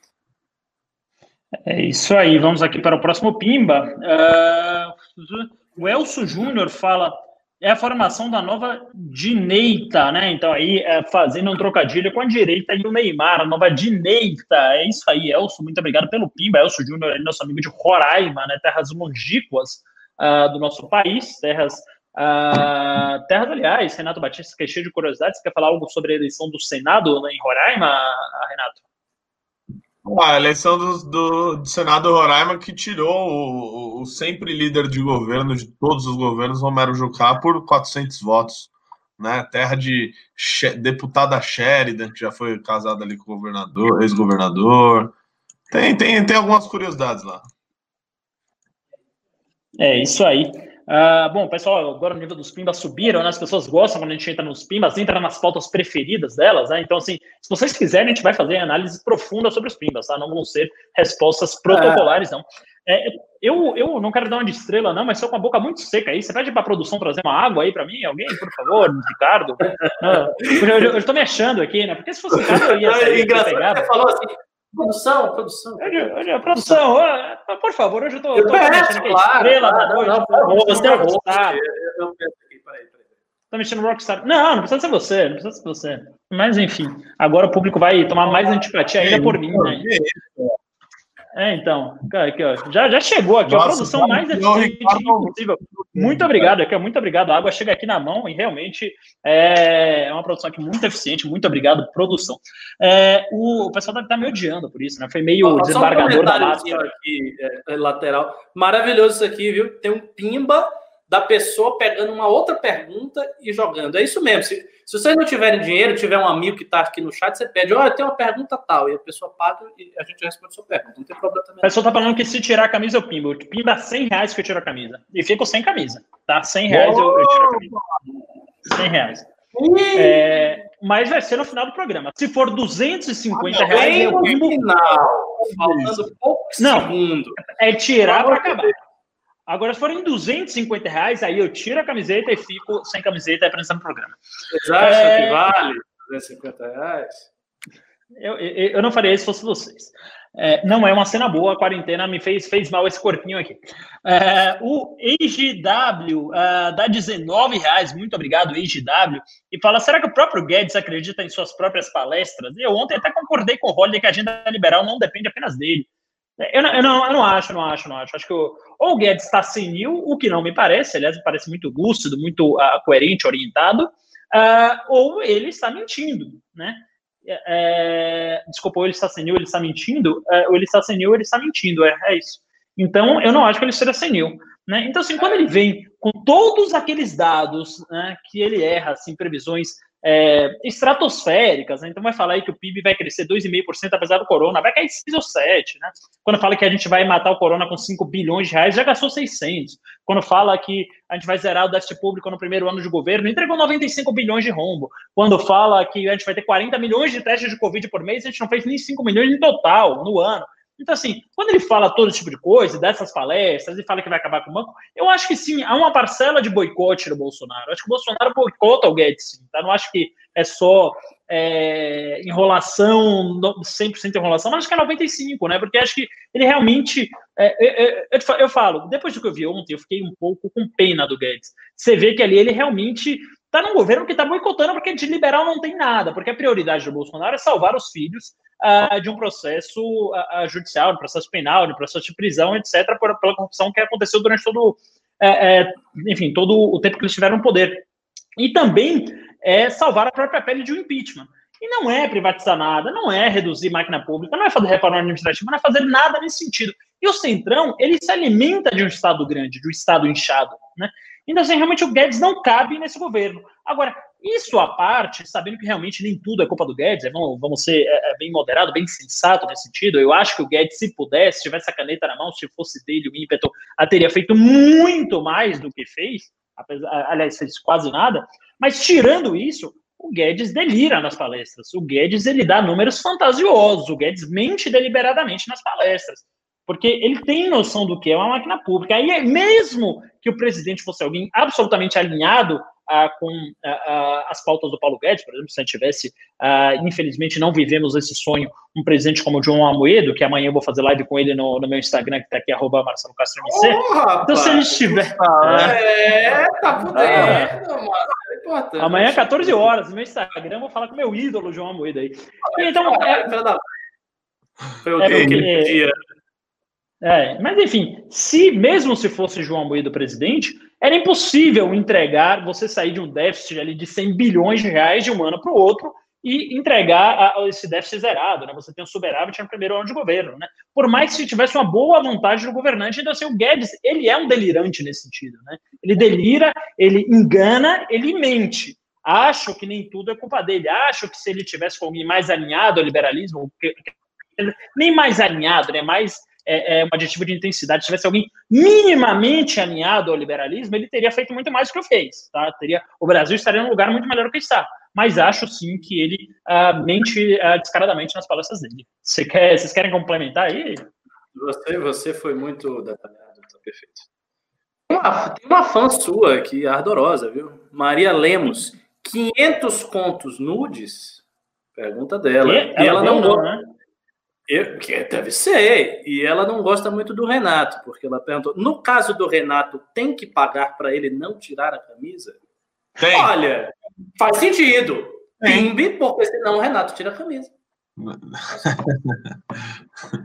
É isso aí, vamos aqui para o próximo Pimba. Uh, o Elcio Júnior fala... É a formação da nova direita, né? Então, aí, é, fazendo um trocadilho com a direita e o Neymar, a nova direita. É isso aí, Elcio. Muito obrigado pelo Pimba. Elcio Júnior, nosso amigo de Roraima, né? Terras longínquas uh, do nosso país. Terras, uh, terras, aliás, Renato Batista, que é cheio de curiosidades. Você quer falar algo sobre a eleição do Senado, né, em Roraima, Renato? A eleição do, do, do Senado Roraima que tirou o, o sempre líder de governo de todos os governos, Romero Jucá, por quatrocentos votos, né? Terra de She, deputada Sheridan, que já foi casada ali com o governador, ex-governador. Tem, tem, tem algumas curiosidades lá. É isso aí. Uh, bom, pessoal, agora o nível dos Pimbas subiram, né? As pessoas gostam quando a gente entra nos Pimbas, entra nas pautas preferidas delas, né? Então, assim, se vocês quiserem, a gente vai fazer análise profunda sobre os Pimbas, tá? Não vão ser respostas protocolares, não. É, eu, eu não quero dar uma de estrela, não, mas estou com a boca muito seca aí. Você pede para a produção trazer uma água aí para mim? Alguém, por favor? Ricardo? Não, eu estou me achando aqui, né? Porque se fosse o Ricardo, eu ia sair. É engraçado, você falou assim... Produção, produção. Hoje, hoje, a produção, ó, por favor, hoje eu tô, eu tô peço, mexendo aqui, claro, estrela claro, da noite. Não, não, não, você é rockstar. Eu, eu peço aqui, peraí, peraí. Tô mexendo no Rockstar. Não, não precisa ser você, não precisa ser você. Mas, enfim, agora o público vai tomar mais antipatia ainda por mim, né? É, então, aqui, ó, já, já chegou aqui, Nossa, a produção mais eficiente possível. Muito obrigado, aqui, muito obrigado. A água chega aqui na mão e realmente é uma produção aqui muito eficiente. Muito obrigado, produção. É, o, o pessoal deve estar me odiando por isso, né? Foi meio Ó, desembargador um da máscara. Aqui, é, lateral. Maravilhoso isso aqui, viu? Tem um pimba da pessoa pegando uma outra pergunta e jogando. É isso mesmo. Se, se vocês não tiverem dinheiro, tiver um amigo que está aqui no chat, você pede, olha, tem uma pergunta tal, e a pessoa paga e a gente responde a sua pergunta. Não tem problema também. A pessoa está falando que se tirar a camisa, eu pimba. Eu pimba cem reais que eu tiro a camisa. E fico sem camisa, tá? cem reais eu, eu tiro a camisa. cem reais. É, mas vai ser no final do programa. Se for duzentos e cinquenta reais, eu pimbo. Final, faltando poucos segundos. É tirar para acabar. Agora, se forem duzentos e cinquenta reais, aí eu tiro a camiseta e fico sem camiseta e apresentando o programa. Vocês acham é... que vale duzentos e cinquenta reais? Eu, eu, eu não faria isso se fosse vocês. É, não é uma cena boa, a quarentena me fez, fez mal esse corpinho aqui. É, o A G W uh, dá dezenove reais, muito obrigado, A G W, e fala, será que o próprio Guedes acredita em suas próprias palestras? Eu ontem até concordei com o Holliday que a agenda liberal não depende apenas dele. Eu não, eu, não, eu não acho, não acho, não acho. Acho que o, ou o Guedes está senil, o que não me parece, aliás, me parece muito lúcido, muito uh, coerente, orientado, uh, ou ele está mentindo, né? É, desculpa, ou ele está senil, ele está mentindo, uh, ou ele está senil, ele está mentindo, é, é isso. Então, eu não acho que ele seja senil, né? Então, assim, quando ele vem com todos aqueles dados, né, que ele erra, assim, previsões É, estratosféricas, né? Então vai falar aí que o P I B vai crescer dois vírgula cinco por cento apesar do corona, vai cair seis ou sete, né? Quando fala que a gente vai matar o corona com cinco bilhões de reais, já gastou seiscentos. Quando fala que a gente vai zerar o déficit público no primeiro ano de governo, entregou noventa e cinco bilhões de rombo. Quando fala que a gente vai ter quarenta milhões de testes de Covid por mês, a gente não fez nem cinco milhões em total no ano. Então, assim, quando ele fala todo esse tipo de coisa, dessas palestras, e fala que vai acabar com o banco, eu acho que sim, há uma parcela de boicote do Bolsonaro. Eu acho que o Bolsonaro boicota o Guedes, sim, tá? Não acho que é só é, enrolação, cem por cento enrolação, mas acho que é noventa e cinco por cento, né? Porque acho que ele realmente... É, eu, eu, eu falo, depois do que eu vi ontem, eu fiquei um pouco com pena do Guedes. Você vê que ali ele realmente está num governo que está boicotando porque de liberal não tem nada, porque a prioridade do Bolsonaro é salvar os filhos uh, de um processo uh, judicial, de um processo penal, de um processo de prisão, etcétera, por, pela corrupção que aconteceu durante todo, é, é, enfim, todo o tempo que eles tiveram no poder. E também é salvar a própria pele de um impeachment. E não é privatizar nada, não é reduzir máquina pública, não é fazer reforma administrativa, não é fazer nada nesse sentido. E o Centrão, ele se alimenta de um Estado grande, de um Estado inchado, né? Então, assim, realmente o Guedes não cabe nesse governo. Agora, isso à parte, sabendo que realmente nem tudo é culpa do Guedes, é, vamos, vamos ser é, é, bem moderado, bem sensato nesse sentido, eu acho que o Guedes, se pudesse, se tivesse a caneta na mão, se fosse dele o ímpeto, a teria feito muito mais do que fez, apesar, aliás, fez quase nada, mas tirando isso, o Guedes delira nas palestras, o Guedes, ele dá números fantasiosos, o Guedes mente deliberadamente nas palestras, porque ele tem noção do que é uma máquina pública. Aí, mesmo que o presidente fosse alguém absolutamente alinhado ah, com ah, ah, as pautas do Paulo Guedes, por exemplo, se a gente tivesse, ah, infelizmente, não vivemos esse sonho, um presidente como o João Amoedo, que amanhã eu vou fazer live com ele no, no meu Instagram, que está aqui, arroba Marcelo Castro M C. Oh, então, se a gente tiver... É, tá fudendo, ah, mano. É importante. Amanhã, quatorze horas, no meu Instagram, eu vou falar com o meu ídolo, João Amoedo, aí. E, então, é... Foi o é, que ele pedia. É, mas enfim, se mesmo se fosse João Amoedo presidente, era impossível entregar, você sair de um déficit ali de cem bilhões de reais de um ano para o outro e entregar a, a esse déficit zerado, né? Você tem um superávit no primeiro ano de governo, né? Por mais que tivesse uma boa vontade do governante, então assim, o Guedes, ele é um delirante nesse sentido, né? Ele delira, ele engana, ele mente. Acho que nem tudo é culpa dele. Acho que se ele tivesse com alguém mais alinhado ao liberalismo, nem mais alinhado, né? Mais É, é um adjetivo de intensidade, se tivesse alguém minimamente alinhado ao liberalismo, ele teria feito muito mais do que fez, tá? Teria, o Brasil estaria num lugar muito melhor do que está, mas acho sim que ele uh, mente uh, descaradamente nas palestras dele. Você quer, vocês querem complementar aí? Você, você foi muito detalhado, tá perfeito. Tem uma, tem uma fã sua aqui, ardorosa, viu? Maria Lemos, quinhentos contos nudes? Pergunta dela. E ela, ela não gosta, né? Eu, que deve ser. E ela não gosta muito do Renato, porque ela perguntou, no caso do Renato, tem que pagar para ele não tirar a camisa? Tem. Olha, faz sentido. Pimbe, porque senão o Renato tira a camisa.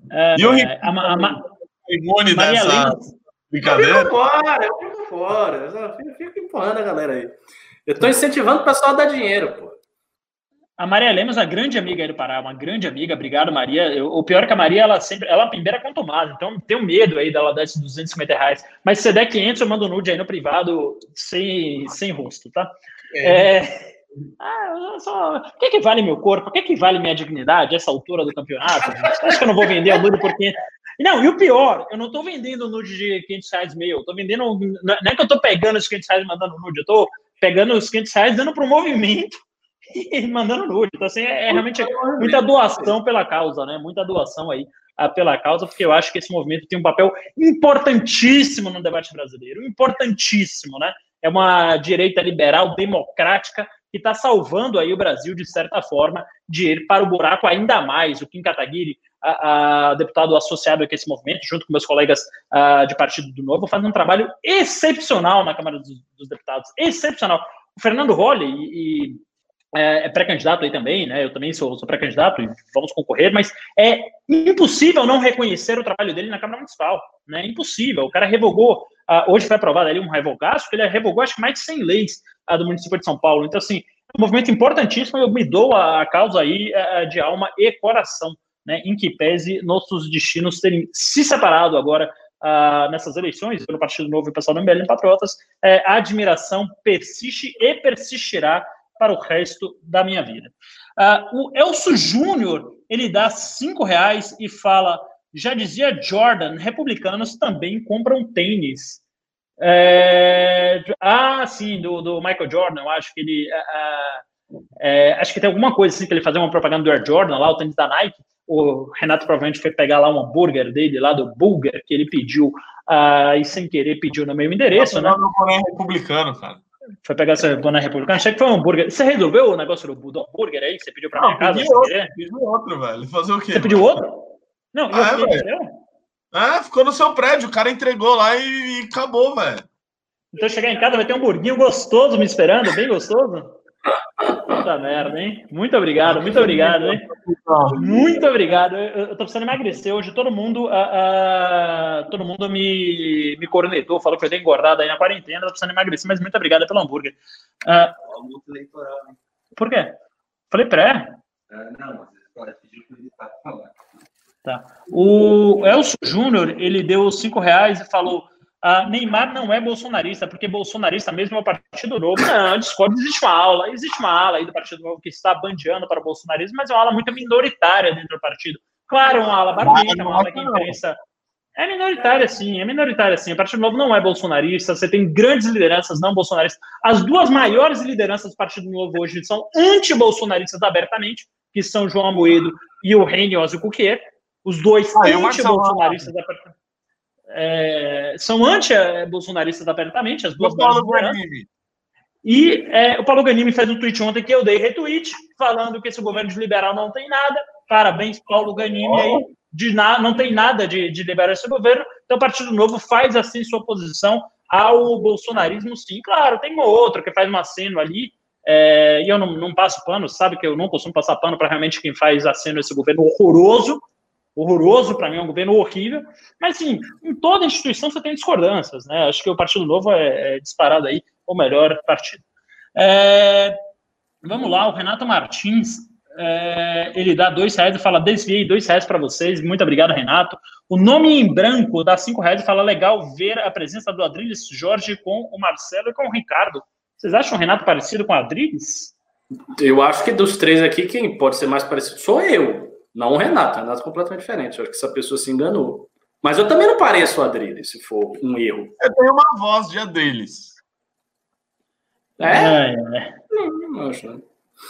É, e o Ricardo, a, a, a, imune dessa Lemos, brincadeira? Eu fico fora, eu fico fora. Eu fico, fico empurrando a galera aí. Eu tô incentivando o pessoal a dar dinheiro, pô. A Maria Lemos, a grande amiga aí do Pará, uma grande amiga, obrigado, Maria. Eu, o pior é que a Maria, ela sempre, ela primeira é contumada, então tenho medo aí dela dar esses duzentos e cinquenta reais. Mas se você der quinhentos, eu mando nude aí no privado, sem, sem rosto, tá? É. É... Ah, só... O que é que vale meu corpo? O que é que vale minha dignidade, essa altura do campeonato? Acho que eu não vou vender o nude por quinhentos. Não, e o pior, eu não tô vendendo nude de quinhentos reais meu, eu tô vendendo, não é que eu tô pegando os quinhentos reais e mandando nude, eu tô pegando os quinhentos reais dando pro movimento e mandando nude. Então, assim, é, é realmente muita doação pela causa, né? Muita doação aí uh, pela causa, porque eu acho que esse movimento tem um papel importantíssimo no debate brasileiro, importantíssimo, né? É uma direita liberal, democrática, que está salvando aí o Brasil, de certa forma, de ir para o buraco ainda mais. O Kim Kataguiri, a, a deputado associado aqui a esse movimento, junto com meus colegas uh, de Partido do Novo, fazem um trabalho excepcional na Câmara dos, dos Deputados, excepcional. O Fernando Holly, e, e é, é pré-candidato aí também, né? Eu também sou, sou pré-candidato e vamos concorrer, mas é impossível não reconhecer o trabalho dele na Câmara Municipal, né? Impossível. O cara revogou, uh, hoje foi aprovado ali um revogaço, que ele revogou acho que mais de cem leis uh, do município de São Paulo. Então, assim, é um movimento importantíssimo e eu me dou a, a causa aí uh, de alma e coração, né? Em que pese nossos destinos terem se separado agora uh, nessas eleições, pelo Partido Novo e o pessoal do M B L em Patriotas, uh, a admiração persiste e persistirá para o resto da minha vida. Uh, o Elcio Júnior, ele dá cinco reais e fala, já dizia Jordan, republicanos também compram tênis. É, ah, sim, do, do Michael Jordan, eu acho que ele... Uh, é, acho que tem alguma coisa assim, que ele fazia uma propaganda do Air Jordan, lá, o tênis da Nike. O Renato provavelmente foi pegar lá um hambúrguer dele, lá do Bulger, que ele pediu, uh, e sem querer pediu no meu endereço, né? Não, não é republicano, cara. Foi pegar essa boné republicana. Achei que foi um hambúrguer. Você resolveu o negócio do, do hambúrguer aí? Você pediu pra minha casa? Pedi outro, pedi outro, velho. Fazer o quê? Você pediu outro? Não, ah, eu é, velho. É, ficou no seu prédio. O cara entregou lá e, e acabou, velho. Então chegar em casa vai ter um hamburguinho gostoso me esperando, bem gostoso. Puta merda, hein? Muito obrigado, muito obrigado, hein? Muito obrigado. Eu, eu tô precisando emagrecer hoje. Todo mundo, uh, uh, todo mundo me, me cornetou, falou que eu tenho engordado aí na quarentena. Tô precisando emagrecer, mas muito obrigado pelo hambúrguer. Uh, por quê? Falei pré? Uh, não, mas pediu para ele tá falando. Tá. O Elcio Júnior, ele deu cinco reais e falou: ah, Neymar não é bolsonarista, porque bolsonarista mesmo é o Partido Novo. Não, discordo, existe uma aula, existe uma ala aí do Partido Novo que está bandeando para o bolsonarismo, mas é uma ala muito minoritária dentro do partido. Claro, uma ala barbicha, uma ala que imprensa. É minoritária, sim, é minoritária, sim. O Partido Novo não é bolsonarista, você tem grandes lideranças não bolsonaristas. As duas maiores lideranças do Partido Novo hoje são anti-bolsonaristas abertamente, que são João Amoedo e o Reino Cuquier. Os dois ah, anti-bolsonaristas abertamente. É, são anti-bolsonaristas abertamente, as duas Paulo Ganimi. E é, o Paulo Ganimi fez um tweet ontem que eu dei retweet, falando que esse governo de liberal não tem nada. Parabéns, Paulo Ganimi, oh. aí, de na, não tem nada de, de liberar esse governo. Então o Partido Novo faz assim sua oposição ao bolsonarismo, sim. Claro, tem um outro que faz um aceno ali, é, e eu não, não passo pano, sabe que eu não costumo passar pano para realmente quem faz aceno esse governo horroroso. Horroroso, para mim, é um governo horrível, mas, sim, em toda instituição você tem discordâncias, né? Acho que o Partido Novo é, é disparado aí o melhor partido. É, vamos lá, o Renato Martins, é, ele dá dois reais e fala, desviei dois reais para vocês, muito obrigado, Renato. O Nome em Branco dá cinco reais e fala, legal ver a presença do Adriles Jorge com o Marcelo e com o Ricardo. Vocês acham o Renato parecido com o Adriles? Eu acho que dos três aqui, quem pode ser mais parecido sou eu. Não o Renato, o Renato é completamente diferente. Eu acho que essa pessoa se enganou. Mas eu também não pareço o Adriles, se for um erro. Eu tenho uma voz de Adriles. É? É, é. Não, não acho, não.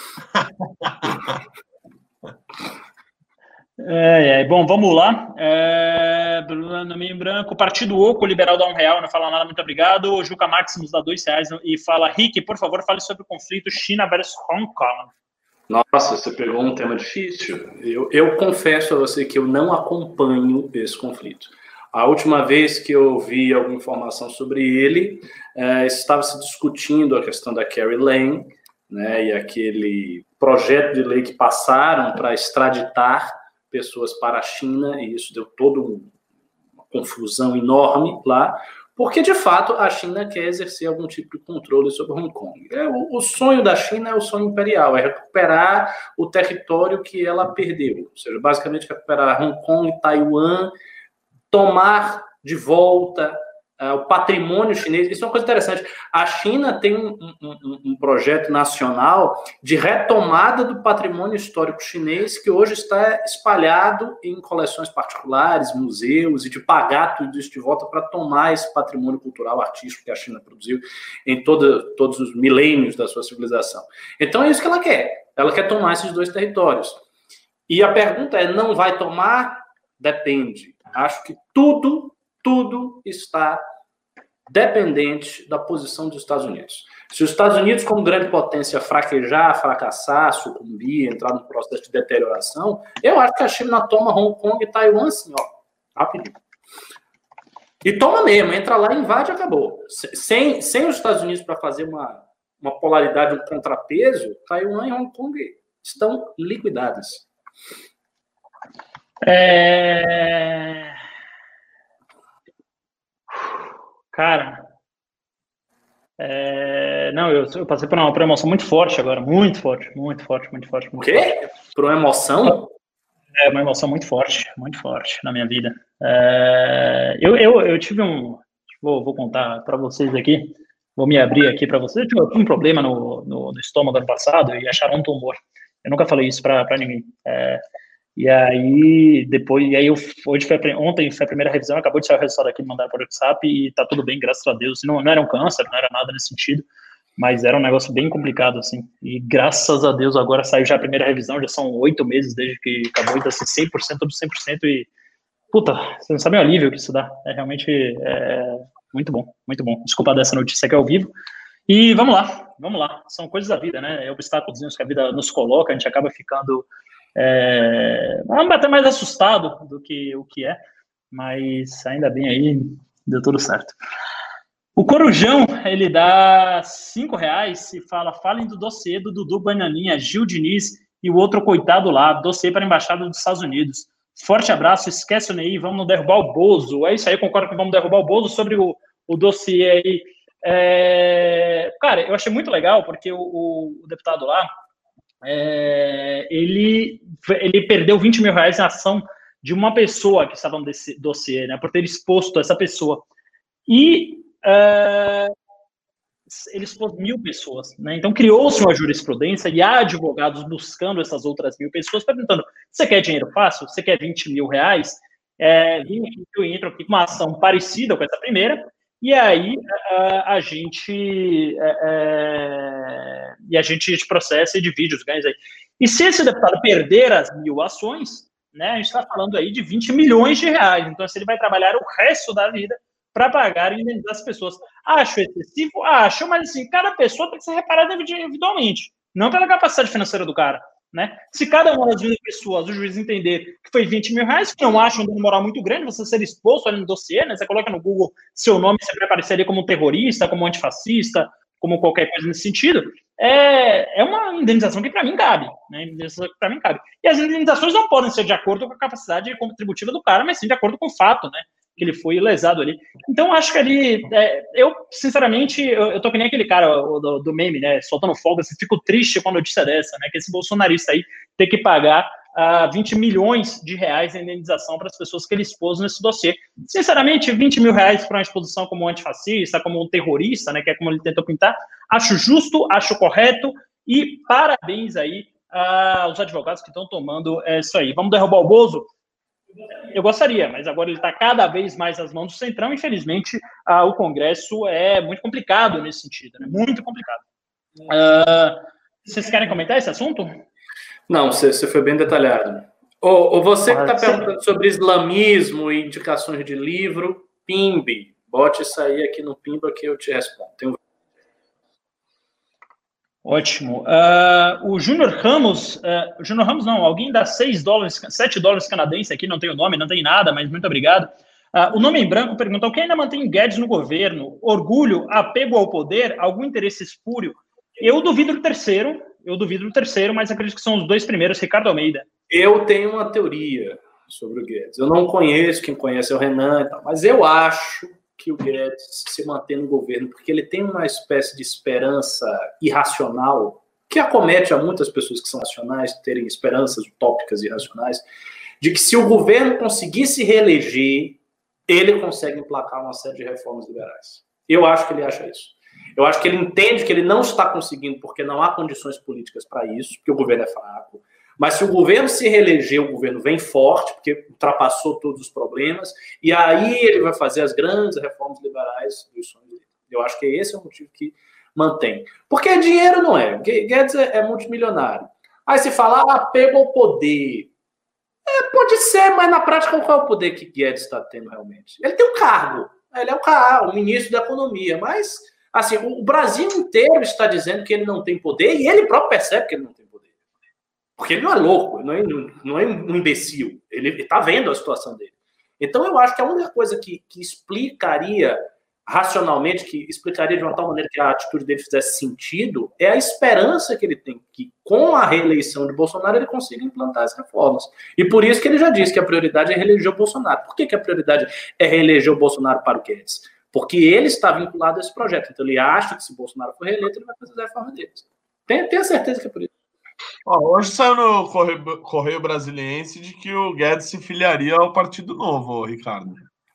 É, é. Bom, vamos lá. É, nome em branco. Partido Oco, liberal dá um real, não fala nada, muito obrigado. O Juca Maximus dá dois reais e fala, Rick, por favor, fale sobre o conflito China versus Hong Kong. Nossa, você pegou um tema difícil. Eu, eu confesso a você que eu não acompanho esse conflito. A última vez que eu vi alguma informação sobre ele, é, estava se discutindo a questão da Carrie Lam, né, e aquele projeto de lei que passaram para extraditar pessoas para a China, e isso deu toda uma confusão enorme lá, porque, de fato, a China quer exercer algum tipo de controle sobre Hong Kong. É, o, o sonho da China é o sonho imperial, é recuperar o território que ela perdeu. Ou seja, basicamente recuperar Hong Kong e Taiwan, tomar de volta uh, o patrimônio chinês. Isso é uma coisa interessante. A China tem um, um, um projeto nacional de retomada do patrimônio histórico chinês, que hoje está espalhado em coleções particulares, museus, e de pagar tudo isso de volta para tomar esse patrimônio cultural, artístico que a China produziu em toda, todos os milênios da sua civilização. Então é isso que ela quer. Ela quer tomar esses dois territórios. E a pergunta é, não vai tomar? Depende. Acho que tudo, tudo está dependente da posição dos Estados Unidos. Se os Estados Unidos, como grande potência, fraquejar, fracassar, sucumbir, entrar num processo de deterioração, eu acho que a China toma Hong Kong e Taiwan assim, ó, rapidinho. E toma mesmo, entra lá, invade e acabou. Sem, sem os Estados Unidos para fazer uma, uma polaridade, um contrapeso, Taiwan e Hong Kong estão liquidadas. É... Cara, é... não, eu, eu passei por uma, por uma emoção muito forte agora, muito forte, muito forte, muito forte. Muito o quê? Forte. Por uma emoção? É, uma emoção muito forte, muito forte na minha vida. É... Eu, eu, eu tive um, vou, vou contar para vocês aqui, vou me abrir aqui para vocês. Eu tive um problema no, no, no estômago ano passado e acharam um tumor. Eu nunca falei isso para ninguém. É... E aí, depois, e aí eu, hoje foi a, ontem foi a primeira revisão, acabou de sair o resultado aqui, me mandaram por WhatsApp e tá tudo bem, graças a Deus. Não, não era um câncer, não era nada nesse sentido, mas era um negócio bem complicado, assim. E graças a Deus agora saiu já a primeira revisão, já são oito meses desde que acabou, então assim, cem por cento do cem por cento e, puta, você não sabe o alívio que isso dá. É realmente é, muito bom, muito bom. Desculpa dessa notícia aqui ao vivo. E vamos lá, vamos lá. São coisas da vida, né? É obstáculos que a vida nos coloca, a gente acaba ficando... É, até mais assustado do que o que é, mas ainda bem aí, deu tudo certo. O Corujão, ele dá cinco reais e fala, falem do dossiê do Dudu Bananinha, Gil Diniz e o outro coitado lá, dossiê para a Embaixada dos Estados Unidos. Forte abraço, esquece o Ney, vamos derrubar o Bozo. É isso aí, concordo que vamos derrubar o Bozo. Sobre o, o dossiê aí. É, cara, eu achei muito legal, porque o, o, o deputado lá, É, ele, ele perdeu vinte mil reais em ação de uma pessoa que estava no dossiê, né, por ter exposto essa pessoa. E é, ele expôs mil pessoas, né, então criou-se uma jurisprudência e há advogados buscando essas outras mil pessoas, perguntando, você quer dinheiro fácil? Você quer vinte mil reais? É, eu entro aqui com uma ação parecida com essa primeira, e aí a, a gente é, e a gente processa e divide os ganhos aí. E se esse deputado perder as mil ações, né, a gente está falando aí de vinte milhões de reais. Então, se ele vai trabalhar o resto da vida para pagar e indenizar as pessoas. Acho excessivo? Acho, mas assim, cada pessoa tem que ser reparada individualmente, não pela capacidade financeira do cara. Né? Se cada uma das pessoas, o juiz entender que foi vinte mil reais, que não acha um dano moral muito grande, você ser exposto ali no dossiê, né? Você coloca no Google seu nome, você vai aparecer ali como terrorista, como antifascista, como qualquer coisa nesse sentido, é, é uma indenização que para mim cabe, né? Indenização que para mim cabe. E as indenizações não podem ser de acordo com a capacidade contributiva do cara, mas sim de acordo com o fato, né? Que ele foi lesado ali. Então, acho que ali, é, eu, sinceramente, eu, eu tô que nem aquele cara do, do meme, né, soltando fogo, assim, fico triste com a notícia dessa, né, que esse bolsonarista aí tem que pagar uh, vinte milhões de reais em indenização para as pessoas que ele expôs nesse dossiê. Sinceramente, vinte mil reais para uma exposição como antifascista, como um terrorista, né, que é como ele tentou pintar, acho justo, acho correto, e parabéns aí uh, aos advogados que estão tomando é, isso aí. Vamos derrubar o Bozo? Eu gostaria, mas agora ele está cada vez mais nas mãos do Centrão. Infelizmente, ah, o Congresso é muito complicado nesse sentido, né? Muito complicado. Uh, vocês querem comentar esse assunto? Não, você, você foi bem detalhado. Ou, ou você que está perguntando sobre islamismo e indicações de livro, Pimbe, bote isso aí aqui no Pimba que eu te respondo. Tem um... Ótimo. Uh, o Júnior Ramos, uh, Júnior Ramos não, alguém dá seis dólares, sete dólares canadense aqui, não tem o nome, não tem nada, mas muito obrigado. Uh, o Nome em Branco perguntou, quem ainda mantém Guedes no governo? Orgulho, apego ao poder, algum interesse espúrio? Eu duvido do terceiro, eu duvido do terceiro, mas acredito que são os dois primeiros, Ricardo Almeida. Eu tenho uma teoria sobre o Guedes. Eu não conheço, quem conhece é o Renan e tal, mas eu acho que o Guedes se mantém no governo porque ele tem uma espécie de esperança irracional que acomete a muitas pessoas que são racionais terem esperanças utópicas e irracionais, de que se o governo conseguir se reeleger, ele consegue emplacar uma série de reformas liberais. Eu acho que ele acha isso. Eu acho que ele entende que ele não está conseguindo porque não há condições políticas para isso, porque o governo é fraco. Mas se o governo se reeleger, o governo vem forte, porque ultrapassou todos os problemas, e aí ele vai fazer as grandes reformas liberais dos sonhos dele. Eu acho que esse é o motivo que mantém. Porque dinheiro não é. Guedes é, é multimilionário. Aí se fala, ah, apego ao poder. É, pode ser, mas na prática qual é o poder que Guedes está tendo realmente? Ele tem um cargo. Ele é o, cara, o ministro da economia, mas assim, o Brasil inteiro está dizendo que ele não tem poder e ele próprio percebe que ele não tem poder. Porque ele não é louco, não é, não é um imbecil. Ele está vendo a situação dele. Então eu acho que a única coisa que, que explicaria racionalmente, que explicaria de uma tal maneira que a atitude dele fizesse sentido, é a esperança que ele tem que, com a reeleição de Bolsonaro, ele consiga implantar as reformas. E por isso que ele já disse que a prioridade é reeleger o Bolsonaro. Por que, que a prioridade é reeleger o Bolsonaro para o Guedes? Porque ele está vinculado a esse projeto. Então ele acha que se Bolsonaro for reeleito, ele vai fazer a reforma dele. Tenho, tenho certeza que é por isso. Ó, hoje saiu no Correio, Correio Brasiliense de que o Guedes se filiaria ao Partido Novo, Ricardo.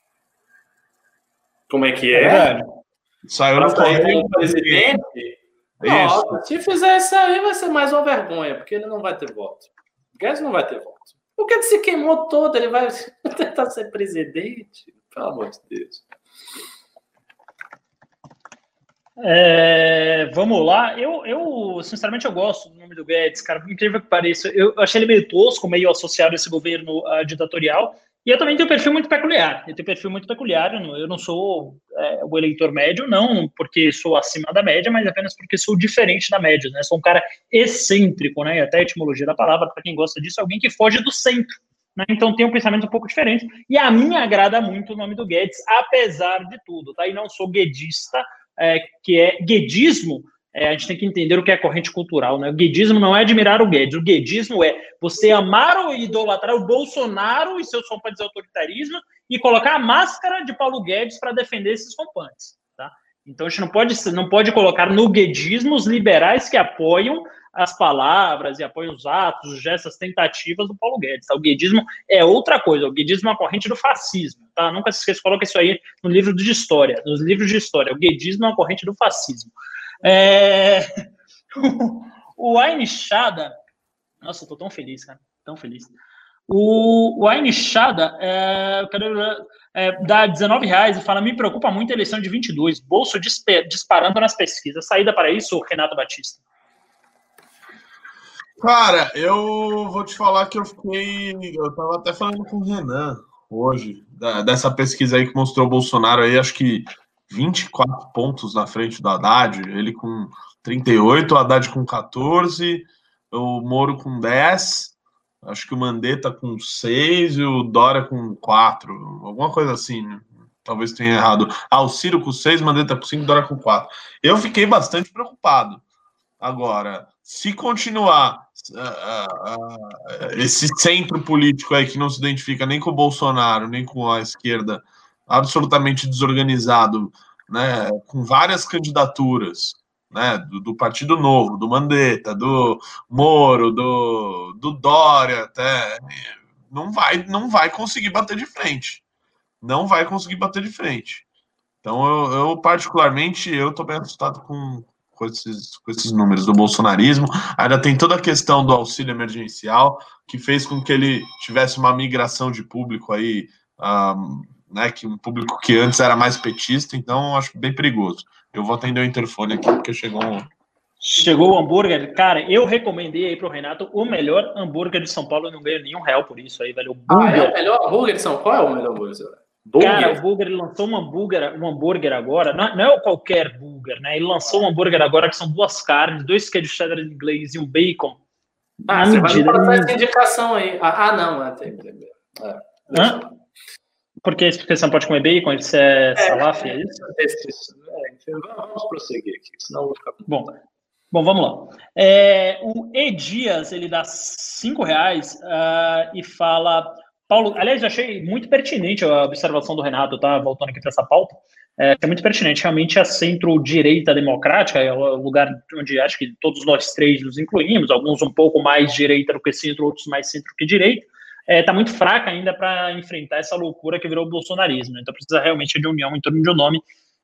Como é que é? é Saiu no Correio presidente. Nossa, se fizer isso aí, vai ser mais uma vergonha, porque ele não vai ter voto. O Guedes não vai ter voto. O Guedes se queimou todo, ele vai tentar ser presidente. Pelo amor de Deus. É, vamos lá. Eu, eu, sinceramente, eu gosto do nome do Guedes, cara. Por incrível que pareça, eu achei ele meio tosco, meio associado a esse governo uh, ditatorial. E eu também tenho um perfil muito peculiar. Eu tenho um perfil muito peculiar. Eu não, eu não sou é, o eleitor médio, não porque sou acima da média, mas apenas porque sou diferente da média, né? Sou um cara excêntrico, né? Até a etimologia da palavra, para quem gosta disso, é alguém que foge do centro, né? Então tem um pensamento um pouco diferente. E a mim agrada muito o nome do Guedes, apesar de tudo, tá? E não sou guedista, é, que é guedismo. É, a gente tem que entender o que é corrente cultural, né? O guedismo não é admirar o Guedes, o guedismo é você amar ou idolatrar o Bolsonaro e seus companheiros de autoritarismo e colocar a máscara de Paulo Guedes para defender esses companheiros, tá? Então a gente não pode, não pode colocar no guedismo os liberais que apoiam as palavras e apoiam os atos, os gestos, as tentativas do Paulo Guedes, tá? O guedismo é outra coisa, o guedismo é uma corrente do fascismo, tá? Nunca se esqueça, coloca isso aí no livro de história, nos livros de história, o guedismo é uma corrente do fascismo. É... o Ainchada, nossa, eu tô tão feliz, cara, tão feliz. O, o Ainchada é, eu quero, é, dá dezenove reais e fala: me preocupa muito a eleição de vinte e dois, bolso disparando nas pesquisas. Saída para isso, Renato Batista? Cara, eu vou te falar que eu fiquei. Eu tava até falando com o Renan hoje, da, dessa pesquisa aí que mostrou o Bolsonaro aí, acho que vinte e quatro pontos na frente do Haddad, ele com trinta e oito, o Haddad com quatorze, o Moro com dez, acho que o Mandetta com seis e o Dória com quatro, alguma coisa assim, né? Talvez tenha errado. Ah, o Ciro com seis, Mandetta com cinco, Dória com quatro. Eu fiquei bastante preocupado. Agora, se continuar uh, uh, uh, esse centro político aí que não se identifica nem com o Bolsonaro, nem com a esquerda, absolutamente desorganizado, né, com várias candidaturas, né, do, do Partido Novo, do Mandetta, do Moro, do, do Dória, até, não vai, não vai conseguir bater de frente. Não vai conseguir bater de frente. Então, eu, eu particularmente, eu estou bem assustado com, com, esses, com esses números do bolsonarismo. Ainda tem toda a questão do auxílio emergencial, que fez com que ele tivesse uma migração de público aí, um, né, que um público que antes era mais petista, então eu acho bem perigoso. Eu vou atender o interfone aqui, porque chegou um... Chegou o hambúrguer. Cara, eu recomendei aí pro Renato o melhor hambúrguer de São Paulo, eu não ganho nenhum real por isso aí, velho. O ah, é o melhor hambúrguer de São Paulo? Qual é o melhor hambúrguer? Cara, o Burger, ele lançou um hambúrguer, um hambúrguer agora, não, não é qualquer burger, né? Ele lançou um hambúrguer agora que são duas carnes, dois queijos cheddar inglês e um bacon. Ah, você vai passar essa indicação aí. Ah, ah não, é, tem, tem, é. Hã? Porque, porque você não pode comer bacon, isso é, é salafia, é isso? É, vamos prosseguir aqui, senão eu vou ficar... Bom, Bom, vamos lá. É, o E. Dias, ele dá cinco reais uh, e fala... Paulo, aliás, eu achei muito pertinente a observação do Renato, tá? Voltando aqui para essa pauta. É, é muito pertinente. Realmente, a centro-direita democrática é o lugar onde acho que todos nós três nos incluímos, alguns um pouco mais direita do que centro, outros mais centro que direita. Está é, muito fraca ainda para enfrentar essa loucura que virou o bolsonarismo. Então, precisa realmente de união em torno de um nome.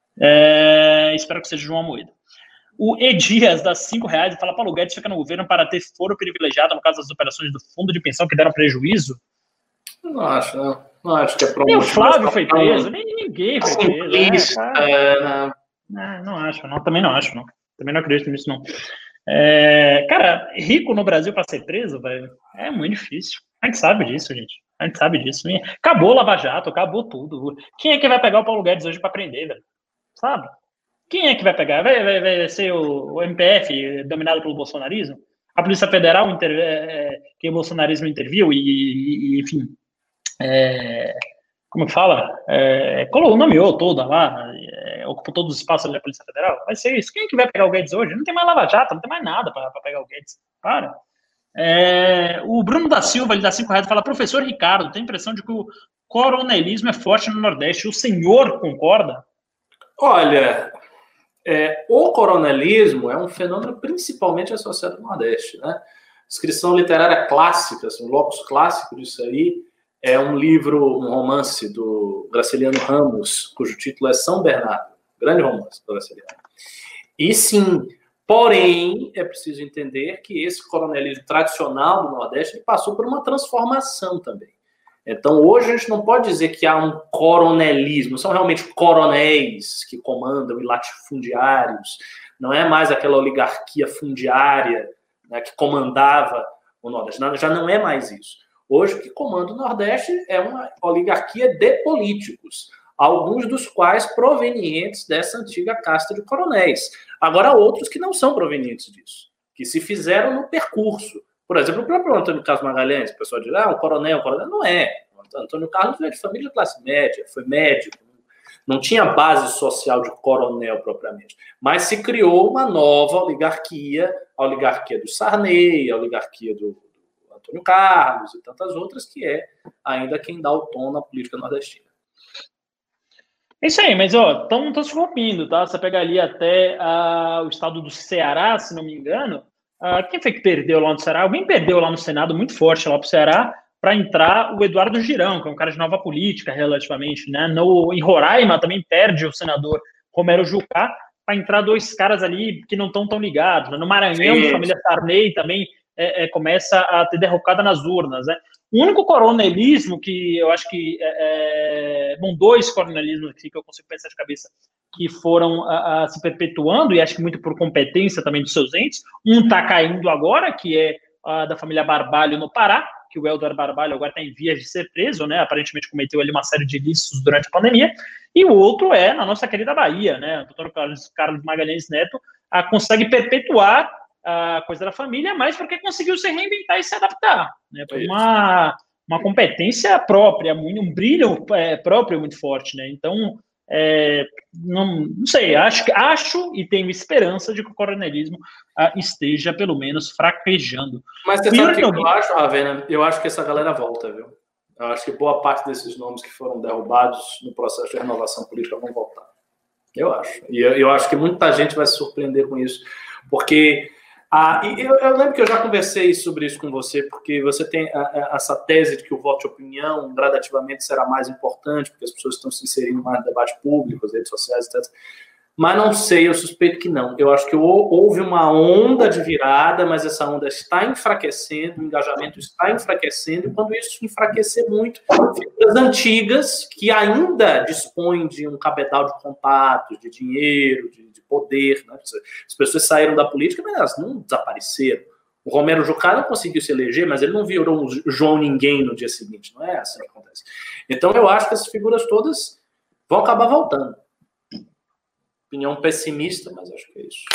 É, espero que seja João Amoedo. O E. Dias dá cinco reais e fala: Paulo Guedes fica no governo para ter foro privilegiado no caso das operações do fundo de pensão que deram prejuízo? Não acho, não. Não acho que é nem o Flávio foi preso, nem ninguém foi preso. É, é, não. Não, não acho, não. Também não acho, não. Também não acredito nisso, não. É, cara, rico no Brasil para ser preso, velho, é muito difícil. A gente sabe disso, gente. A gente sabe disso. Acabou o Lava Jato, acabou tudo. Quem é que vai pegar o Paulo Guedes hoje para prender, velho? Sabe? Quem é que vai pegar? Vai, vai, vai ser o, o M P F dominado pelo bolsonarismo? A Polícia Federal, inter, é, que o bolsonarismo interviu e, e, e enfim... É, como que fala? É, nomeou toda lá, é, ocupou todos os espaços da Polícia Federal. Vai ser isso. Quem é que vai pegar o Guedes hoje? Não tem mais Lava Jato, não tem mais nada para pegar o Guedes. Para. É, o Bruno da Silva, ele dá cinco reais e fala: professor Ricardo, tem a impressão de que o coronelismo é forte no Nordeste. O senhor concorda? Olha, é, o coronelismo é um fenômeno principalmente associado ao Nordeste, né? Descrição literária clássica, assim, um locus clássico disso aí, é um livro, um romance do Graciliano Ramos, cujo título é São Bernardo. Grande romance do Graciliano. E sim, porém, é preciso entender que esse coronelismo tradicional do Nordeste ele passou por uma transformação também. Então, hoje a gente não pode dizer que há um coronelismo, são realmente coronéis que comandam e latifundiários, não é mais aquela oligarquia fundiária, né, que comandava o Nordeste, já não é mais isso. Hoje, o que comanda o Nordeste é uma oligarquia de políticos, alguns dos quais provenientes dessa antiga casta de coronéis. Agora, outros que não são provenientes disso, que se fizeram no percurso. Por exemplo, o próprio Antônio Carlos Magalhães, o pessoal diz, ah, um coronel, um coronel. Não é. O Antônio Carlos veio de família de classe média, foi médico, não tinha base social de coronel propriamente. Mas se criou uma nova oligarquia, a oligarquia do Sarney, a oligarquia do Antônio Carlos e tantas outras, que é ainda quem dá o tom na política nordestina. É isso aí, mas ó, estão se rompendo, tá? Você pega ali até uh, o estado do Ceará, se não me engano. Uh, quem foi que perdeu lá no Ceará? Alguém perdeu lá no Senado muito forte lá para o Ceará para entrar o Eduardo Girão, que é um cara de nova política relativamente, né? No, em Roraima também perde o senador Romero Jucá para entrar dois caras ali que não estão tão ligados. Né? No Maranhão, a família Sarney também É, é, começa a ter derrocada nas urnas, né? O único coronelismo que eu acho que é, é, bom, dois coronelismos aqui que eu consigo pensar de cabeça que foram a, a, se perpetuando, e acho que muito por competência também dos seus entes. Um está caindo agora, que é a da família Barbalho no Pará, que o Helder Barbalho agora está em vias de ser preso, né? Aparentemente cometeu ali uma série de ilícitos durante a pandemia. E o outro é na nossa querida Bahia, né? O doutor Carlos, Carlos Magalhães Neto a, consegue perpetuar a coisa da família, mas porque conseguiu se reinventar e se adaptar, né? Por uma, uma competência própria, um brilho é, próprio muito forte, né? Então, é, não, não sei, acho, acho e tenho esperança de que o coronelismo ah, esteja, pelo menos, fraquejando. Mas você sabe o que eu, eu acho, Ravena? Eu acho que essa galera volta, viu? Eu acho que boa parte desses nomes que foram derrubados no processo de renovação política vão voltar. Eu acho. E eu, eu acho que muita gente vai se surpreender com isso, porque... Ah, e eu, eu lembro que eu já conversei sobre isso com você, porque você tem a, a, essa tese de que o voto de opinião gradativamente será mais importante, porque as pessoas estão se inserindo mais no debate público, as redes sociais, etcétera. Mas não sei, eu suspeito que não. Eu acho que houve uma onda de virada, mas essa onda está enfraquecendo, o engajamento está enfraquecendo, e quando isso enfraquecer muito, figuras antigas que ainda dispõem de um cabedal de contatos, de dinheiro, de, de poder, né? As pessoas saíram da política, mas elas não desapareceram. O Romero Jucá não conseguiu se eleger, mas ele não virou um João Ninguém no dia seguinte, não é assim que acontece. Então eu acho que essas figuras todas vão acabar voltando. Opinião pessimista, mas acho que é isso.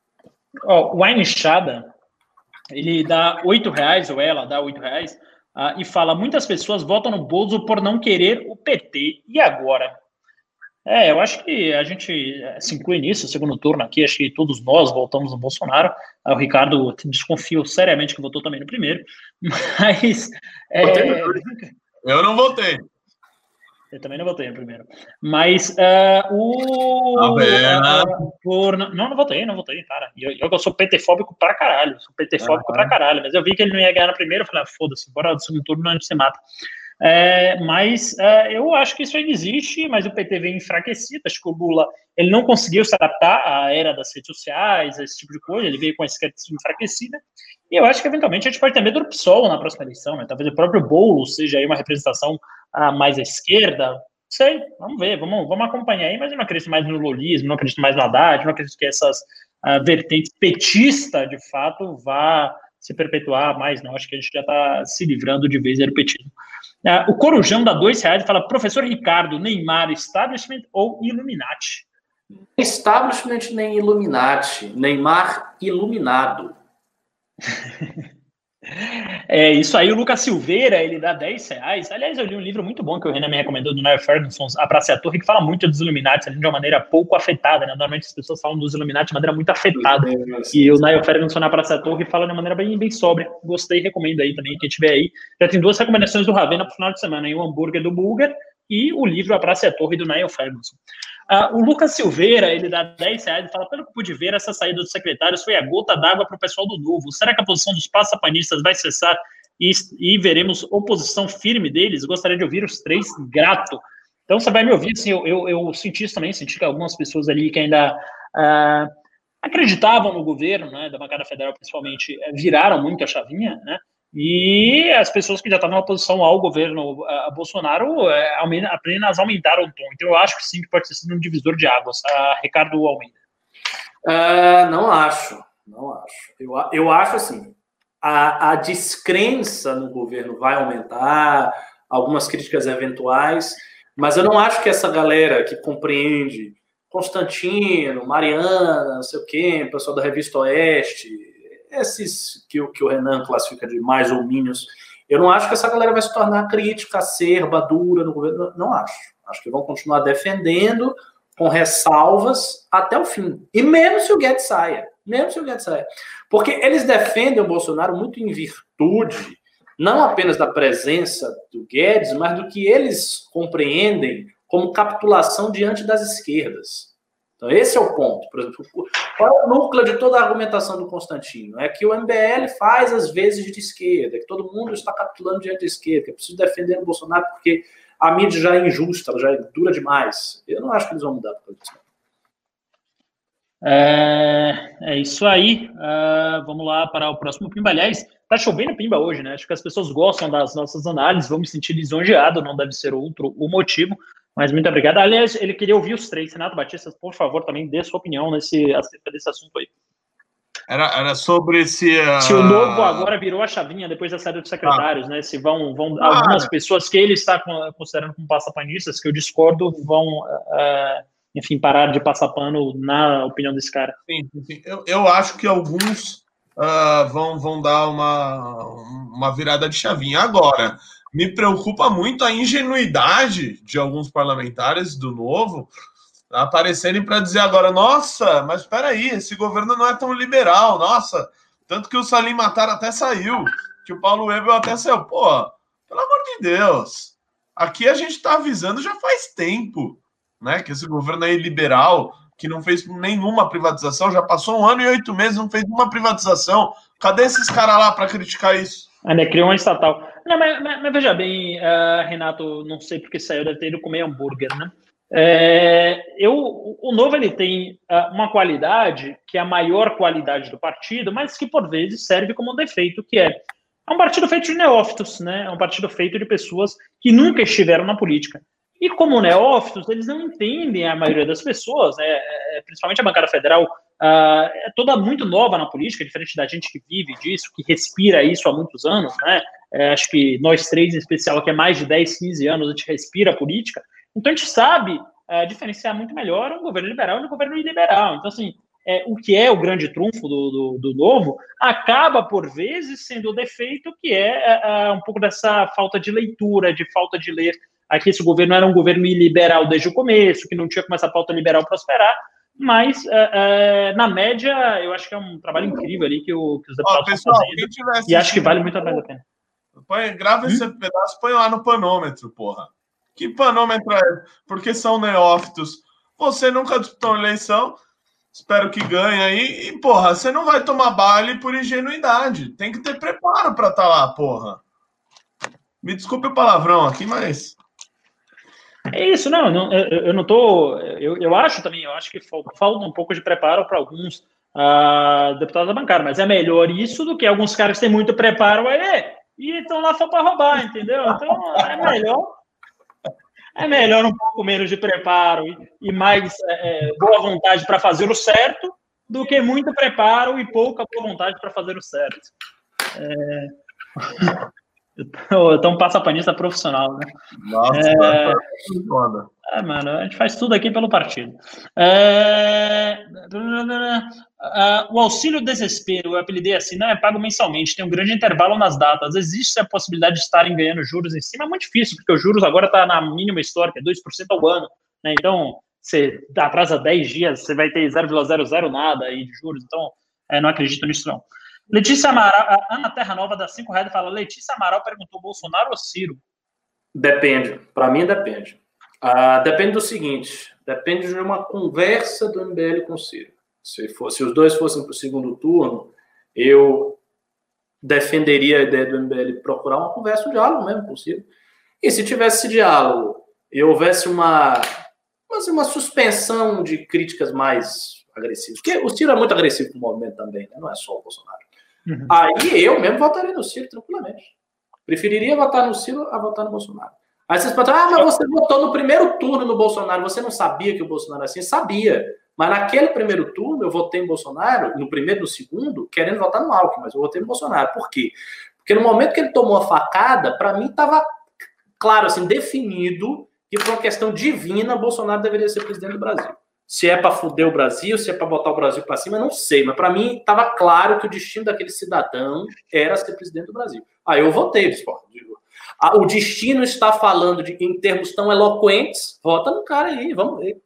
Oh, o Ainchada, ele dá oito reais, ou ela dá oito reais, uh, e fala: muitas pessoas votam no Bozo por não querer o P T. E agora? É, eu acho que a gente se inclui nisso, segundo turno aqui, acho que todos nós voltamos no Bolsonaro. O Ricardo desconfio seriamente que votou também no primeiro, mas... É... Eu não votei. Eu também não votei no primeiro. Mas uh, o... Tá uh, por... Não, não votei, não votei, cara. Eu, eu sou petefóbico pra caralho, sou petefóbico ah, pra caralho, mas eu vi que ele não ia ganhar no primeiro, eu falei, ah, foda-se, bora no segundo turno, a gente se mata. É, mas é, eu acho que isso ainda existe, mas o P T vem enfraquecido. Acho que o Lula ele não conseguiu se adaptar à era das redes sociais, a esse tipo de coisa, ele veio com a esquerda enfraquecida, e eu acho que eventualmente a gente pode ter medo do P SOL na próxima eleição, né? Talvez o próprio Boulos seja aí uma representação ah, mais à esquerda, não sei, vamos ver, vamos, vamos acompanhar aí, mas eu não acredito mais no lulismo, não acredito mais no Haddad, não acredito que essas ah, vertentes petistas, de fato, vá se perpetuar mais, não, acho que a gente já está se livrando de vez do petismo. Uh, o Corujão dá dois reais e fala, professor Ricardo, Neymar, establishment ou Illuminati? Establishment nem Illuminati, Neymar iluminado. É isso aí, o Lucas Silveira, ele dá dez reais. Aliás, eu li um livro muito bom que o Renan me recomendou, do Niall Ferguson, A Praça e a Torre, que fala muito dos Illuminati, ali de uma maneira pouco afetada, né? Normalmente as pessoas falam dos Illuminati de maneira muito afetada. E o Niall Ferguson na Praça e a Torre fala de uma maneira bem, bem sóbria. Gostei, recomendo aí também, quem tiver aí. Já tem duas recomendações do Ravena pro final de semana, hein? O hambúrguer do Bulgar e o livro A Praça e a Torre, do Niall Ferguson. Uh, o Lucas Silveira, ele dá dez reais e fala, pelo que pude ver, essa saída dos secretários foi a gota d'água para o pessoal do Novo. Será que a posição dos passapanistas vai cessar e, e veremos oposição firme deles? Gostaria de ouvir os três, grato. Então, você vai me ouvir, assim, eu, eu, eu senti isso também, senti que algumas pessoas ali que ainda uh, acreditavam no governo, né, da bancada federal principalmente, viraram muito a chavinha, né? E as pessoas que já estavam na oposição ao governo a Bolsonaro é, apenas aumentaram o tom. Então eu acho que sim, que pode ter sido um divisor de águas. A Ricardo Almeida. Uh, não acho, não acho. Eu, eu acho assim, a, a descrença no governo vai aumentar, algumas críticas eventuais, mas eu não acho que essa galera que compreende Constantino, Mariana, não sei o quê, o pessoal da Revista Oeste, esses que, que o Renan classifica de mais ou menos, eu não acho que essa galera vai se tornar crítica, acerba, dura no governo, não acho. Acho que vão continuar defendendo com ressalvas até o fim. E mesmo se o Guedes saia, mesmo se o Guedes saia. Porque eles defendem o Bolsonaro muito em virtude, não apenas da presença do Guedes, mas do que eles compreendem como capitulação diante das esquerdas. Então, esse é o ponto. Por exemplo, qual é o núcleo de toda a argumentação do Constantino? É que o M B L faz, às vezes, de esquerda, que todo mundo está capitulando diante da esquerda, que é preciso defender o Bolsonaro porque a mídia já é injusta, ela já é dura demais. Eu não acho que eles vão mudar por causa disso. É, é isso aí. Uh, vamos lá para o próximo Pimba. Aliás, tá chovendo Pimba hoje, né? Acho que as pessoas gostam das nossas análises, vão me sentir lisonjeado, não deve ser outro o motivo. Mas muito obrigado. Aliás, ele queria ouvir os três. Renato Batista, por favor, também dê sua opinião nesse, acerca desse assunto aí. Era, era sobre se... Uh... Se o Novo agora virou a chavinha depois da saída dos secretários, ah. né? Se vão... vão ah. Algumas pessoas que ele está considerando como passapanistas, que eu discordo, vão, uh, enfim, parar de passar pano na opinião desse cara. Sim, sim. Eu, eu acho que alguns uh, vão, vão dar uma, uma virada de chavinha. Agora... Me preocupa muito a ingenuidade de alguns parlamentares do Novo aparecerem para dizer agora, nossa, mas espera aí, esse governo não é tão liberal, nossa, tanto que o Salim Matar até saiu, que o Paulo Webel até saiu. Pô, pelo amor de Deus, aqui a gente está avisando já faz tempo, né, que esse governo é iliberal, que não fez nenhuma privatização, já passou um ano e oito meses, não fez nenhuma privatização. Cadê esses caras lá para criticar isso? Ah, né, criou uma estatal. Não, mas, mas, mas veja bem, uh, Renato, não sei porque saiu, deve ter ido comer hambúrguer, né? É, eu, o Novo ele tem uh, uma qualidade que é a maior qualidade do partido, mas que por vezes serve como um defeito, que é, é um partido feito de neófitos, né? É um partido feito de pessoas que nunca estiveram na política. E como neófitos, eles não entendem a maioria das pessoas, né? É, principalmente a bancada federal, Uh, é toda muito nova na política, diferente da gente que vive disso, que respira isso há muitos anos, né? É, acho que nós três, em especial, que é mais de dez, quinze anos, a gente respira a política. Então, a gente sabe uh, diferenciar muito melhor um governo liberal e um governo iliberal. Então, assim, é, o que é o grande trunfo do, do, do Novo acaba, por vezes, sendo o defeito que é uh, um pouco dessa falta de leitura, de falta de ler aqui esse governo era um governo iliberal desde o começo, que não tinha como essa pauta liberal prosperar, mas, é, é, na média, eu acho que é um trabalho incrível ali que, o, que os deputados Ó, pessoal, estão fazendo, e acho que vale muito a pena. Põe, grava hum? esse pedaço, põe lá no panômetro, porra. Que panômetro é? Porque são neófitos. Você nunca disputou eleição, espero que ganhe aí, e, porra, você não vai tomar baile por ingenuidade. Tem que ter preparo pra estar lá, porra. Me desculpe o palavrão aqui, mas... É isso, não, não eu, eu não tô... Eu, eu acho também, eu acho que falta, falta um pouco de preparo para alguns uh, deputados da bancada, mas é melhor isso do que alguns caras que têm muito preparo aí e estão lá só para roubar, entendeu? Então, é melhor... É melhor um pouco menos de preparo e, e mais é, boa vontade para fazer o certo do que muito preparo e pouca boa vontade para fazer o certo. É... Então, passapanista profissional, né? Nossa, é... é, mano, a gente faz tudo aqui pelo partido. É... O auxílio desespero, eu apelidei assim, não é pago mensalmente, tem um grande intervalo nas datas. Existe a possibilidade de estarem ganhando juros em cima? É muito difícil, porque os juros agora está na mínima histórica, é dois por cento ao ano, né? Então, você atrasa dez dias, você vai ter zero vírgula zero zero nada aí de juros, então é, não acredito nisso não. Letícia Amaral, a Ana Terra Nova dá cinco reais e fala, Letícia Amaral perguntou, Bolsonaro ou Ciro? Depende, para mim depende. Ah, depende do seguinte, depende de uma conversa do M B L com o Ciro. Se, for, se os dois fossem para o segundo turno, eu defenderia a ideia do M B L procurar uma conversa, um diálogo mesmo com o Ciro. E se tivesse esse diálogo e houvesse uma, uma suspensão de críticas mais agressivas, porque o Ciro é muito agressivo com o movimento também, né? Não é só o Bolsonaro. Uhum. Aí eu mesmo votaria no Ciro tranquilamente. Preferiria votar no Ciro a votar no Bolsonaro. Aí vocês podem falar, ah, mas você votou no primeiro turno no Bolsonaro, você não sabia que o Bolsonaro era assim? Sabia. Mas naquele primeiro turno eu votei no Bolsonaro, no primeiro e no segundo, querendo votar no Alckmin, mas eu votei no Bolsonaro. Por quê? Porque no momento que ele tomou a facada, para mim estava claro, assim, definido que por uma questão divina, Bolsonaro deveria ser presidente do Brasil. Se é para foder o Brasil, se é para botar o Brasil para cima, eu não sei. Mas para mim estava claro que o destino daquele cidadão era ser presidente do Brasil. Aí eu votei, digo, o destino está falando de, em termos tão eloquentes, vota no cara aí, vamos ver.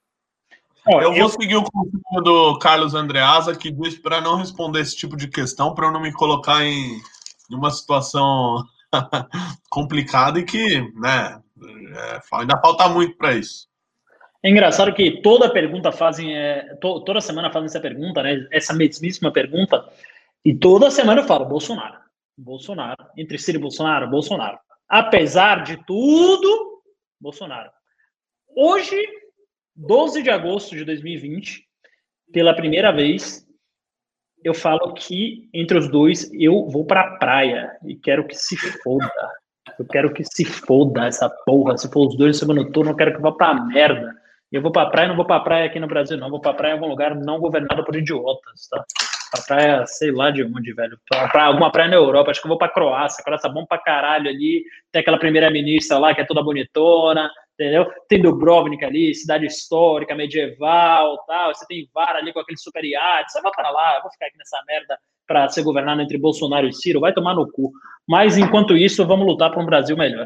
Eu vou seguir o conselho do Carlos Andreasa, que diz para não responder esse tipo de questão, para eu não me colocar em, em uma situação complicada e que, né, é, ainda falta muito para isso. É engraçado que toda pergunta fazem, é, to, toda semana fazem essa pergunta, né? Essa mesmíssima pergunta, e toda semana eu falo Bolsonaro, Bolsonaro, entre Ciro e Bolsonaro, Bolsonaro. Apesar de tudo, Bolsonaro. Hoje, doze de agosto de dois mil e vinte, pela primeira vez, eu falo que entre os dois eu vou pra praia e quero que se foda. Eu quero que se foda essa porra. Se for os dois no segundo turno, eu quero que vá pra merda. Eu vou pra praia, não vou pra praia aqui no Brasil, não. Vou pra praia em algum lugar não governado por idiotas, tá? Pra praia, sei lá de onde, velho. Pra, pra alguma praia na Europa. Acho que eu vou pra Croácia. Croácia é bom pra caralho ali. Tem aquela primeira-ministra lá que é toda bonitona, entendeu? Tem Dubrovnik ali, cidade histórica, medieval, tal. Você tem Vara ali com aquele super iate. Você vai pra lá, eu vou ficar aqui nessa merda pra ser governado entre Bolsonaro e Ciro. Vai tomar no cu. Mas, enquanto isso, vamos lutar por um Brasil melhor.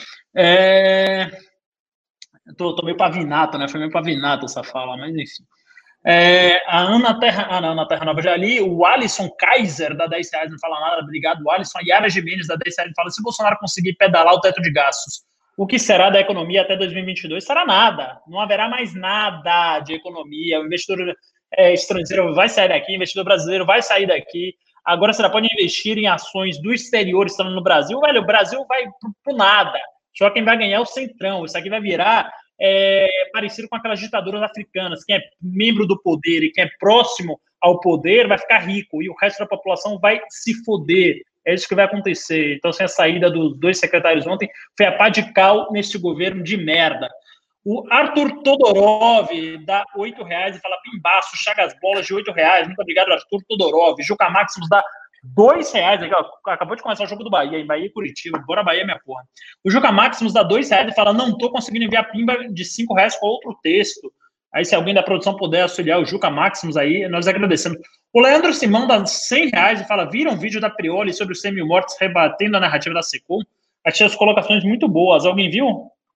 É... Tô, tô meio pavinato, né? Foi meio pavinato essa fala, mas enfim. É, a Ana Terra, ah, não, Ana Terra Nova já li, o Alisson Kaiser dá dez reais, não fala nada, obrigado, Alisson. A Yara Gimenez dá dez reais e fala, se o Bolsonaro conseguir pedalar o teto de gastos, o que será da economia até dois mil e vinte e dois? Será nada, não haverá mais nada de economia, o investidor é, estrangeiro vai sair daqui, o investidor brasileiro vai sair daqui, agora você já pode investir em ações do exterior estando no Brasil, velho, o Brasil vai pro, pro nada, só quem vai ganhar é o Centrão, isso aqui vai virar É, parecido com aquelas ditaduras africanas. Quem é membro do poder e quem é próximo ao poder vai ficar rico e o resto da população vai se foder. É isso que vai acontecer. Então, assim, a saída dos dois secretários ontem foi a pá de cal nesse governo de merda. O Arthur Todorov dá oito reais e fala pimbaço, Chagas Bolas de oito reais. Muito obrigado, Arthur Todorov. Juca Maximus dá dois reais, aqui, ó, acabou de começar o jogo do Bahia, em Bahia e Curitiba, bora Bahia, minha porra. O Juca Maximus dá dois reais e fala, não tô conseguindo enviar pimba de cinco reais com outro texto. Aí se alguém da produção puder auxiliar o Juca Maximus aí, nós agradecemos. O Leandro Simão dá cem reais e fala, viram um vídeo da Prioli sobre os cem mil mortos rebatendo a narrativa da Secom? Achei as colocações muito boas, alguém viu?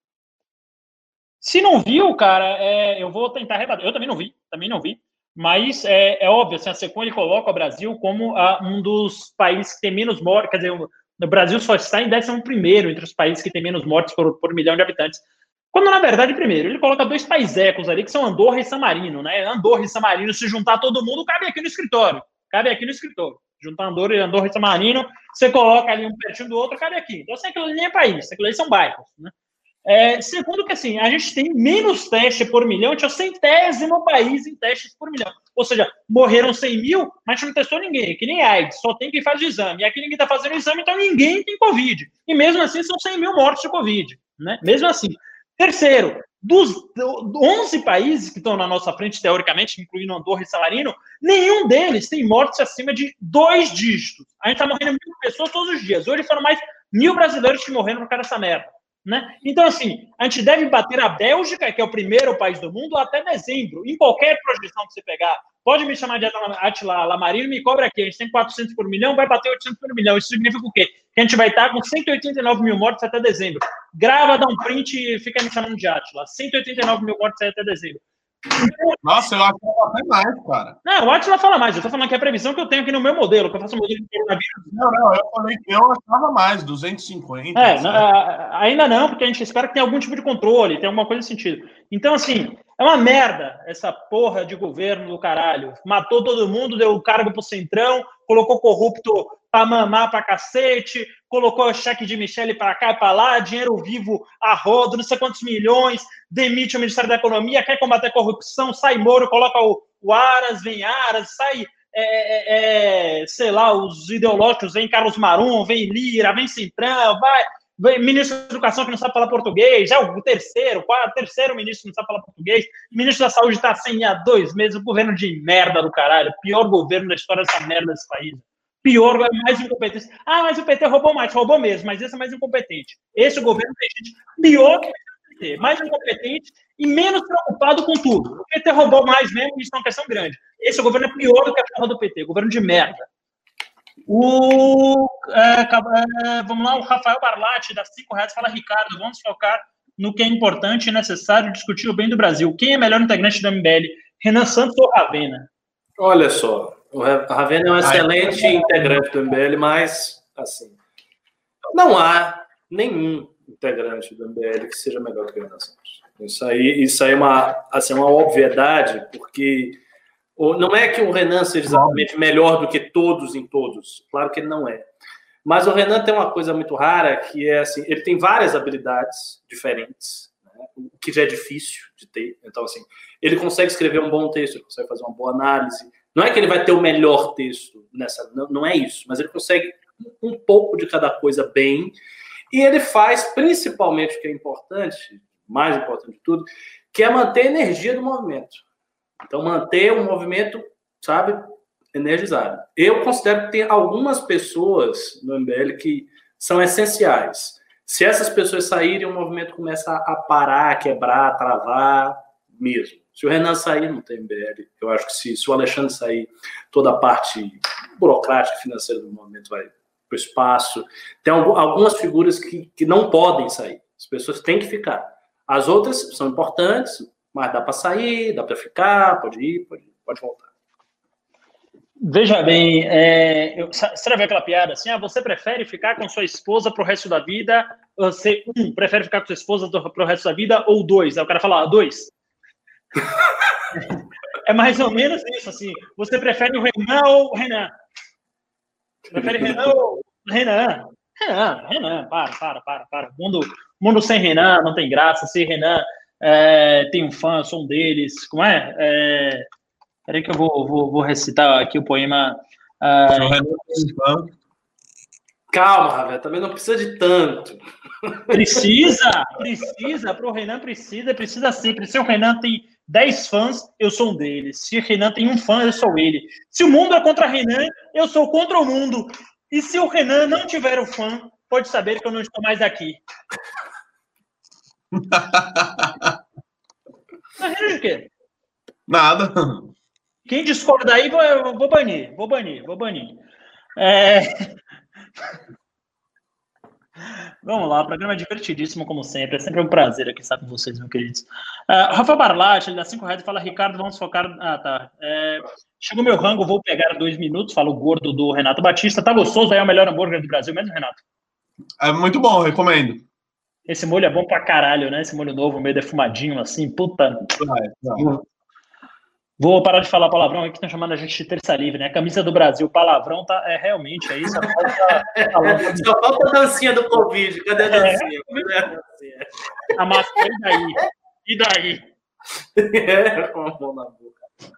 Se não viu, cara, é, eu vou tentar rebater. Eu também não vi, também não vi. Mas é, é óbvio, assim, a SECOM ele coloca o Brasil como a, um dos países que tem menos mortes. Quer dizer, o, o Brasil só está em décimo primeiro entre os países que tem menos mortes por, por milhão de habitantes. Quando, na verdade, primeiro, ele coloca dois paisecos ali, que são Andorra e San Marino, né? Andorra e San Marino, se juntar todo mundo, cabe aqui no escritório. Cabe aqui no escritório. Juntar Andorra e Andorra e San Marino, você coloca ali um pertinho do outro, cabe aqui. Então, assim, aquilo ali nem é país, aquilo ali são bairros, né? É, segundo que, assim, a gente tem menos teste por milhão, a gente é o centésimo país em testes por milhão. Ou seja, morreram cem mil, mas a gente não testou ninguém, que nem AIDS, só tem quem faz o exame. E aqui ninguém está fazendo o exame, então ninguém tem Covid. E mesmo assim, são cem mil mortes de Covid, né? Mesmo assim. Terceiro, dos onze países que estão na nossa frente, teoricamente, incluindo Andorra e San Marino, nenhum deles tem mortes acima de dois dígitos. A gente está morrendo mil pessoas todos os dias. Hoje foram mais mil brasileiros que morreram por causa dessa merda. Né? Então, assim, a gente deve bater a Bélgica, que é o primeiro país do mundo, até dezembro. Em qualquer projeção que você pegar, pode me chamar de Attila Lamarino, me cobra aqui. A gente tem quatrocentos por milhão, vai bater oitocentos por milhão. Isso significa o quê? Que a gente vai estar com cento e oitenta e nove mil mortes até dezembro. Grava, dá um print e fica me chamando de Attila. cento e oitenta e nove mil mortes até dezembro. Nossa, eu acho que vai até mais, cara. Não, o Attila fala mais. Eu tô falando que é a previsão que eu tenho aqui no meu modelo, que eu faço um modelo de coronavírus. Não, não, eu falei que eu achava mais, duzentos e cinquenta. É, não, ainda não, porque a gente espera que tenha algum tipo de controle, tenha alguma coisa nesse sentido. Então, assim, é uma merda essa porra de governo do caralho. Matou todo mundo, deu cargo pro Centrão, colocou corrupto pra mamar pra cacete, colocou cheque de Michele pra cá e pra lá, dinheiro vivo a rodo, não sei quantos milhões, demite o Ministério da Economia, quer combater a corrupção, sai Moro, coloca o, o Aras, vem Aras, sai, é, é, sei lá, os ideológicos, vem Carlos Marum, vem Lira, vem Centrão, vai, vem ministro da Educação que não sabe falar português, já é o terceiro, quarto, terceiro ministro que não sabe falar português, o ministro da Saúde tá sem há dois meses, o governo de merda do caralho, pior governo da história dessa merda desse país. Pior, mais incompetente. Ah, mas o P T roubou mais, roubou mesmo, mas esse é mais incompetente. Esse governo tem gente pior que o P T, mais incompetente e menos preocupado com tudo. O P T roubou mais mesmo, isso é uma questão grande. Esse governo é pior do que a porra do P T, governo de merda. O, é, é, vamos lá, o Rafael Barlatti, dá cinco reais, fala, Ricardo, vamos focar no que é importante e necessário discutir o bem do Brasil. Quem é melhor integrante do M B L, Renan Santos ou Ravena? Olha só, o Ravena é um excelente Ai, integrante do M B L, mas, assim, não há nenhum integrante do M B L que seja melhor que o Renan Santos. Isso aí, isso aí é uma, assim, uma obviedade, porque não é que o Renan seja exatamente melhor do que todos em todos, claro que ele não é. Mas o Renan tem uma coisa muito rara, que é assim, ele tem várias habilidades diferentes, né, o que já é difícil de ter. Então, assim, ele consegue escrever um bom texto, ele consegue fazer uma boa análise. Não é que ele vai ter o melhor texto nessa, não, não é isso, mas ele consegue um pouco de cada coisa bem, e ele faz principalmente o que é importante, mais importante de tudo, que é manter a energia do movimento. Então, manter o movimento, sabe, energizado. Eu considero que tem algumas pessoas no M B L que são essenciais. Se essas pessoas saírem, o movimento começa a parar, a quebrar, a travar mesmo. Se o Renan sair, não tem M B L. Eu acho que se, se o Alexandre sair, toda a parte burocrática e financeira do movimento vai para o espaço. Tem algumas figuras que, que não podem sair. As pessoas têm que ficar. As outras são importantes, mas dá para sair, dá para ficar, pode ir, pode, pode voltar. Veja bem, é, eu, você já viu aquela piada assim, ah, você prefere ficar com sua esposa pro resto da vida, você, um, prefere ficar com sua esposa pro resto da vida, ou dois? Aí o cara fala, ah, dois. É mais ou menos isso, assim, você prefere o Renan ou o Renan? Prefere Renan ou Renan? Renan, Renan, para, para, para, para. Mundo, mundo sem Renan não tem graça, se Renan é, tem um fã, eu sou um deles, como é? É... Peraí que eu vou, vou, vou recitar aqui o poema. Uh... Calma, Ravel, também não precisa de tanto. Precisa, precisa, para o Renan precisa, precisa sempre. Se o Renan tem dez fãs, eu sou um deles. Se o Renan tem um fã, eu sou ele. Se o mundo é contra Renan, eu sou contra o mundo. E se o Renan não tiver o fã, pode saber que eu não estou mais aqui. Mas o quê? Nada. Quem discorda aí, vou, vou banir, vou banir, vou banir. É... Vamos lá, o programa é divertidíssimo, como sempre. É sempre um prazer aqui estar com vocês, meus queridos. Uh, Rafa Barlach, ele dá cinco reais e fala: Ricardo, vamos focar. Ah, tá. É, chegou meu rango, vou pegar dois minutos. Fala o gordo do Renato Batista. Tá gostoso? Aí é o melhor hambúrguer do Brasil mesmo, Renato? É muito bom, recomendo. Esse molho é bom pra caralho, né? Esse molho novo, meio defumadinho, assim. Puta. Vai, vai. Vou parar de falar palavrão aí, que estão chamando a gente de terça livre, né? A camisa do Brasil, palavrão, tá, é realmente aí. Só falta, só falta a dancinha do Covid. Cadê a dancinha? É. Cadê a dancinha? A máscara, e daí? E daí? É, com a mão na boca.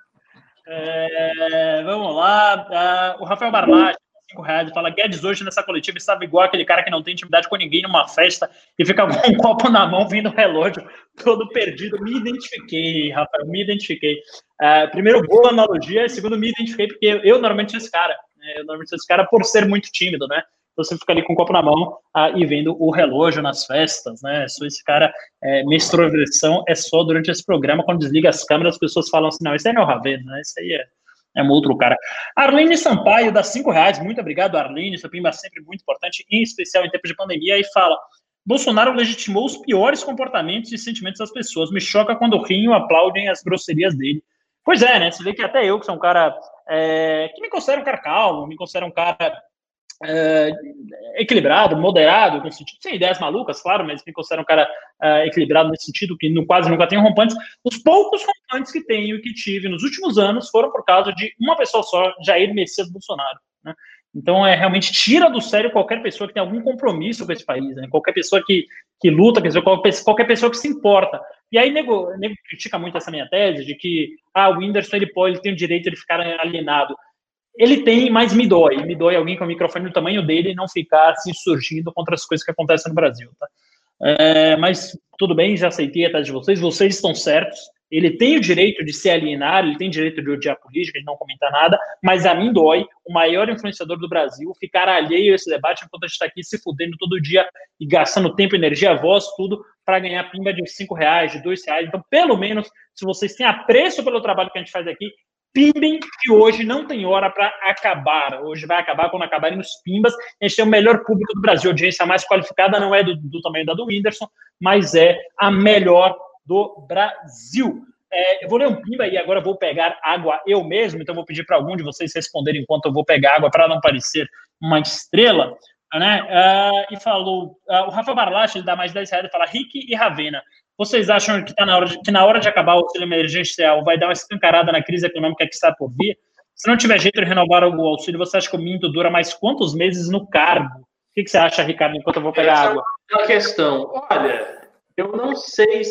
É, vamos lá. Uh, o Rafael Barlach, cinco reais, fala: Guedes hoje nessa coletiva estava igual aquele cara que não tem intimidade com ninguém numa festa e fica com um copo na mão vindo o relógio todo perdido. Me identifiquei, Rafael, me identifiquei. Uh, primeiro, boa analogia. Segundo, me identifiquei porque eu, eu normalmente sou esse cara. Né? Eu normalmente sou esse cara por ser muito tímido, né? Então você fica ali com o copo na mão uh, e vendo o relógio nas festas, né? Sou esse cara, é, minha extroversão é só durante esse programa, quando desliga as câmeras, as pessoas falam assim: não, esse aí não é o Ravena, né? Esse aí é. É um outro cara. Arlene Sampaio dá cinco reais. Muito obrigado, Arlene. Seu pimba é sempre muito importante, em especial em tempos de pandemia. E fala: Bolsonaro legitimou os piores comportamentos e sentimentos das pessoas. Me choca quando riem e aplaudem as grosserias dele. Pois é, né? Você vê que até eu, que sou um cara é, que me considero um cara calmo, me considero um cara é, equilibrado, moderado, com sentido, sem ideias malucas, claro, mas me considero um cara é, equilibrado nesse sentido, que no, quase nunca tenho rompantes. Os poucos rompantes que tenho e que tive nos últimos anos foram por causa de uma pessoa só, Jair Messias Bolsonaro, né? Então, é realmente tira do sério qualquer pessoa que tem algum compromisso com esse país, né? Qualquer pessoa que, que luta, qualquer pessoa que se importa. E aí, nego, nego critica muito essa minha tese de que ah, o Whindersson ele, pode, ele tem o direito de ficar alienado. Ele tem, mas me dói. Me dói alguém com o microfone do tamanho dele não ficar se insurgindo contra as coisas que acontecem no Brasil, tá? É, mas tudo bem, já aceitei a tese de vocês. Vocês estão certos. Ele tem o direito de se alienar, ele tem o direito de odiar a política, de não comentar nada, mas a mim dói, o maior influenciador do Brasil, ficar alheio a esse debate enquanto a gente está aqui se fudendo todo dia e gastando tempo, energia, voz, tudo, para ganhar pimba de cinco reais, de dois reais. Então, pelo menos, se vocês têm apreço pelo trabalho que a gente faz aqui, pimbem, que hoje não tem hora para acabar. Hoje vai acabar quando acabarem os pimbas. A gente tem o melhor público do Brasil. A audiência mais qualificada não é do, do tamanho da do Whindersson, mas é a melhor do Brasil. É, eu vou ler um pimba e agora vou pegar água eu mesmo, então vou pedir para algum de vocês responderem enquanto eu vou pegar água para não parecer uma estrela, né? Uh, e falou, uh, o Rafa Barlach, ele dá mais dez reais e fala: Rick e Ravena, vocês acham que, tá na hora de, que na hora de acabar o auxílio emergencial vai dar uma escancarada na crise econômica que está por vir? Se não tiver jeito de renovar o auxílio, você acha que o Minto dura mais quantos meses no cargo? O que, que você acha, Ricardo, enquanto eu vou pegar Essa água? É uma questão. Olha, eu não sei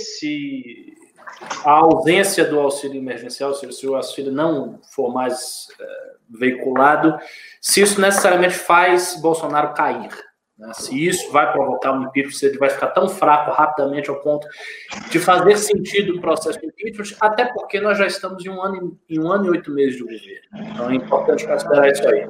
se a ausência do auxílio emergencial, se o auxílio não for mais uh, veiculado, se isso necessariamente faz Bolsonaro cair. Né? Se isso vai provocar um impeachment, se ele vai ficar tão fraco rapidamente ao ponto de fazer sentido o processo de impeachment, até porque nós já estamos em um ano, em um ano e oito meses de governo. Então é importante considerar isso aí.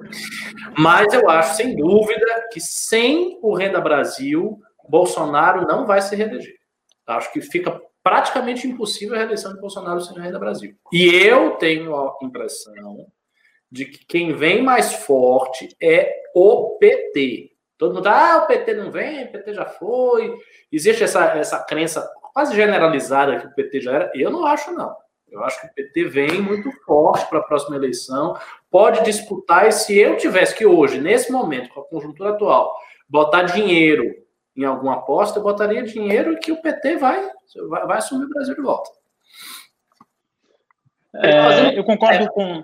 Mas eu acho, sem dúvida, que sem o Renda Brasil, Bolsonaro não vai se reeleger. Acho que fica praticamente impossível a reeleição de Bolsonaro sem o Renda Brasil. E eu tenho a impressão de que quem vem mais forte é o P T. Todo mundo, ah, o P T não vem, o P T já foi. Existe essa, essa crença quase generalizada que o P T já era. Eu não acho, não. Eu acho que o P T vem muito forte para a próxima eleição, pode disputar, e se eu tivesse que hoje, nesse momento, com a conjuntura atual, botar dinheiro em alguma aposta, eu botaria dinheiro que o P T vai, vai, vai assumir o Brasil de volta. É, eu concordo com...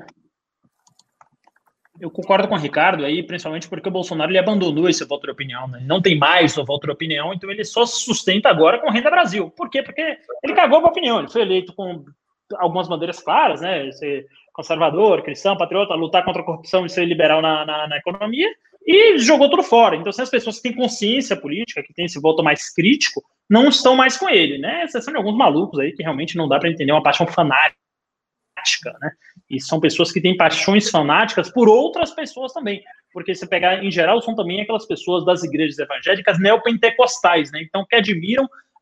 Eu concordo com o Ricardo aí, principalmente porque o Bolsonaro ele abandonou esse voto de opinião, né? Não tem mais o voto de opinião, então ele só se sustenta agora com Renda Brasil. Por quê? Porque ele cagou a opinião, ele foi eleito com algumas bandeiras claras, né? Ser conservador, cristão, patriota, lutar contra a corrupção e ser liberal na, na, na economia, e jogou tudo fora. Então, se as pessoas que têm consciência política, que têm esse voto mais crítico, não estão mais com ele, né? Exceção de alguns malucos aí que realmente não dá para entender uma paixão fanática, né? E são pessoas que têm paixões fanáticas por outras pessoas também, porque se pegar em geral são também aquelas pessoas das igrejas evangélicas neopentecostais, né? Então que admiram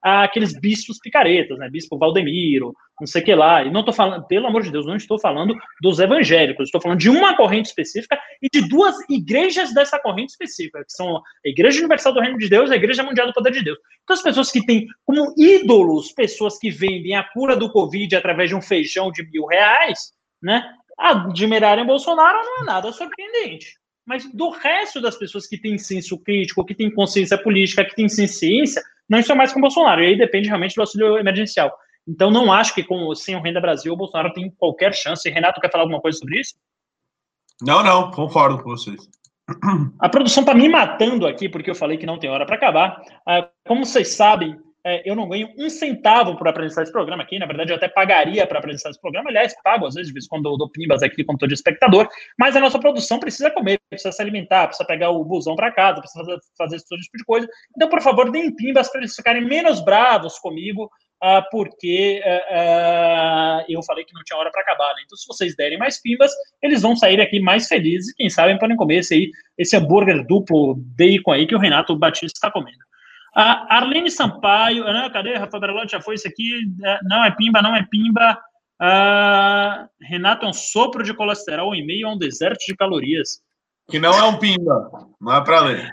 aqueles bispos picaretas, né? Bispo Valdemiro, não sei o que lá. E não estou falando, pelo amor de Deus, não estou falando dos evangélicos, estou falando de uma corrente específica e de duas igrejas dessa corrente específica, que são a Igreja Universal do Reino de Deus e a Igreja Mundial do Poder de Deus. Então, as pessoas que têm como ídolos pessoas que vendem a cura do Covid através de um feijão de mil reais, né? Admirarem Bolsonaro não é nada surpreendente. Mas do resto das pessoas que têm senso crítico, que têm consciência política, que têm ciência, não estão mais com o Bolsonaro. E aí depende realmente do auxílio emergencial. Então, não acho que com, sem o Renda Brasil o Bolsonaro tem qualquer chance. Renato, quer falar alguma coisa sobre isso? Não, não, concordo com vocês. A produção está me matando aqui, porque eu falei que não tem hora para acabar. Ah, como vocês sabem, é, eu não ganho um centavo por apresentar esse programa aqui. Na verdade, eu até pagaria para apresentar esse programa. Aliás, pago, às vezes, de vez em quando eu dou pimbas aqui, como estou de espectador. Mas a nossa produção precisa comer, precisa se alimentar, precisa pegar o busão para casa, precisa fazer, fazer esse tipo de coisa. Então, por favor, deem pimbas para eles ficarem menos bravos comigo, uh, porque uh, uh, eu falei que não tinha hora para acabar. Né? Então, se vocês derem mais pimbas, eles vão sair aqui mais felizes e, quem sabe, podem comer esse, aí, esse hambúrguer duplo bacon aí que o Renato Batista está comendo. A Arlene Sampaio, não, cadê? Rafa Berlotti já foi isso aqui. Não é pimba, não é pimba. Uh, Renato é um sopro de colesterol em meio a um deserto de calorias. Que não é um pimba, não é para ler.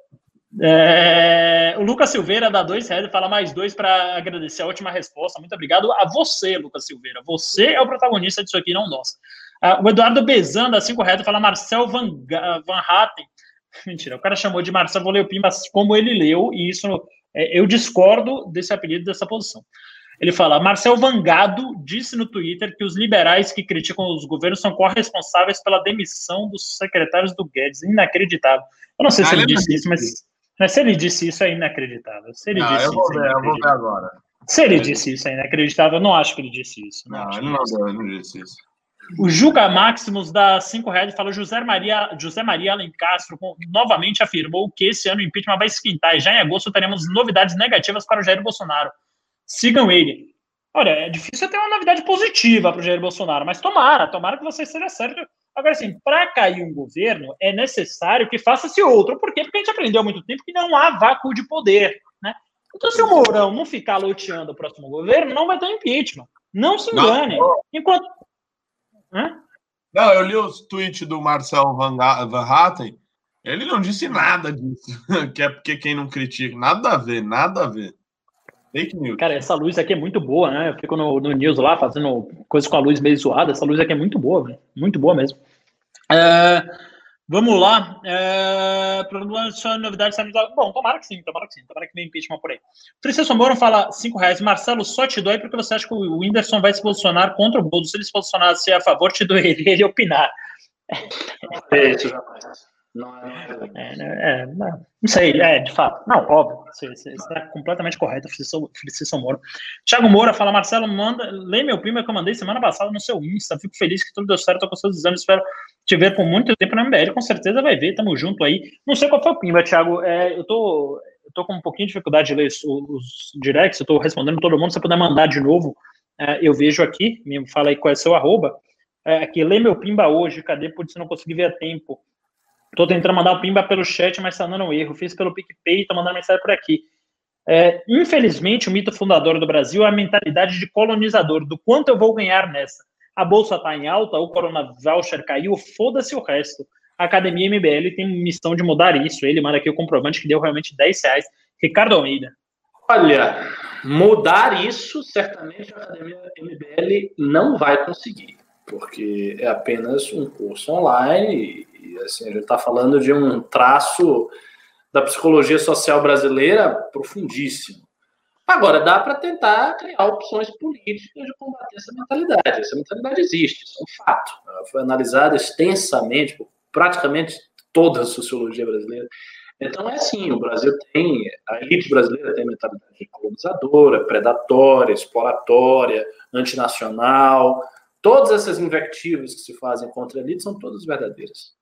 É, o Lucas Silveira dá dois reais e fala mais dois para agradecer a última resposta. Muito obrigado a você, Lucas Silveira. Você é o protagonista disso aqui, não nós. Uh, o Eduardo Bezan dá cinco reais e fala Marcel Van, Van Hatten. Mentira, o cara chamou de Marcelo, vou ler o Pimba como ele leu, e isso é, eu discordo desse apelido, dessa posição. Ele fala, Marcel Vangado disse no Twitter que os liberais que criticam os governos são corresponsáveis pela demissão dos secretários do Guedes. Inacreditável. Eu não sei ah, se ele disse isso, mas, mas se ele disse isso é inacreditável. Se ele não, disse eu vou isso, ver, é eu vou ver agora. Se ele disse isso é inacreditável, eu não acho que ele disse isso. Não, não ele não, deu, ele não disse isso. O Juca Maximus dá cinco reais e fala José Maria, José Maria Alencastro novamente afirmou que esse ano o impeachment vai esquentar e já em agosto teremos novidades negativas para o Jair Bolsonaro. Sigam ele. Olha, é difícil ter uma novidade positiva para o Jair Bolsonaro, mas tomara, tomara que você seja certo. Agora, assim, para cair um governo, é necessário que faça-se outro. Por quê? Porque a gente aprendeu há muito tempo que não há vácuo de poder, né? Então, se o Mourão não ficar loteando o próximo governo, não vai ter impeachment. Não se engane. Não. Enquanto... Hã? Não, eu li os tweets do Marcel Van, Van Hatten, ele não disse nada disso, que é porque quem não critica, nada a ver, nada a ver. Fake news. Cara, essa luz aqui é muito boa, né? Eu fico no, no news lá, fazendo coisas com a luz meio zoada, essa luz aqui é muito boa, velho. Muito boa mesmo. É, vamos lá. É, só novidade, bom, tomara que sim, tomara que sim, tomara que venha impeachment por aí. Francisco Moro fala cinco reais. Marcelo, só te dói porque você acha que o Whindersson vai se posicionar contra o Boulos. Se ele se posicionasse a favor, te doeria ele opinar. É isso, rapaz. Não, é, é, é, não, não sei, é, de fato. Não, óbvio. Você está completamente correto, Francisco Moro. Thiago Moura fala, Marcelo, manda, lê meu primo que eu mandei semana passada no seu Insta. Fico feliz que tudo deu certo com seus exames. Espero te ver por muito tempo na M B L. Com certeza vai ver, tamo junto aí. Não sei qual foi o Pimba, Thiago. É, eu, tô, eu tô com um pouquinho de dificuldade de ler os, os directs. Eu tô respondendo todo mundo. Se você puder mandar de novo, é, eu vejo aqui. Me fala aí qual é o seu arroba. É, aqui, lê meu Pimba hoje. Cadê? Porque se não conseguir ver a tempo. Tô tentando mandar o Pimba pelo chat, mas tá dando um erro. Fiz pelo PicPay, tô mandando mensagem por aqui. É, infelizmente, o mito fundador do Brasil é a mentalidade de colonizador, do quanto eu vou ganhar nessa. A bolsa tá em alta, o Corona Voucher caiu, foda-se o resto. A Academia M B L tem missão de mudar isso. Ele manda aqui o comprovante que deu realmente dez reais. Ricardo Almeida. Olha, mudar isso, certamente a Academia M B L não vai conseguir, porque é apenas um curso online e, assim, a gente está falando de um traço da psicologia social brasileira profundíssimo. Agora, dá para tentar criar opções políticas de combater essa mentalidade. Essa mentalidade existe, isso é um fato. Ela foi analisada extensamente por praticamente toda a sociologia brasileira. Então, é assim, o Brasil tem, a elite brasileira tem mentalidade colonizadora, predatória, exploratória, antinacional. Todas essas invectivas que se fazem contra a elite são todas verdadeiras.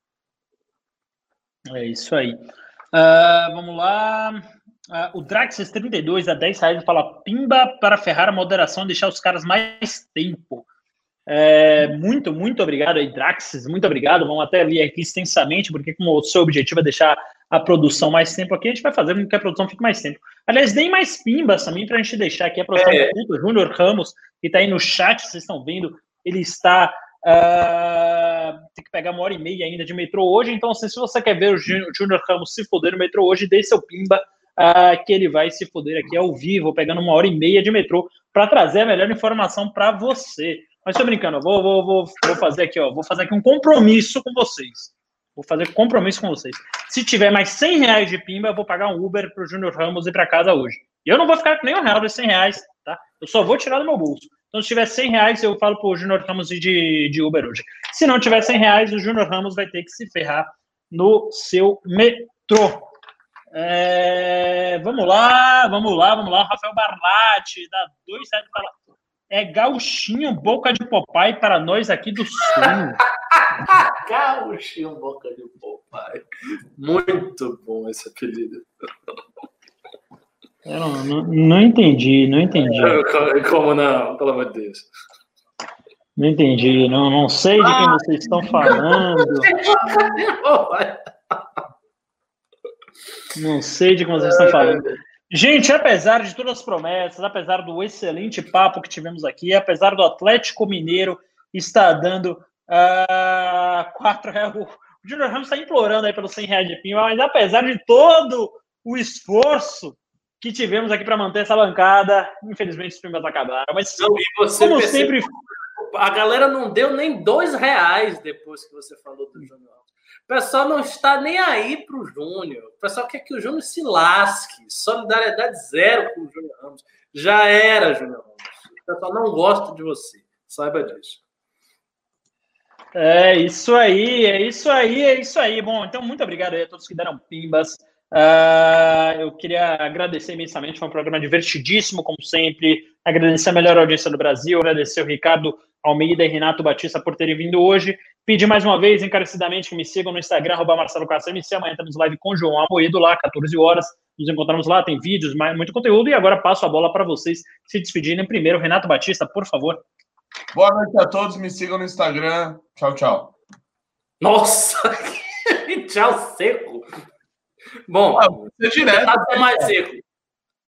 É isso aí. Uh, vamos lá. Uh, o Draxis trinta e dois a dez reais fala pimba para ferrar a moderação e deixar os caras mais tempo. É, muito, muito obrigado aí, Draxis. Muito obrigado. Vamos até ler aqui extensamente, porque como o seu objetivo é deixar a produção mais tempo aqui, a gente vai fazer com que a produção fique mais tempo. Aliás, nem mais pimbas também para a gente deixar aqui a produção É. do Júnior Ramos, que está aí no chat, vocês estão vendo, ele está... Uh, tem que pegar uma hora e meia ainda de metrô hoje, então assim, se você quer ver o Júnior Ramos se foder no metrô hoje, dê seu pimba, uh, que ele vai se foder aqui ao vivo, pegando uma hora e meia de metrô, para trazer a melhor informação para você. Mas tô brincando, eu vou, vou, vou, vou fazer aqui, ó, vou fazer aqui um compromisso com vocês. Vou fazer compromisso com vocês. Se tiver mais cem reais de pimba, eu vou pagar um Uber pro Júnior Ramos ir para casa hoje. E eu não vou ficar com nenhum real dos cem reais, tá? Eu só vou tirar do meu bolso. Então, se tiver cem reais, eu falo pro Júnior Ramos ir de, de Uber hoje. Se não tiver cem reais, o Júnior Ramos vai ter que se ferrar no seu metrô. É, vamos lá, vamos lá, vamos lá. Rafael Barlatti, dá dois reais para lá. É gauchinho boca de Popeye para nós aqui do Sul. Gauchinho boca de Popeye. Muito bom esse apelido. Eu não, não, não entendi, não entendi. Como não? Pelo amor de Deus. Não entendi, não, não sei de quem vocês estão falando. Não sei de quem vocês estão falando. Gente, apesar de todas as promessas, apesar do excelente papo que tivemos aqui, apesar do Atlético Mineiro estar dando uh, quatro reais, o Júnior Ramos está implorando aí pelos cem reais de pimba, mas apesar de todo o esforço que tivemos aqui para manter essa bancada, infelizmente os pimbas acabaram. Mas não, e você como percebe, sempre... a galera não deu nem dois reais depois que você falou do Júnior. O pessoal não está nem aí para o Júnior. O pessoal quer que o Júnior se lasque. Solidariedade zero com o Júnior Ramos. Já era, Júnior Ramos. O pessoal não gosta de você. Saiba disso. É isso aí, é isso aí, é isso aí. Bom, então muito obrigado aí a todos que deram pimbas. Uh, eu queria agradecer imensamente, foi um programa divertidíssimo, como sempre. Agradecer a melhor audiência do Brasil, agradecer o Ricardo Almeida e Renato Batista por terem vindo hoje. Pedir mais uma vez, encarecidamente, que me sigam no Instagram, arroba Marcelo Castro M C. Amanhã temos live com o João Amoedo lá, quatorze horas. Nos encontramos lá, tem vídeos, muito conteúdo. E agora passo a bola para vocês se despedirem. Primeiro, Renato Batista, por favor. Boa noite a todos, me sigam no Instagram. Tchau, tchau. Nossa, tchau seco. Bom, ah, você direto. Tá mais seco.